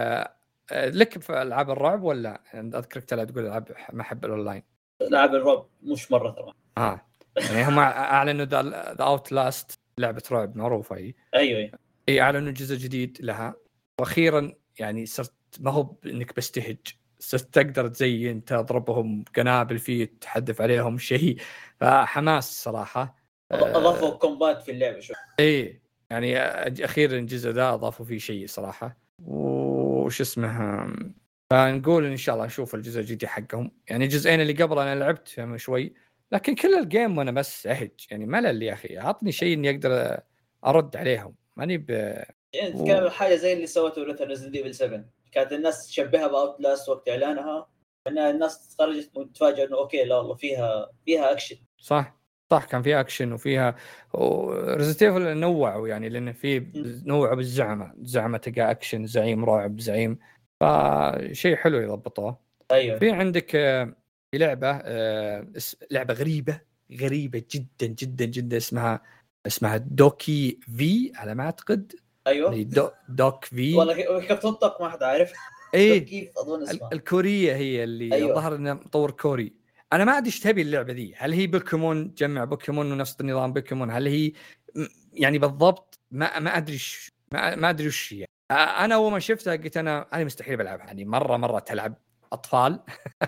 لك في العاب الرعب ولا اذكرك تلا تقول العاب ما احب الاونلاين؟ لعب الرعب مش مره ترى. اه يعني هم اعلنوا ذا اوت لاست، لعبه رعب معروفه هي. ايوه اي اعلنوا جزء جديد لها، واخيرا يعني صرت ما هو انك بستهج، صرت تقدر تزين تضربهم قنابل فيه تحدف عليهم شيء، فحماس صراحه. اضافوا كومبات في اللعبه شو. اي يعني اخيرا الجزء ذا اضافوا فيه شيء صراحه. وش اسمها، فنقول ان شاء الله نشوف الجزء الجديد حقهم. يعني الجزئين اللي قبل انا لعبت فيهم شوي، لكن كل الجيم وانا بس اهج، يعني ملل يا اخي، اعطني شيء اني اقدر ارد عليهم، ماني ب يعني تتكلم و... حاجه زي اللي سوته ريزيدنت ايفل سبعة، كانت الناس تشبهها باوت لاست وقت اعلانها، ان الناس خرجت وتفاجئ انه اوكي لا والله فيها فيها اكشن. صح صح كان فيها اكشن وفيها ريزيدنت ايفل نوعوا، يعني لان في نوعوا بالزعمه، زعمه تلقى اكشن، زعيم رعب، زعيم، فشيء حلو يضبطوه. ايوه في عندك في لعبه لعبه غريبه غريبه جدا جدا جدا اسمها اسمها دوكي في على ما اعتقد. ايوه دو دوك في والله كيف تنطق ما حد عارف. ايه كيف اظن اسمها الكوريه هي اللي أيوة. ظهر انه مطور كوري. انا ما ادري ايش تبي اللعبه دي، هل هي بوكيمون جمع بوكيمون ونفس النظام بوكيمون، هل هي يعني بالضبط ما ما ادري ش... ما, ما ادري وش هي. انا اول ما شفتها قلت انا انا مستحيل بلعبها، يعني مره مره تلعب اطفال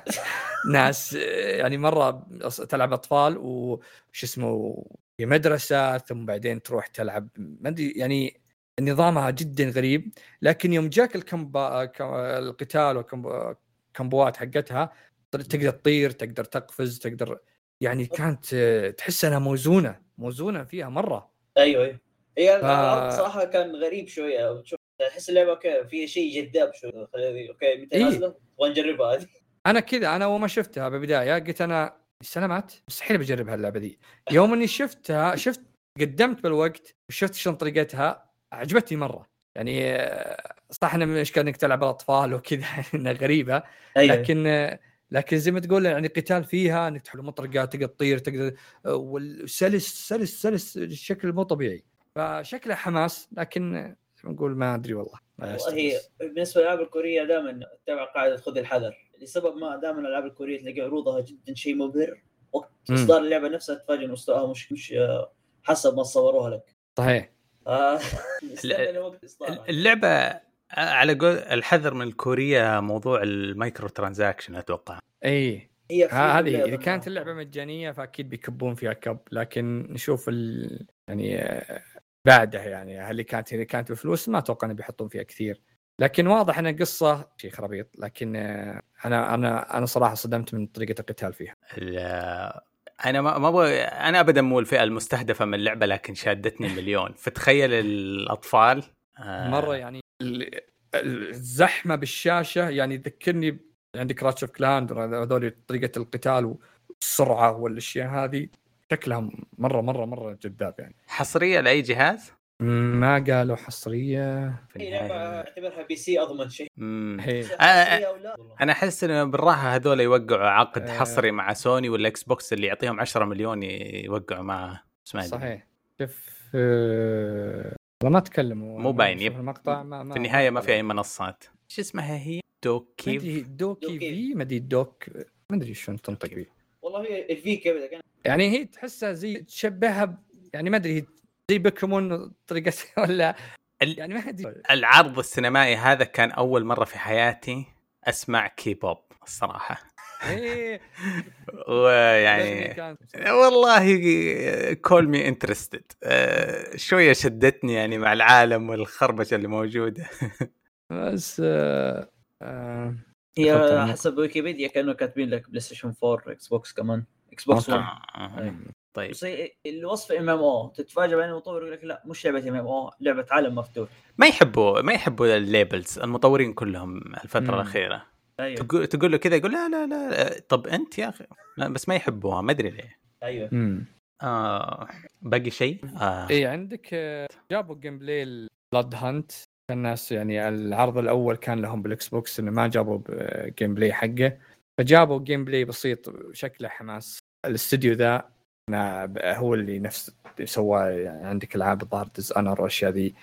ناس يعني مره تلعب اطفال وش اسمه في مدرسه، ثم بعدين تروح تلعب ما ادري، يعني نظامها جدا غريب. لكن يوم جاك الكمبا القتال والكمبوات حقتها تقدر تطير، تقدر تقفز، تقدر يعني كانت تحس انها موزونه موزونه فيها مره. ايوه ايوه هي العرض ف... صراحه كان غريب شويه، تحس اللعبه اوكي في شيء جذاب شويه، اوكي متى نازله ونجربها هذه. انا كذا انا اول ما شفتها بالبدايه قلت انا سلامات مستحيل بجربها اللعبه دي. يوم اني شفتها شفت قدمت بالوقت وشفت شلون طريقتها عجبتني مره. يعني صح انه مش كانك تلعب الاطفال وكذا انها غريبه، أيوة. لكن لكن زي ما تقول يعني قتال فيها انك تحل مطرقات تقدر تطير تقدر والسلس سلس سلس الشكل مو طبيعي، فشكله حماس. لكن نقول ما ادري والله. والله بالنسبه للالعاب الكوريه دائما تبع قاعده خذ الحذر، لسبب ما دائما الالعاب الكوريه تلاقي عروضها جدا شيء مبهر، وقت اصدار اللعبه نفسها تفاجئ ان مستواها مش مش حسب ما صوروها لك. صحيح. آه اللعبه على قول الحذر من الكوريه موضوع المايكرو ترانزاكشن اتوقع. اي هذه اذا كانت اللعبه مجانيه فاكيد بيكبون فيها كب، لكن نشوف ال... يعني بعدها يعني هل كانت اذا كانت بفلوس ما اتوقع ان بيحطون فيها كثير. لكن واضح ان القصه شيء خرابيط، لكن انا انا انا صراحه صدمت من طريقه القتال فيها. انا ما ما انا ابدا مو الفئه المستهدفه من اللعبه، لكن شادتني مليون. فتخيل الاطفال مره يعني الزحمه بالشاشه، يعني ذكرني عندك راتش اوف كلاند هذول طريقه القتال والسرعه والاشياء هذه شكلها مره مره مره جذاب. يعني حصريه لاي جهاز؟ ما قالوا حصريه في النهايه. اعتبرها بي سي اضمن شيء. انا احس انه بالراحه هذول يوقعوا عقد حصري مع سوني ولا اكس بوكس اللي يعطيهم عشرة مليون يوقعوا معه. صحيح. شوف أه... ما تكلموا مو باين يب... المقطع ما ما في النهايه ما في اي منصات. ايش اسمها هي؟ دوكي دوكي, دوكي في ما ادري دوك ما ادري شلون تنطق فيه والله. هي الفي كذا يعني هي تحسها زي تشبهها يعني ما ادري زي بوكيمون طريقتها ولا ال... يعني ما ادري. العرض السينمائي هذا كان اول مره في حياتي اسمع كيبوب الصراحه. ايه ويعني والله كول مي انترستد شويه شدتني يعني مع العالم والخربشه اللي موجوده. بس آه آه هي حسب ويكيبيديا كانوا كاتبين لك بلاي ستيشن فور اكس بوكس كمان اكس بوكس ون. طيب بس الوصف ام ام او تتفاجئ بين المطور يقول لك لا مش لعبه ام ام او، لعبه عالم مفتوح. ما يحبوا ما يحبوا الليبلز المطورين كلهم الفتره مم. الاخيره. ايوه تقول تقول له كذا يقول لا لا لا طب انت يا اخي لا، بس ما يحبوها ما ادري ليه. ايوه امم آه باقي شيء آه. اي عندك آه، جابوا جيم بلاي البلاد هانت. الناس يعني العرض الاول كان لهم بالاكس بوكس انه ما جابوا جيم بلاي حقه، فجابوا جيم بلاي بسيط شكله حماس. الاستوديو ذا هو اللي نفس سوى يعني عندك العاب الظاهر ديز انر واشياء ذي،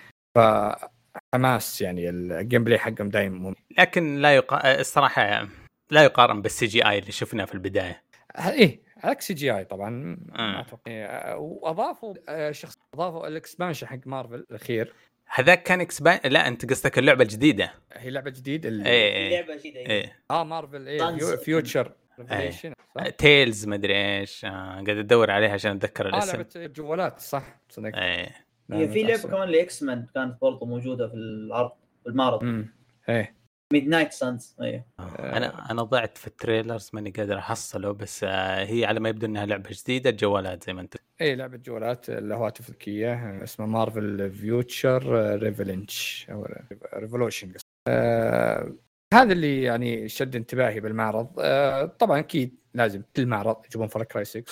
فحماس يعني الجيم بلاي حقهم دايم. لكن لا يقا... الصراحه لا يقارن بالسي جي اي اللي شفناه في البدايه. ايه عكس سي جي اي طبعا آه. ما اتوقع. واضافوا آه، شخص اضافوا الاكسبانشن حق مارفل الاخير. هذاك كان اكسبان لا انت قصدك اللعبه الجديده. هي لعبه جديد اللي ايه اللعبه شيء ده ايه اه مارفل ايه Suns. فيو... فيوتشر ريفليشن إيه. تيلز ما ادري ايش آه. قاعد ادور عليها عشان اتذكر اه الاسم. لعبه جوالات صح صدق. ايه هي في لعبه كمان لاكس مان كانت برضه موجوده في العرض في المعرض، امم ايه ميد نايت سانز. ايوه آه. انا انا ضعت في التريلرز ماني قادر احصله، بس آه هي على ما يبدو انها لعبه جديده جوالات زي ما انت. ايه لعبه جوالات الهواتف الذكيه اسمها مارفل فيوتشر ريفلنش او ريفولوشن. آه هذا اللي يعني شد انتباهي بالمعرض. آه طبعا اكيد لازم كل معرض يجيبون فار كراي ستة.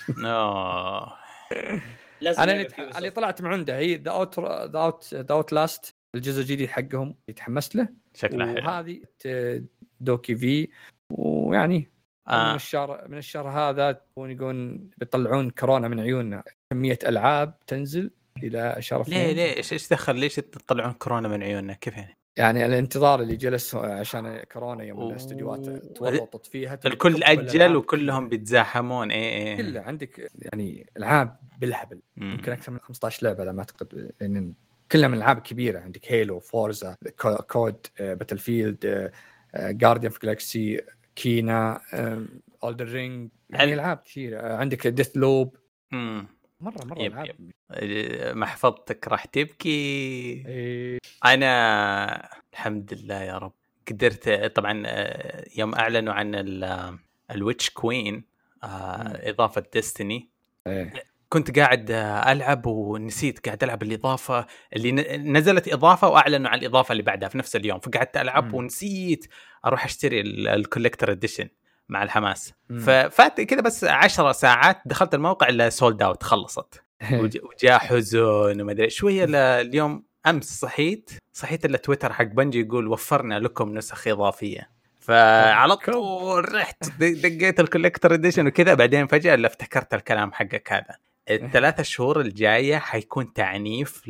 اه لازم انا لعبة اللي, فيه تح... اللي وصف. طلعت من عنده هي ذا اوت ذا اوت ذا اوت لاست الجزء الجديد حقهم يتحمس له شكلها حلو. وهذه دوكي في. ويعني آه. من الشهر من الشهر هذا يقولون بيطلعون كورونا من عيوننا، كمية ألعاب تنزل إلى شرف. ليه ليه ايش ايش دخل ليش تطلعون كورونا من عيوننا كيف يعني؟ يعني الانتظار اللي جلس عشان كورونا يوم أوه. الاستديوهات تورطت فيها الكل اجل وكلهم بيتزاحمون. ايه ايه كله عندك يعني العاب بالهبل يمكن اكثر من خمسة عشر لعبه لما اعتقد، لان كلها من العاب كبيره. عندك هيلو، فورزا، كود، باتل فيلد، جارديان اوف جالاكسي، كينا، اولدر رينج، يعني العاب كثيره. عندك ديث لوب. امم مره مره يب العاب. يب. محفظتك راح تبكي. إيه. انا الحمد لله يا رب قدرت. طبعا يوم اعلنوا عن الويتش كوين اضافه ديستني إيه. كنت قاعد العب ونسيت قاعد العب الاضافه اللي نزلت اضافه واعلنوا عن الاضافه اللي بعدها في نفس اليوم، فقعدت العب م. ونسيت اروح اشتري الكوليكتور اديشن مع الحماس. ففات كذا بس عشر ساعات دخلت الموقع الا سولد اوت خلصت وجاء حزن وما ادري شويه. اليوم امس صحيت صحيت الا تويتر حق بنجي يقول وفرنا لكم نسخ اضافيه، فعلى طول رحت دقيت الكوليكتور اديشن وكذا. بعدين فجاه اللي افتكرت الكلام حقك هذا الثلاثة شهور الجايه حيكون تعنيف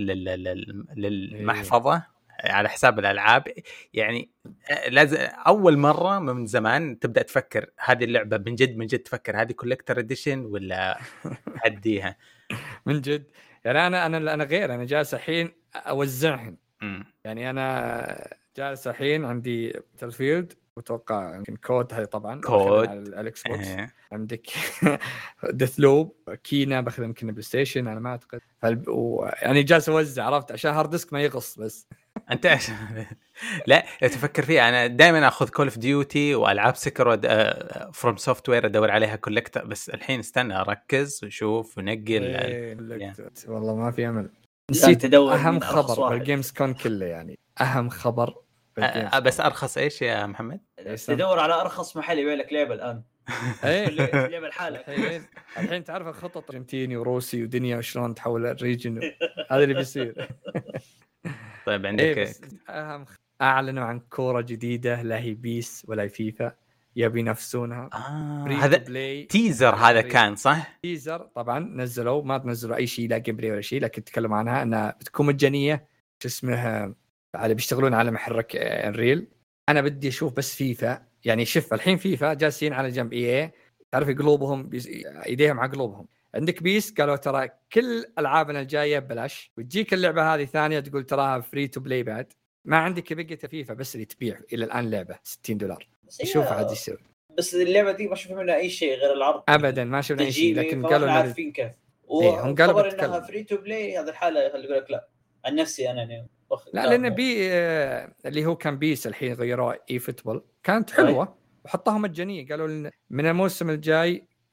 للمحفظه على حساب الالعاب. يعني لازم اول مره من زمان تبدا تفكر هذه اللعبه من جد من جد تفكر هذه كوليكتور اديشن ولا اديها من جد. يعني انا انا انا غير انا جالس الحين اوزعهن. م. يعني انا جالس الحين عندي باتلفيلد وتوقع يمكن كود هذه طبعا كود على الاكس بوكس. اه. عندك ديث لوب، كينا باخذ يمكن بلاي ستيشن انا ما اعتقد. و... يعني جالس اوزع عرفت عشان هارد ديسك ما يغص. بس انت عشان لا تفكر فيها. انا دائما اخذ كول اوف ديوتي والعاب سكر فروم سوفت وير ادور عليها كولكتر، بس الحين استنى اركز وشوف ونقل. يعني. والله ما في امل. نسيت تدور اهم خبر بالجيمز كون كله. يعني اهم خبر أه بس ارخص ايش يا محمد؟ تدور على ارخص محل يبيع لك لعبه الان. ايه لعبه الحالة الحين الحين تعرف الخطط ارجنتيني وروسي ودنيا وشلون تحول الريجن. هذا اللي بيصير. طيب عندك إيه اهم اعلنوا عن كوره جديده لا هي بيس ولا فيفا يبي ينافسونها. آه هذا تيزر هذا كان صح؟ تيزر طبعا نزلوا ما تنزلوا اي شيء لا جيم بلاي ولا شيء، لكن تكلموا عنها انها بتكون مجانيه. شو اسمها على بيشتغلون على محرك انريل. انا بدي اشوف بس فيفا. يعني شوف الحين فيفا جالسين على جنب اي اي تعرف قلوبهم ايديهم على قلوبهم. عندك بيس قالوا ترى كل العابنا الجايه ببلاش وتجيك اللعبه هذه ثانيه تقول تراها فري تو بلاي بعد. ما عندك بقيه فيفا بس اللي تبيع الى الان لعبه ستين دولار. شوف عاد يصير. بس اللعبه دي ما شوف منها اي شيء غير العرض ابدا ما شفنا اي شيء، لكن قالوا عارفين كيف وهم قالوا انها فري تو بلاي. هذه الحاله يقول لك لا عن نفسي انا يعني لا لان بي آه اللي هو كان بيس الحين غيروه اي فوتبول كانت حلوه وحطوها مجانيه. قالوا من الموسم الجاي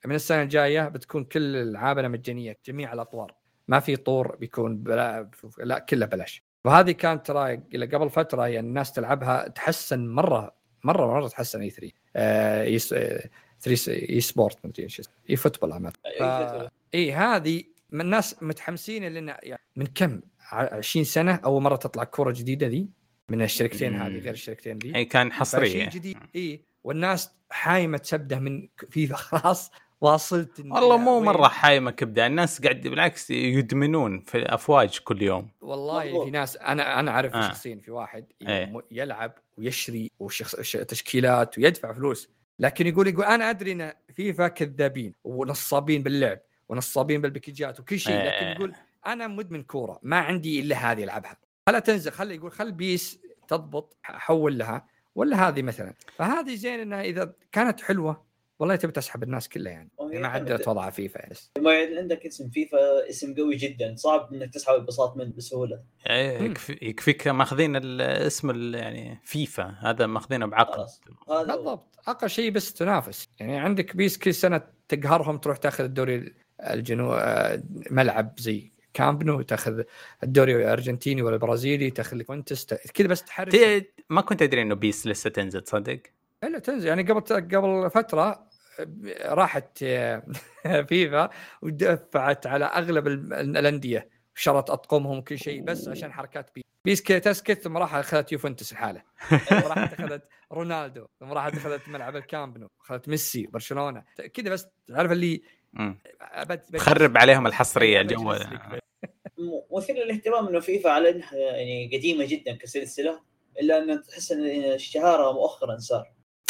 من السنه الجايه بتكون كل العابنا مجانيه جميع الاطوار، ما في طور بيكون بلا... لا كله بلاش. وهذه كانت ترى قبل فتره يعني الناس تلعبها تحسن مره مره مره تحسن اي ثري آه اي ثري اي سبورت مدري ايش اي فوتبول عامه. اي هذه من الناس متحمسين لنا يعني من كم عشرين سنه اول مره تطلع كره جديده ذي من الشركتين هذه غير الشركتين ذي، اي كان حصريه جديد. اي والناس حايمه تبدا من فيفا خلاص واصلت والله مو مره حايمه كبدا، الناس قاعد بالعكس يدمنون في افواج كل يوم والله. مضبوط. في ناس انا انا اعرف آه. شخصيا في واحد أيه. يلعب ويشري وشخص تشكيلات ويدفع فلوس، لكن يقول يقول انا ادري ان فيفا كذابين ونصابين باللعب ونصابين بالباكيجات وكل شيء، أيه. لكن يقول انا مدمن كوره ما عندي الا هذه العبها، خلا تنزل خلي يقول خل بيس تضبط حول لها ولا هذه مثلا. فهذه زين انها اذا كانت حلوه والله تبي تسحب الناس كلها يعني ما عدت وضع فيفا يعني. ما عندك اسم فيفا اسم قوي جدا صعب انك تسحب البساط منه بسهوله. يكفي يكفيك ماخذين الاسم يعني فيفا هذا ماخذينه بعقل بالضبط. اقل شيء بس تنافس يعني عندك بيس كل سنه تقهرهم تروح تاخذ الدوري الجنوب ملعب زي كامبنو تاخذ الدوري الارجنتيني ولا البرازيلي تاخذ لك وانتس كذا بس تحرك. ما كنت ادري انه بيس لسه تنزل تصدق؟ الا تنزل يعني قبل قبل فتره راحت فيفا ودفعت على اغلب الانديه وشرت اطقمهم وكل شيء بس عشان حركات بيس. بيس كتسكت ثم راح اخذت يوفنتوس الحاله راحت اخذت رونالدو ثم راحت اخذت ملعب الكامبنو اخذت ميسي برشلونه كذا بس تعرف اللي تخرب عليهم الحصريه الجو. مثير للاهتمام انه فيفا على انها يعني قديمه جدا كسلسله الا ان تحس ان اشتهارها مؤخرا صار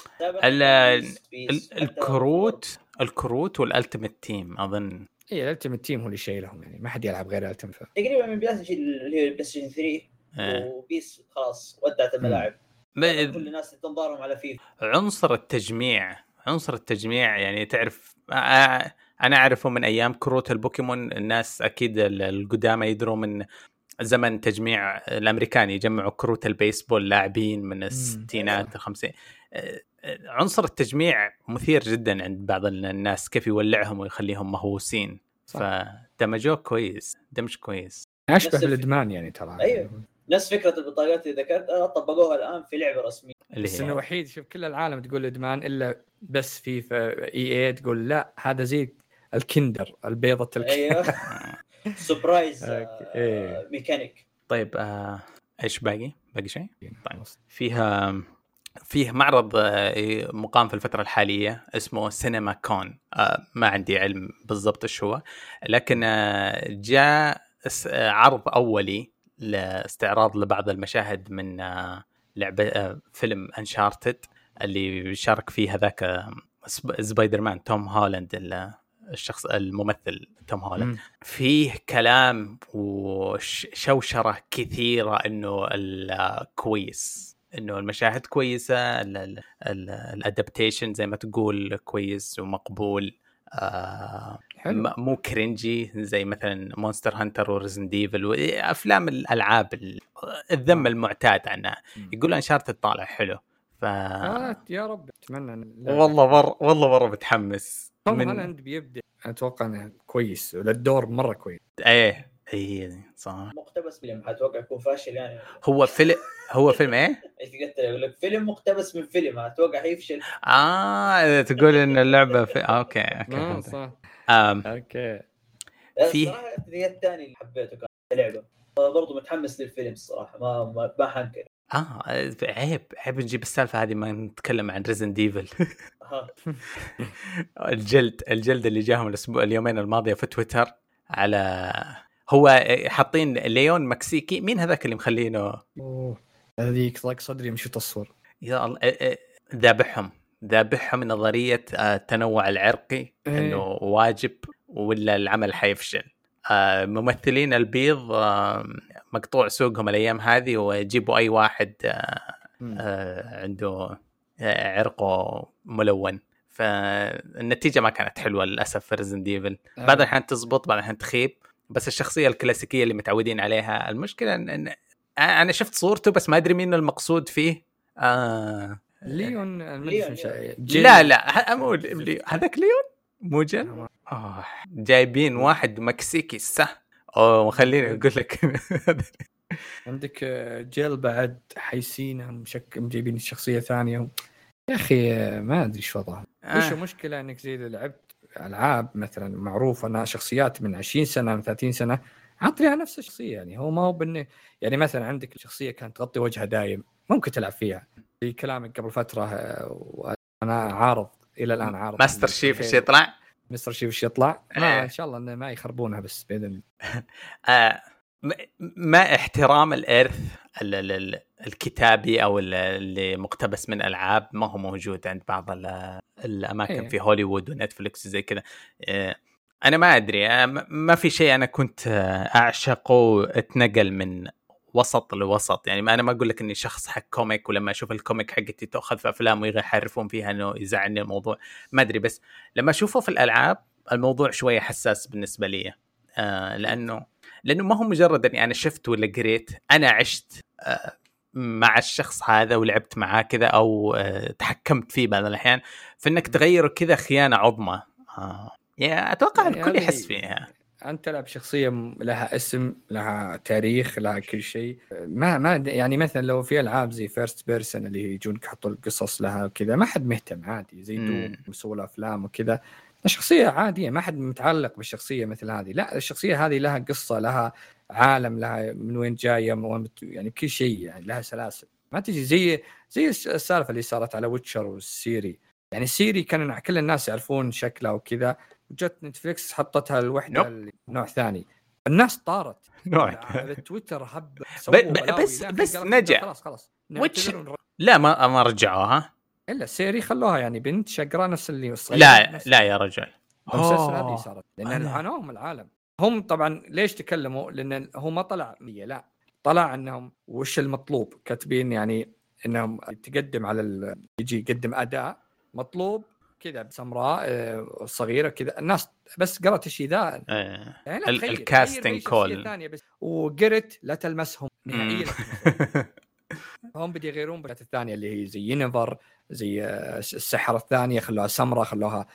الكروت الكروت والالتيميت تيم اظن. اي الالتيميت تيم هو اللي شايلهم يعني ما حد يلعب غير الالتيميت تقريبا من بدايه اللي هي البلاي ستيشن ثري آه. وبيس خلاص ودعت الملاعب ب... كل الناس تنظرهم على فيفا. عنصر التجميع عنصر التجميع يعني تعرف انا اعرفه من ايام كروت البوكيمون. الناس اكيد القدامى يدروا من زمن تجميع الامريكان يجمعوا كروت البيسبول لاعبين من الستينات الخمسين. عنصر التجميع مثير جدا عند بعض الناس كيف يولعهم ويخليهم مهووسين. فدمجوه كويس دمج كويس اشبه بالادمان يعني ترى. ايوه نفس فكره البطاقات اللي ذكرتها طبقوها الان في لعبه رسميه بس انه وحيد شوف كل العالم تقول ادمان الا بس في اي اي تقول لا هذا زي الكندر البيضه ايوه سربرايز آه ميكانيك. طيب آه ايش باقي باقي شيء؟ طيب فيها فيه معرض مقام في الفترة الحالية اسمه سينما كون. ما عندي علم بالضبط ايش هو، لكن جاء عرض أولي لاستعراض لبعض المشاهد من لعبة فيلم أنشارتد اللي شارك فيه هذاك سبايدر مان توم هولاند الشخص الممثل توم هولاند. فيه كلام وشوشرة كثيرة إنه الكويس انه المشاهد كويسه الادابتيشن زي ما تقول كويس ومقبول آه مو كرينجي زي مثلا مونستر هانتر وريزن ديفل وافلام الالعاب الذم المعتاد عنها. يقول انشارتد طالع حلو ف يا رب اتمنى. والله مر والله مره متحمس. توم من... هولاند بيبدا اتوقع انه كويس وللدور مره كويس. ايه اي صح. مقتبس فيلم اتوقع يكون فاشل يعني. هو فيلم هو فيلم ايه ايش قلت اقول لك فيلم مقتبس من فيلم اتوقع يفشل. اه تقول ان اللعبه في اوكي اوكي صح أم... اوكي في الثاني اللي حبيته كان لعبه برضو متحمس للفيلم الصراحه ما ما حنكر. اه عيب عيب نجيب السالفه هذه ما نتكلم عن ريزن ديفل. الجلد الجلد اللي جاهم الاسبوع اليومين الماضيه في تويتر على هو حاطين ليون مكسيكي. مين هذاك اللي مخلينه اوه هذيك ضاق صدري مش تصور يا الله. ذابحهم ذابحهم من نظريه التنوع العرقي انه واجب ولا العمل حيفشل. ممثلين البيض مقطوع سوقهم الايام هذه ويجيبوا اي واحد عنده عرقه ملون. فالنتيجه ما كانت حلوه للاسف في ريزن ديفل. بعد الحين تزبط بعد الحين تخيب بس الشخصيه الكلاسيكيه اللي متعودين عليها. المشكله ان انا شفت صورته بس ما ادري مين المقصود فيه. آه ليون ليون. لا لا مو هذاك ليون موجل آه. جايبين واحد مكسيكي سه أو خليني أقول لك عندك جيل بعد حيسينها مشك مجيبين شخصية ثانية يا أخي ما أدري شو وضعهم. آه. وش المشكلة إنك زي لعبت ألعاب مثلا معروفة أنها شخصيات من عشرين سنة من ثلاثين سنة عطيها نفس الشخصية يعني هو ما هو بإنه يعني مثلا عندك شخصية كانت تغطي وجهها دايم ممكن تلعب فيها في كلامك قبل فترة وأنا عارض إلى الآن عارض ماستر شيف ايش يطلع مستر شيف ايش يطلع ما ان شاء الله انه ما يخربونها بس باذن آه ما احترام الارث الكتابي او اللي مقتبس من العاب ما هو موجود عند بعض الاماكن إيه. في هوليوود ونتفليكس زي كذا. انا ما ادري ما في شيء انا كنت اعشقه اتنقل من وسط لوسط يعني. ما انا ما اقول لك اني شخص حق كوميك ولما اشوف الكوميك حقتي تاخذ في افلام ويحرفون فيها انه يزعلني الموضوع ما ادري. بس لما اشوفه في الالعاب الموضوع شويه حساس بالنسبه لي آه لانه لانه ما هو مجرد اني انا شفت ولا قريت انا عشت آه مع الشخص هذا ولعبت معاه كذا او آه تحكمت فيه بعض الاحيان. فانك تغيره كذا خيانه عظمى آه يعني اتوقع يعني الكل يحس فيها. أنت تلعب شخصية لها اسم لها تاريخ لها كل شيء ما ما يعني مثلا لو في ألعاب زي فيرست بيرسون اللي يجون يحطوا القصص لها وكذا ما حد مهتم عادي زي دوم مسؤول أفلام وكذا الشخصية عادية ما حد متعلق بالشخصية مثل هذه. لا الشخصية هذه لها قصة لها عالم لها من وين جاية يعني كل شيء يعني لها سلاسل ما تجي زي زي السالفة اللي صارت على ويتشر والسيري يعني السيري كان كل الناس يعرفون شكلها وكذا وجت نتفليكس حطتها الوحدة نوع ثاني الناس طارت نوع التويتر هب بس بس نجح خلاص خلاص لا ما ما رجعوها الا سيري خلوها يعني بنت شقرا نفس اللي لا نفس لا يا رجل المسلسل هذه صارت لان عانوهم العالم هم طبعا ليش تكلموا لان هو ما طلع مية لا طلع انهم وش المطلوب كاتبين يعني انهم تقدم على يجي يقدم اداء مطلوب كذا بسمراء صغيره كذا الناس بس قرأت الشيء ذا آه. يعني الكاستنج كول وقرت لا تلمسهم نهائيا هم بدي يغيرون بقت الثانيه اللي هي زي ينفر زي السحرة الثانيه خلوها سمراء خلوها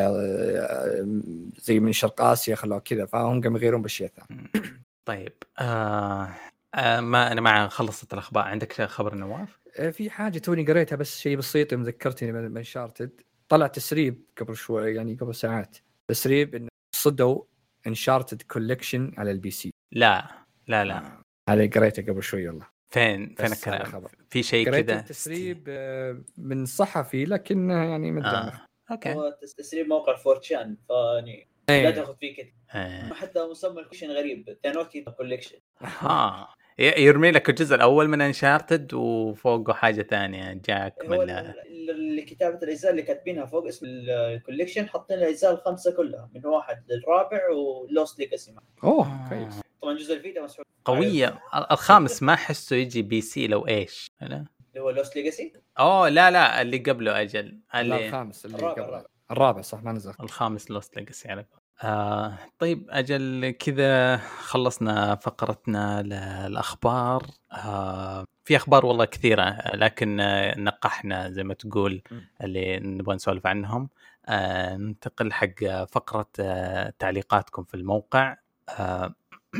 زي من شرق اسيا خلوها كذا فهم قاموا يغيرون بالشيء الثاني. طيب آه آه ما انا مع خلصت الاخبار عندك خبر نواف؟ في حاجه توني قريتها بس شيء بسيط مذكرتني من شارتد طلع تسريب قبل شوي يعني قبل ساعات تسريب إن صدوا انشارتد كولكشن على البي سي. لا لا لا آه. هذا قريته قبل شوي والله. فين فين الكلام في شيء كذا تسريب من صحفي لكن يعني ما ادري آه. اوكي هو تسريب موقع فورتشان فاني أيه. لا تاخذ فيه كده أيه. حتى مسمى الكولكشن غريب تانوكي كولكشن ها يرمي لك الجزء الاول من انشارتد وفوقه حاجه ثانيه جاك من من اللي كتابه الاجزاء اللي كاتبينها فوق اسم الكولكشن حاطين الاجزاء الخمسه كلها من واحد للرابع ولوست ليجاسي. اوه كويس طبعا جزء الفيتا مسحوب قويه. الخامس ما احسه يجي بي سي لو ايش انا اللي هو لوست ليجاسي. اوه لا لا اللي قبله اجل اللي الخامس اللي الرابع. قبله الرابع صح ما نزل الخامس لوست ليجاسي على آه طيب أجل كذا خلصنا فقرتنا للأخبار. آه في أخبار والله كثيرة لكن نقحنا زي ما تقول اللي نبغى نسولف عنهم. آه ننتقل حق فقرة آه تعليقاتكم في الموقع. آه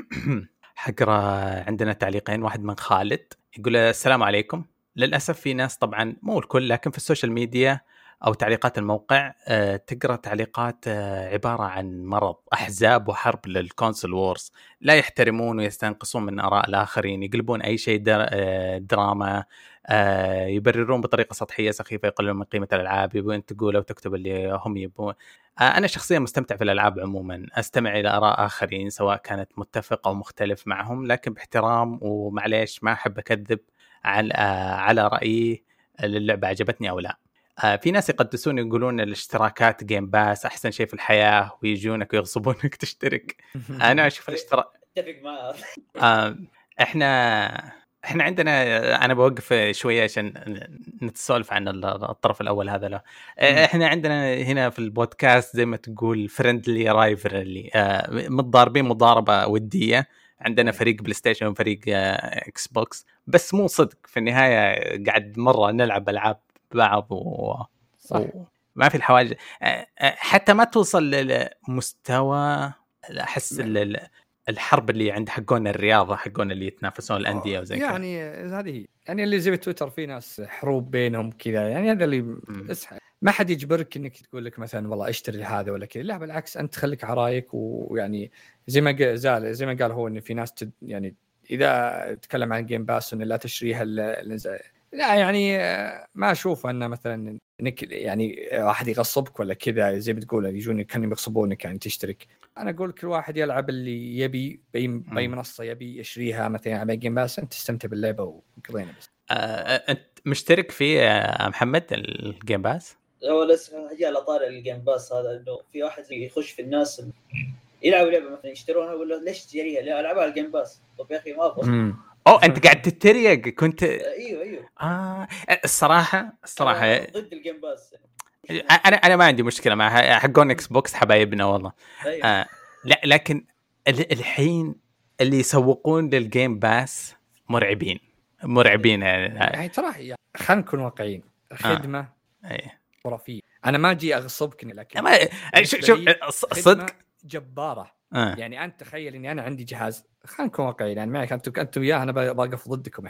حقرأ عندنا تعليقين واحد من خالد يقول السلام عليكم. للأسف في ناس طبعا مو الكل لكن في السوشيال ميديا أو تعليقات الموقع أه تقرأ تعليقات أه عبارة عن مرض أحزاب وحرب للكونسول وورز لا يحترمون ويستنقصون من آراء الآخرين يقلبون أي شيء در أه دراما أه يبررون بطريقة سطحية سخيفة يقللون من قيمة الألعاب يبون تقولوا وتكتب اللي هم يبون. أه أنا شخصيا مستمتع في الألعاب عموما أستمع إلى آراء آخرين سواء كانت متفق أو مختلف معهم لكن باحترام ومعليش ما أحب أكذب على أه على رأيي اللعبة عجبتني أو لا. آه في ناس يقدسون يقولون الاشتراكات جيم باس أحسن شيء في الحياة ويجونك ويغصبونك تشترك. أنا أشوف الاشتراك اتفق معه. آه إحنا إحنا عندنا أنا بوقف شوية عشان نتسولف عن الطرف الأول هذا لا. إحنا عندنا هنا في البودكاست زي ما تقول فريندلي رايفرلي آه متضاربين مضاربة ودية. عندنا فريق بلاي ستيشن وفريق آه إكس بوكس بس مو صدق في النهاية قاعد مرة نلعب ألعاب بعض و... و... ما في الحواجز حتى ما توصل لمستوى احس الحرب اللي عند حقون الرياضه حقون اللي يتنافسون الانديه وزي كذا. يعني هذه يعني اللي زي تويتر في ناس حروب بينهم كذا، يعني هذا اللي اسحب. ما حد يجبرك انك تقول لك مثلا والله اشتري هذا ولا كذا، لا بالعكس انت خليك على رايك. ويعني زي ما زال زي ما قال هو ان في ناس تد يعني اذا تكلم عن جيم باس انه لا تشتريها لا، يعني ما اشوف انه مثلا انك يعني واحد يغصبك ولا كذا زي بتقول يجون كانوا يغصبونك يعني تشترك. انا اقول كل واحد يلعب اللي يبي باي باي منصه يبي يشتريها مثلا على جيم باس، انت تستمتع باللعبه وقضينا بس. أه انت مشترك في محمد الجيم باس؟ هو لسه جاء على طاري الجيم باس هذا انه في واحد يخش في الناس يلعب لعبه مثلا يشتروها ولا ليش تشتريها؟ لا العبها على الجيم باس. طب يا اخي ما ابغى. او انت قاعد تتريق كنت ايوه ايوه اه الصراحه الصراحه أنا ضد الجيم باس. انا انا ما عندي مشكله مع حقون اكس بوكس حبايبنا والله. أيوة. آه لا لكن الحين اللي يسوقون للجيم باس مرعبين مرعبين يعني, يعني ترى يعني خلينا نكون واقعيين. الخدمه آه. خرافيه. انا ما اجي اغصبك لكن ما شوف شوف صدق جباره. آه. يعني انت تخيل اني انا عندي جهاز، خلينا نكون واقعيين يعني معك انتم انتم وياه انا باقف ضدكم.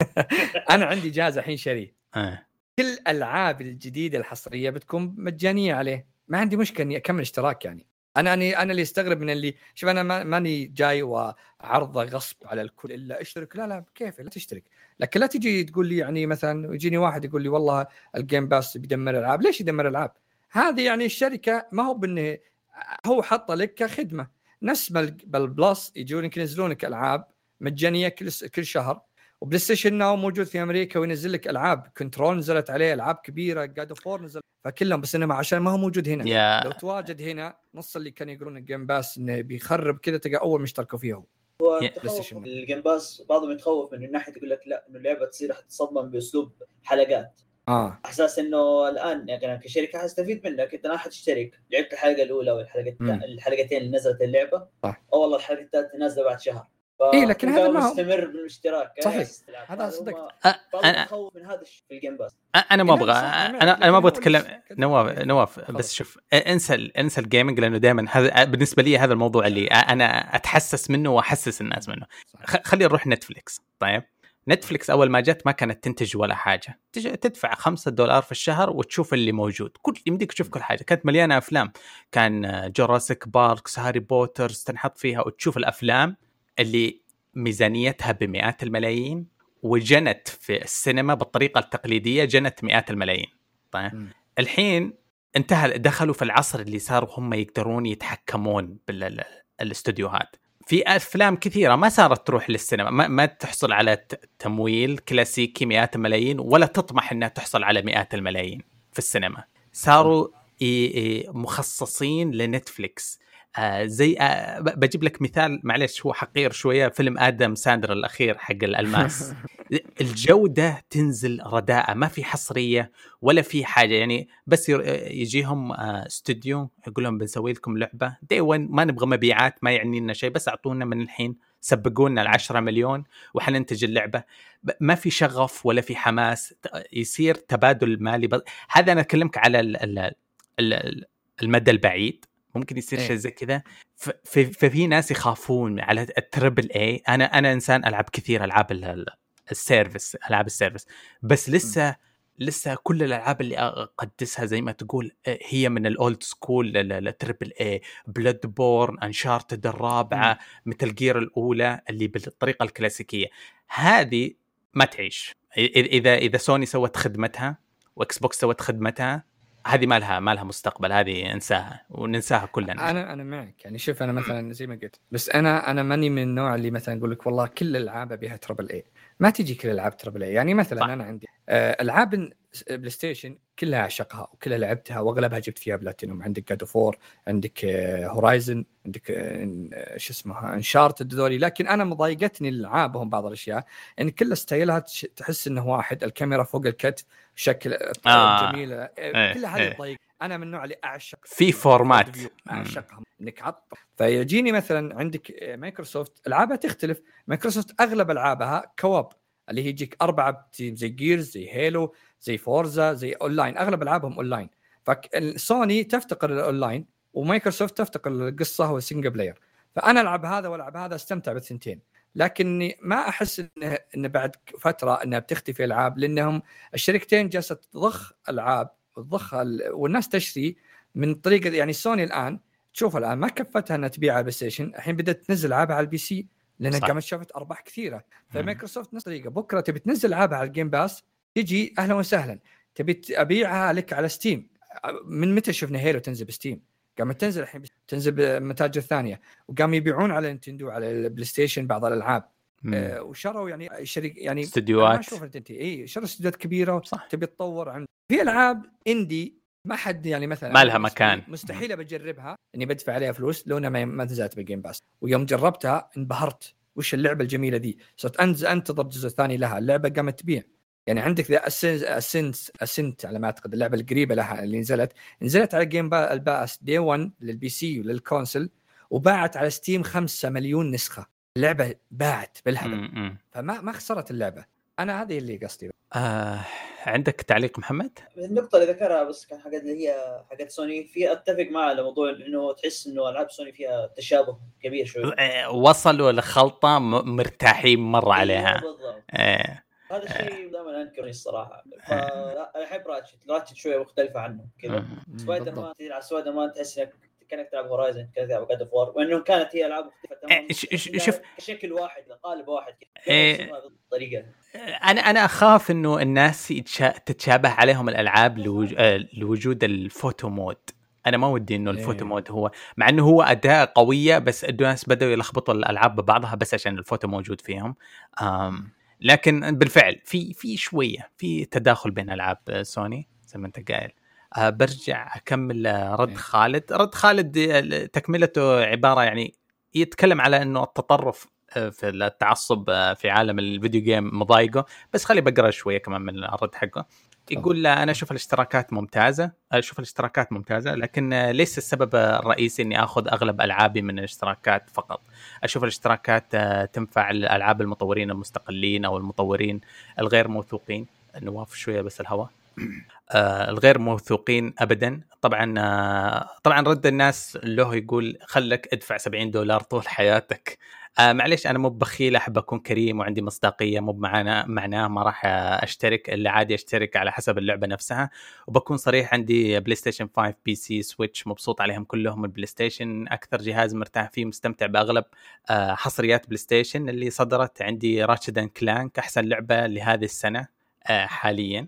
انا عندي جهاز الحين شري آه. كل الالعاب الجديده الحصريه بتكون مجانيه عليه، ما عندي مشكله اني اكمل اشتراك. يعني انا اني انا اللي استغرب من اللي شوف انا ماني جاي وعرضه غصب على الكل الا اشترك. لا لا كيف لا تشترك، لكن لا تجي تقول لي يعني مثلا يجيني واحد يقول لي والله الجيم باس بيدمر الالعاب. ليش يدمر الالعاب؟ هذه يعني الشركه ما هو بانه هو حط لك كخدمه نفس بالبلس يجونك ينزلونك العاب مجانيه كل كل شهر. وبلاي ستيشن ناو موجود في امريكا وينزل لك العاب كنترول نزلت عليه العاب كبيره جاد اوف وور نزل فكلهم بس انما عشان ما هو موجود هنا. yeah. لو تواجد هنا نص اللي كانوا يقولون الجيم باس انه بيخرب كذا تلقى اول مشتركوا فيه هو yeah. الجيم باس بعضهم يتخوف من الناحيه يقول لك لا انه اللعبه تصير حتصمم باسلوب حلقات اه احساس انه الان يعني كشركه هستفيد منك انت ما حتشترك لعبت الحلقه الاولى والحلقه الحلقتين اللي نزلت اللعبه صح. او والله الحلقه الثالثه نازله بعد شهر إيه لكن هذا ما مستمر بالاشتراك صحيح هذا صدق. انا اتخوف من هذا الشيء في الجيم باس. انا ما ابغى انا انا ما ابغى اتكلم نواف نواف بس شوف انسى انسى الجيمنج لانه دائما هذا بالنسبه لي هذا الموضوع اللي انا اتحسس منه واحسس الناس منه. خلي نروح نتفليكس. طيب نتفليكس اول ما جت ما كانت تنتج ولا حاجه، تدفع خمسة دولار في الشهر وتشوف اللي موجود كل يمديك تشوف كل حاجه. كانت مليانه افلام، كان جوراسيك باركس هاري بوتر تنحط فيها وتشوف الافلام اللي ميزانيتها بمئات الملايين وجنت في السينما بالطريقة التقليدية جنت مئات الملايين. طيب م. الحين انتهى دخلوا في العصر اللي صاروا هم يقدرون يتحكمون بالاستوديوهات. في أفلام كثيرة ما صارت تروح للسينما، ما, ما تحصل على تمويل كلاسيكي مئات الملايين ولا تطمح أنها تحصل على مئات الملايين في السينما. صاروا مخصصين لنتفليكس. آه زي آه بجيب لك مثال معلش هو حقير شوية، فيلم آدم ساندر الأخير حق الألماس. الجودة تنزل رداءة، ما في حصرية ولا في حاجة، يعني بس يجيهم آه استوديو يقول لهم بنسوي لكم لعبة دي وين، ما نبغى مبيعات ما يعني لنا شيء، بس أعطونا من الحين سبقونا العشرة مليون وحننتج اللعبة. ما في شغف ولا في حماس، يصير تبادل مالي ب... هذا أنا أكلمك على ال ال ال المدى البعيد ممكن يصير شيء زي كذا. في في ناس يخافون على التريبل اي. انا انا انسان العب كثير العاب السيرفيس العاب السيرفيس بس لسه م. لسه كل الالعاب اللي اقدسها زي ما تقول هي من الاولد سكول للتريبل اي، بلاد بورن، انشارتد الرابعه، متل جير الاولى اللي بالطريقه الكلاسيكيه. هذه ما تعيش اذا اذا سوني سوت خدمتها واكس بوكس سوت خدمتها، هذه ما لها ما لها مستقبل، هذه انساها وننساها كلنا. انا انا معك يعني شوف انا مثلا زي ما قلت، بس انا انا ماني من النوع اللي مثلا اقول لك والله كل الالعاب بها تربل اي، ما تجي كل الالعاب تربل اي. يعني مثلا صح. انا عندي العاب بلاي ستيشن كلها اعشقها وكلها لعبتها واغلبها جبت فيها بلاتينوم. عندك جاد اوف وور، عندك هورايزن، عندك شو اسمها انشارتد ذولي. لكن انا مضايقتني العابهم بعض الاشياء ان كل ستايلها تحس انه واحد، الكاميرا فوق الكتف، شكل آه. جميل ايه كل هذه تضايق. انا من النوع اللي اعشق في فورمات اعشقها انك عط. فيجيني مثلا عندك مايكروسوفت العابها تختلف. مايكروسوفت اغلب العابها كواب اللي هي يجيك اربعه تيم زي جيرز زي هيلو زي فورزا زي اونلاين، اغلب العابهم اونلاين. فسوني تفتقر الاونلاين ومايكروسوفت تفتقر القصه والسنجل بلاير. فانا العب هذا والعب هذا استمتع بالثنتين، لكني ما احس انه ان بعد فتره انها بتختفي العاب، لانهم الشركتين جالسه تضخ العاب وتضخ ال... والناس تشتري من طريقه. يعني سوني الان تشوف الان ما كفتها انها تبيع على البلاي ستيشن، الحين بدات تنزل العابها على البي سي لانها قامت شافت ارباح كثيره. فمايكروسوفت نفس الطريقه، بكره تبي تنزل العابها على الجيم باس تجي اهلا وسهلا، تبي ابيعها لك على ستيم. من متى شفنا هيلو تنزل بستيم؟ قامت تنزل الحين تنزل بالمتاجر الثانيه، وقاموا يبيعون على نينتندو على البلاي ستيشن بعض الالعاب. آه وشروا يعني شركه يعني استديوهات، ما اشوف انت اي شروا استديوهات كبيره تبي تطور عن في العاب اندي ما حد يعني مثلا ما لها مكان، مستحيل بجربها اني بدفع عليها فلوس لو انا ما نزلت بالجيم باس. ويوم جربتها انبهرت، وش اللعبه الجميله دي، صرت انز انتظر الجزء الثاني لها. اللعبه قامت تبيع يعني. عندك ذا اسنس اسنت على ما اعتقد اللعبه القريبه لها اللي نزلت نزلت على جيم باس دي واحد للبي سي وللكونسل، وباعت على ستيم خمسة مليون نسخه. اللعبه باعت بالهبل، فما ما خسرت اللعبه. انا هذه اللي قصدي. آه عندك تعليق محمد؟ النقطه اللي ذكرها بس كان حاجات اللي هي حاجات سوني، في اتفق معه على موضوع انه تحس انه العاب سوني فيها تشابه كبير شوي، وصلوا لخلطه مرتاحين مره عليها. آه. هذا الشيء دائما انكره الصراحه. فانا احب راتشت راتشت شويه مختلفه عنه كذا. سبايدر مان تلعب على سبايدر مان تحس انك كانك تلعب هورايزن، كانك تلعب جاد اوف وار، وانه كانت هي العاب مختلفه تماما. شوف شكل واحد قالب واحد كذا بالطريقه. انا انا اخاف انه الناس تتشابه عليهم الالعاب لوجود الفوتو مود. انا ما ودي انه الفوتو مود هو، مع انه هو اداة قويه، بس الناس بدأوا يلخبطوا الالعاب ببعضها بس عشان الفوتو موجود فيهم. أم لكن بالفعل في في شويه في تداخل بين العاب سوني زي ما انت قايل. أه برجع اكمل رد خالد. رد خالد تكملته عباره يعني يتكلم على انه التطرف في التعصب في عالم الفيديو جيم مضايقه، بس خلي بقرا شويه كمان من الرد حقه. يقول لا انا اشوف الاشتراكات ممتازه اشوف الاشتراكات ممتازه لكن ليس السبب الرئيسي اني اخذ اغلب العابي من الاشتراكات فقط. اشوف الاشتراكات تنفع الالعاب المطورين المستقلين او المطورين الغير موثوقين. نواف شويه بس الهواء. آه الغير موثوقين ابدا. طبعا آه طبعا رد الناس له يقول خلك ادفع سبعين دولار طول حياتك. آه معليش انا مو بخيل، احب اكون كريم وعندي مصداقيه، مو بمعنى معناه ما راح اشترك، اللي عادي اشترك على حسب اللعبه نفسها. وبكون صريح عندي بلاي ستيشن خمسة، بي سي، سويتش، مبسوط عليهم كلهم. البلاي ستيشن اكثر جهاز مرتاح فيه، مستمتع باغلب آه حصريات بلاي ستيشن اللي صدرت. عندي راتشت اند كلانك احسن لعبه لهذه السنه آه حاليا.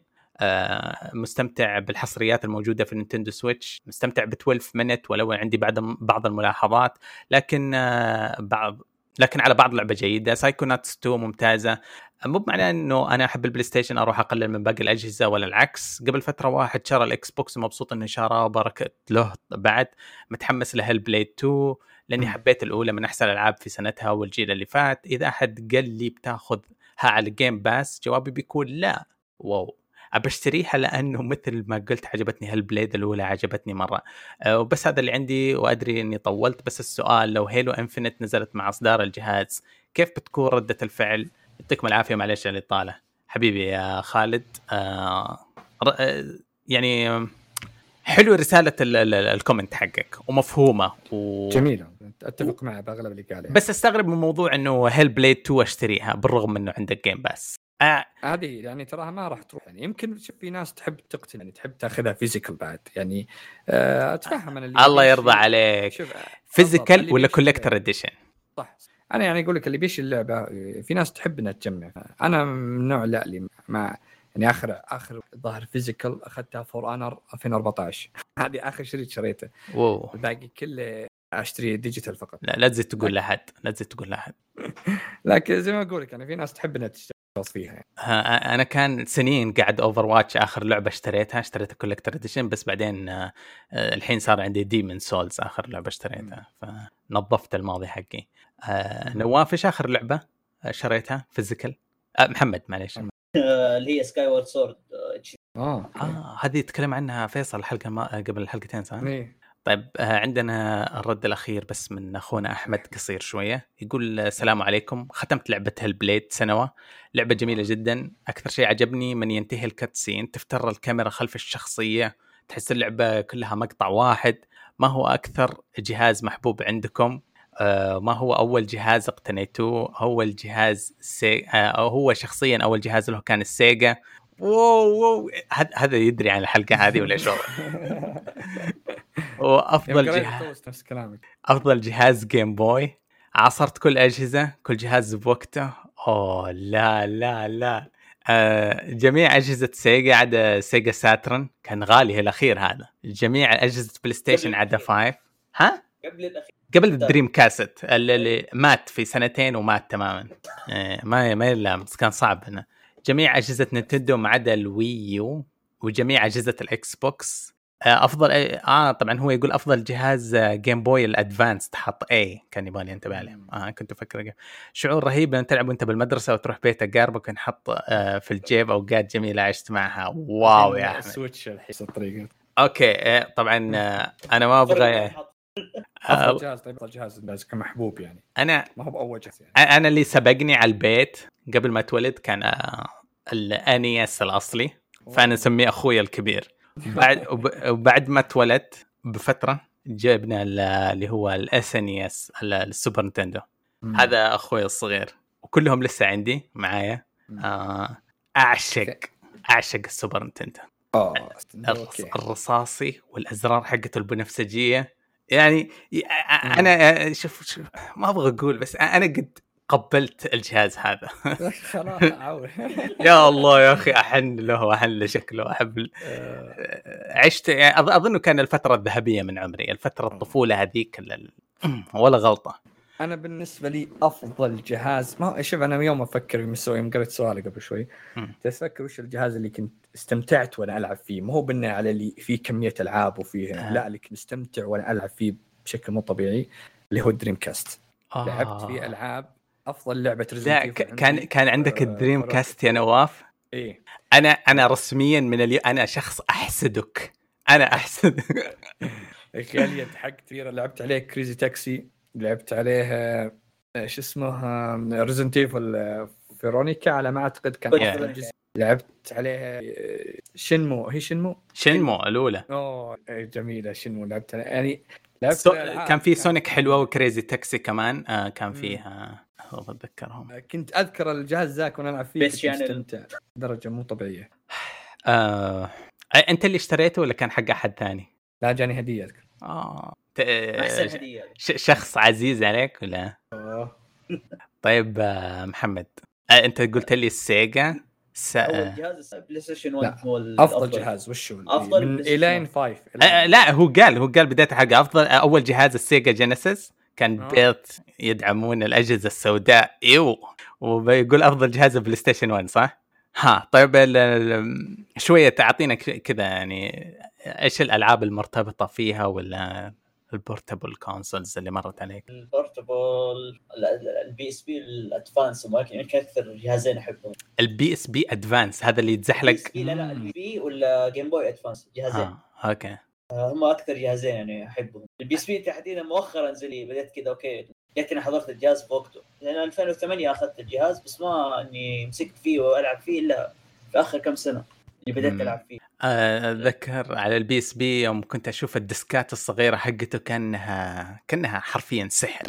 آه مستمتع بالحصريات الموجودة في نينتندو سويتش، مستمتع ب اثنا عشر منت ولو عندي بعد بعض الملاحظات، لكن آه بعض لكن على بعض لعبة جيدة. سايكوناتس تو ممتازة. مو بمعنى انه انا احب البلاي ستيشن اروح اقلل من باقي الاجهزة ولا العكس. قبل فترة واحد شرى الاكس بوكس ومبسوط انه شراه وبركت له. بعد متحمس لهيل بليد تو لاني حبيت الاولى من احسن الالعاب في سنتها والجيل اللي فات. اذا احد قال لي بتاخذها على الجيم باس جوابي بيكون لا. واو أبشتريها لأنه مثل ما قلت عجبتني هالبليد الأولى، عجبتني مرة. أه وبس هذا اللي عندي، وأدري أني طولت. بس السؤال لو هيلو إنفينيت نزلت مع إصدار الجهاز كيف بتكون ردة الفعل؟ يعطيكم العافية معلش على الإطالة حبيبي يا خالد. أه يعني حلو رسالة الكومنت حقك ومفهومة و... جميلة، أتفق معه بأغلب اللي قاله. بس استغرب من موضوع أنه هيل بليد تو أشتريها بالرغم أنه عندك جيم باس. هذه آه. يعني تراها ما راح تروح. يعني يمكن في ناس تحب تقتل، يعني تحب تاخذها فيزيكال بعد. يعني آه اتفهم انا اللي الله يرضى عليك فيزيكال ولا كولكتر اديشن. صح. انا يعني اقول لك اللي بيش اللعبه في ناس تحب انها تجمع. انا من نوع لا اللي مع يعني اخر اخر ظاهر فيزيكال اخذتها فور انر ألفين وأربعة عشر. هذه اخر شريط شريته. واو. الباقي كله اشتري ديجيتال فقط. لا لا تزيد تقول لحد لا تزيد تقول لحد. لكن زي ما اقول لك يعني في ناس تحب انها تشتري فيها. يعني. انا كان سنين قاعد اوفر واتش اخر لعبه اشتريتها اشتريتها كولكتر اديشن، بس بعدين الحين صار عندي ديمن سولز اخر لعبه اشتريتها فنظفت الماضي حقي. نواف ايش اخر لعبه شريتها فيزيكال؟ محمد معليش. اللي هي سكاي وورد سورد. اه اه هذه يتكلم عنها فيصل الحلقه ما قبل الحلقتين صح؟ إيه. طيب عندنا الرد الأخير بس من أخونا أحمد قصير شوية. يقول السلام عليكم، ختمت لعبة هالبليد سنوة، لعبة جميلة جدا. أكثر شيء عجبني من ينتهي الكاتسين تفتر الكاميرا خلف الشخصية تحس اللعبة كلها مقطع واحد. ما هو أكثر جهاز محبوب عندكم؟ آه ما هو أول جهاز اقتنيتوه؟ أول جهاز سي... آه هو شخصيا أول جهاز له كان السيجا. واو واو هذا يدري عن الحلقة هذه ولا شو؟ وأفضل جهاز نفس كلامك. أفضل جهاز جيم بوي. عصرت كل أجهزة، كل جهاز بوقته. أوه لا لا لا آه جميع أجهزة سيجا عدا سيجا ساترن، كان غالي الأخير هذا. جميع أجهزة بلاي ستيشن عدا فايف. ها؟ قبل الأخير قبل الدريم كاسيت اللي مات في سنتين ومات تماما. آه ما ما يلامس، كان صعب هنا. جميع أجهزة نينتندو ما عدا الويو، وجميع أجهزة الإكس بوكس. افضل اه طبعا هو يقول افضل جهاز جيم بوي الادفانس تحط اي، كان يبغى ينتبه عليه. اه كنت افكر شعور رهيب ان تلعب وانت بالمدرسه وتروح بيت قاربك ونحط آه في الجيب. اوقات جميله عشت معها. واو يا احمد. سويتش الحين الطريقه. اوكي آه طبعا آه انا ما ابغى افضل جهاز. طيب افضل جهاز جهاز كمحبوب يعني انا ما هو باول جهاز يعني. انا اللي سبقني على البيت قبل ما اتولد كان آه الانيس الاصلي، فانا اسميه اخويا الكبير. بعد وبعد ما اتولدت بفتره جبنا اللي هو الاس ان اس السوبر نينتندو. هذا اخوي الصغير وكلهم لسه عندي معايا. آه اعشق اعشق السوبر نينتندو. اه الرصاصي والازرار حقته البنفسجيه يعني. انا شوف, شوف ما ابغى اقول بس انا قد قبلت الجهاز هذا. خلاص عاود. يا الله يا اخي احن له احن له شكله احب. عشت يعني اظن كان الفتره الذهبيه من عمري، الفتره الطفوله هذيك ولا غلطه. انا بالنسبه لي افضل جهاز ما شوف انا يوم افكر مسوي يوم قريت سؤالي قبل شوي تفكر وش الجهاز اللي كنت استمتعت وانا العب فيه، مو بناء على اللي فيه كميه العاب وفيه آه. لا اللي كنت استمتع وانا العب فيه بشكل مو طبيعي اللي هو الدريم كاست. آه. لعبت فيه العاب افضل لعبه ريزيدنت ايفل كان كان عندك الدريم كاست يا نواف. ايه انا انا رسميا من اليوم انا شخص احسدك. انا احسدك. غالية حق كثير. لعبت عليه كريزي تاكسي، لعبت عليه ايش اسمه ريزيدنت ايفل فيرونيكا على ما اعتقد كان افضل جزء. لعبت عليه شنمو، هي شنمو شنمو الاولى. اوه جميله شنمو لعبت يعني. لعبت سو... كان في سونيك حلوه وكريزي تاكسي كمان. آه كان فيها اتذكرهم. كنت اذكر الجهاز ذاك وانا العب فيه كنت مستمتع درجه مو طبيعيه. آه... انت اللي اشتريته ولا كان حق احد ثاني؟ لا جاني هديه اذكر. اه ت... احسن هديه. ش... شخص عزيز عليك ولا؟ اه طيب آه محمد آه انت قلت لي السيجا س... اول جهاز بلاي ستيشن واحد هو افضل جهاز. وش هو افضل من إلين خمسة؟ آه لا هو قال هو قال بدايه حاجه افضل. اول جهاز السيجا جينيسيس كان بيت يدعمون الاجهزه السوداء ايوه. وبيقول افضل جهاز بلاي ستيشن واحد صح. ها طيب شويه تعطينا كذا يعني ايش الالعاب المرتبطه فيها ولا البورتابل كونسولز اللي مرت عليك؟ البورتابل البي اس بي الادفانس ولكن يمكن اكثر جهازين احبهم. البي اس بي ادفانس هذا اللي يتزحلق. لا لا البي بي ولا جيم بوي ادفانس جهازين. اه اوكي هم اكثر جهازين يعني احبهم. البي اس بي تحديدا مؤخرا زي بديت كذا اوكي جيت انا حضرت الجهاز في وقته لان ألفين وثمانية اخذت الجهاز بس ما اني مسكت فيه والعب فيه الا في اخر كم سنه اللي بديت العب فيه. اتذكر على البي اس بي يوم كنت اشوف الديسكات الصغيره حقته كانها كانها حرفيا سحر.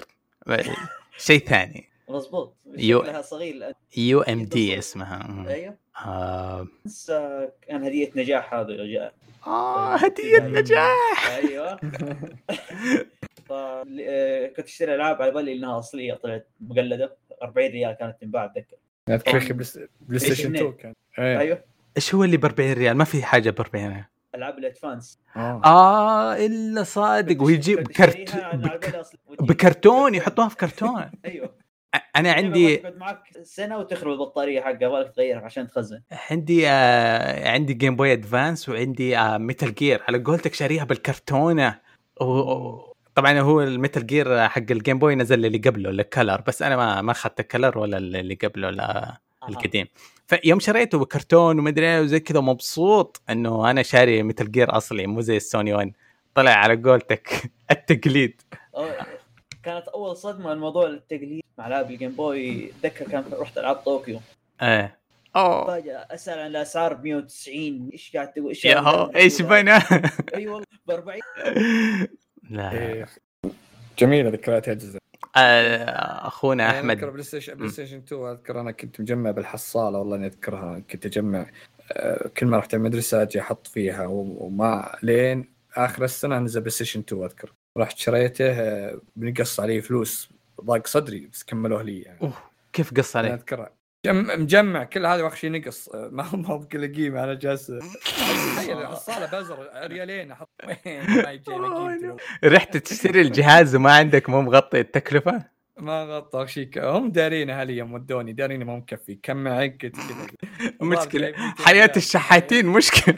شيء ثاني مظبوط يو... شكلها صغير يو ام دي اسمها. ايوه آه... كان هديه نجاح هذا جاء. اه هديه نجاح ايوه. فكنت اشتري العاب على بالي انها اصليه طلعت مقلده. أربعين ريال كانت تنباع اتذكر. اذكر بلاي ستيشن اثنين كان. ايوه ايش هو اللي ب أربعين ريال؟ ما في حاجه ب أربعين ريال. العاب الادفانس. اه, آه الا صادق ويجيب كرت بك... بكرتون يحطوها في كرتون. ايوه انا عندي تقعد معك سنه وتخرب البطاريه حقها بالك تغيرها عشان تخزن. عندي آه عندي جيم بوي ادفانس وعندي آه ميتال جير على قولتك شاريها بالكرتونه. و... طبعا هو الميتال جير حق الجيم بوي نزل اللي قبله الكلر بس انا ما ما اخذت الكلر ولا اللي قبله لا القديم. فيوم شريته بكرتون ومدري وزي كذا مبسوط انه انا شاري ميتال جير اصلي مو زي السوني وان. طلع على قولتك التقليد. كانت اول صدمه الموضوع التقليد مع لعب الجيم بوي. اتذكر كان رحت العاب طوكيو ايه اوه فجاه اسال عن الاسعار ب مية وتسعين، ايش قاعد تقول؟ ايش يا هو ايش بنا. اي والله ب أربعين. لا إيه. جميله ذكريات اجهزه. آه، اخونا اذكر احمد بلاي ستيشن بلاي ستيشن اثنين، اذكر انا كنت مجمع بالحصاله، والله اني اذكرها كنت اجمع آه، كل ما رحت المدرسه اجي احط فيها، وما لين اخر السنه نزل بلاي ستيشن اثنين. اذكر رحت شريته آه، بنقص عليه فلوس، ضاق صدري بس كملوه لي يعني. أوه. كيف قص عليه؟ اذكر جم... مجمع كل هذا واخر شيء نقص، ما هو ما هو بكل قيمه. انا جالس تخيل الحصاله بزر ريالين احط وين ما يجي قيمته. رحت تشتري الجهاز وما عندك مو مغطي التكلفه؟ ما غطوا شيء، هم دارين اهلي يوم ودوني دارين ما مكفي كم عقد كذا. مشكله حياه الشحاتين مشكله.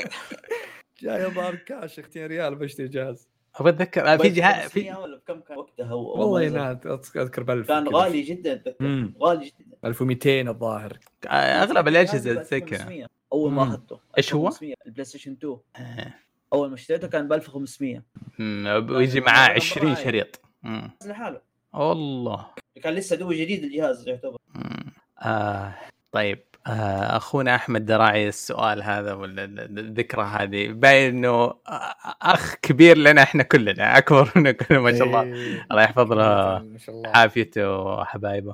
جاي ضار كاش اختي ريال بشتري جهاز. اتذكر في جهاز في ولا بكم كان وقتها؟ والله ينات اذكر بألف، كان غالي جدا. غالي جدا ألف ومئتين الظاهر. اغلب الاجهزه زي كذا. اول ما اخذته ايش هو البلاي ستيشن اثنين اول ما اشتريته كان ب ألف وخمسمية، ويجي معاه عشرين شريط لحاله. والله كان لسه دو جديد الجهاز يعتبر. آه طيب آه اخونا احمد دراعي السؤال هذا ولا الذكرى هذه باين انه اخ كبير لنا احنا كلنا، اكبر منا كلنا ما شاء الله. الله يحفظ له عافيته وحبايبه.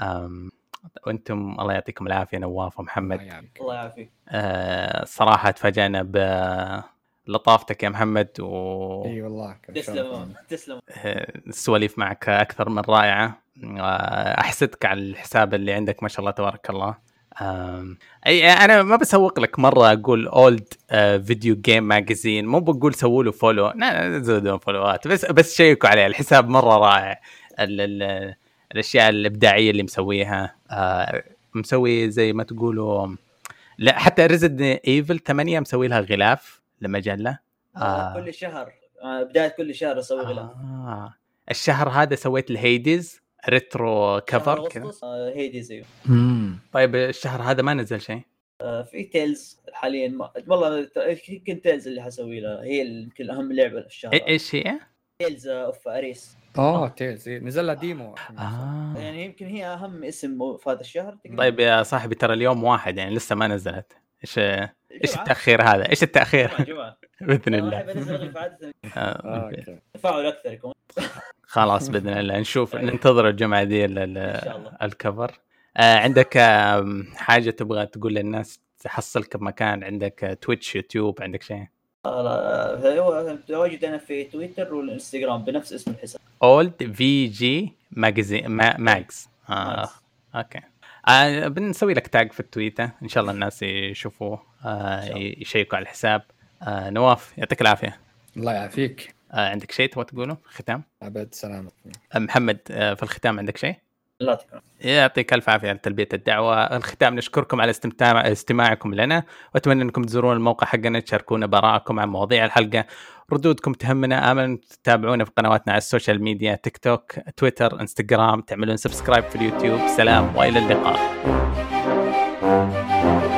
وانتم الله يعطيكم العافيه نواف ومحمد. الله يعافيك. آه صراحه تفاجأنا بلطافتك يا محمد و اي والله تسلم تسلم. السواليف معك اكثر من رائعه. احسدك على الحساب اللي عندك ما شاء الله تبارك الله. اي انا ما بسوق لك مره اقول اولد فيديو جيم ماجازين، مو بقول سووا له فولو، لا زودوا فولوات، بس بس شيكوا عليه الحساب مره رائع. ال ال الاشياء الابداعيه اللي مسويها آه مسوي زي ما تقولوا. لا حتى ريزيدنت ايفل ثمانية مسوي لها غلاف لمجله آه كل شهر آه بدايه كل شهر اسوي غلاف. آه الشهر هذا سويت الهيديز ريترو كفر كذا. آه هيديز ايوه. طيب الشهر هذا ما نزل شيء؟ آه في تيلز حاليا ما... والله يمكن تيلز اللي حسوي لها هي يمكن اهم لعبه الشهر. ايش هي؟ تيلز اوف اريس. اه تيلز نزل لها ديمو آه. يعني يمكن هي اهم اسم في هذا الشهر. طيب يا صاحبي ترى اليوم واحد يعني لسه ما نزلت. ايش ايش التاخير هذا؟ ايش التاخير؟ جمعة جمعة. باذن الله آه. تفاعل اكثر يكون. خلاص باذن الله نشوف ننتظر الجمعه دي الكفر. آه عندك آه حاجه تبغى تقول للناس تحصلك بمكان؟ عندك تويتش يوتيوب عندك شيء؟ هو تواجد انا في تويتر والانستغرام بنفس اسم الحساب اولد في جي ماجازين ماجز. اه اوكي آه بنسوي لك تاج في التويتر ان شاء الله الناس يشوفوه آه يشيكوا على الحساب. آه نواف يعطيك العافيه. الله يعافيك. آه عندك شيء تبغى تقوله ختام؟ ابد سلامة. محمد آه في الختام عندك شيء؟ لا تكرم. يعطيك الف عافيه على تلبيه الدعوه. الختام نشكركم على استمتاع استماعكم لنا، واتمنى انكم تزورون الموقع حقنا تشاركونا بارائكم عن مواضيع الحلقه، ردودكم تهمنا. امل تتابعونا في قنواتنا على السوشيال ميديا تيك توك تويتر انستغرام، تعملون سبسكرايب في اليوتيوب. سلام والى اللقاء.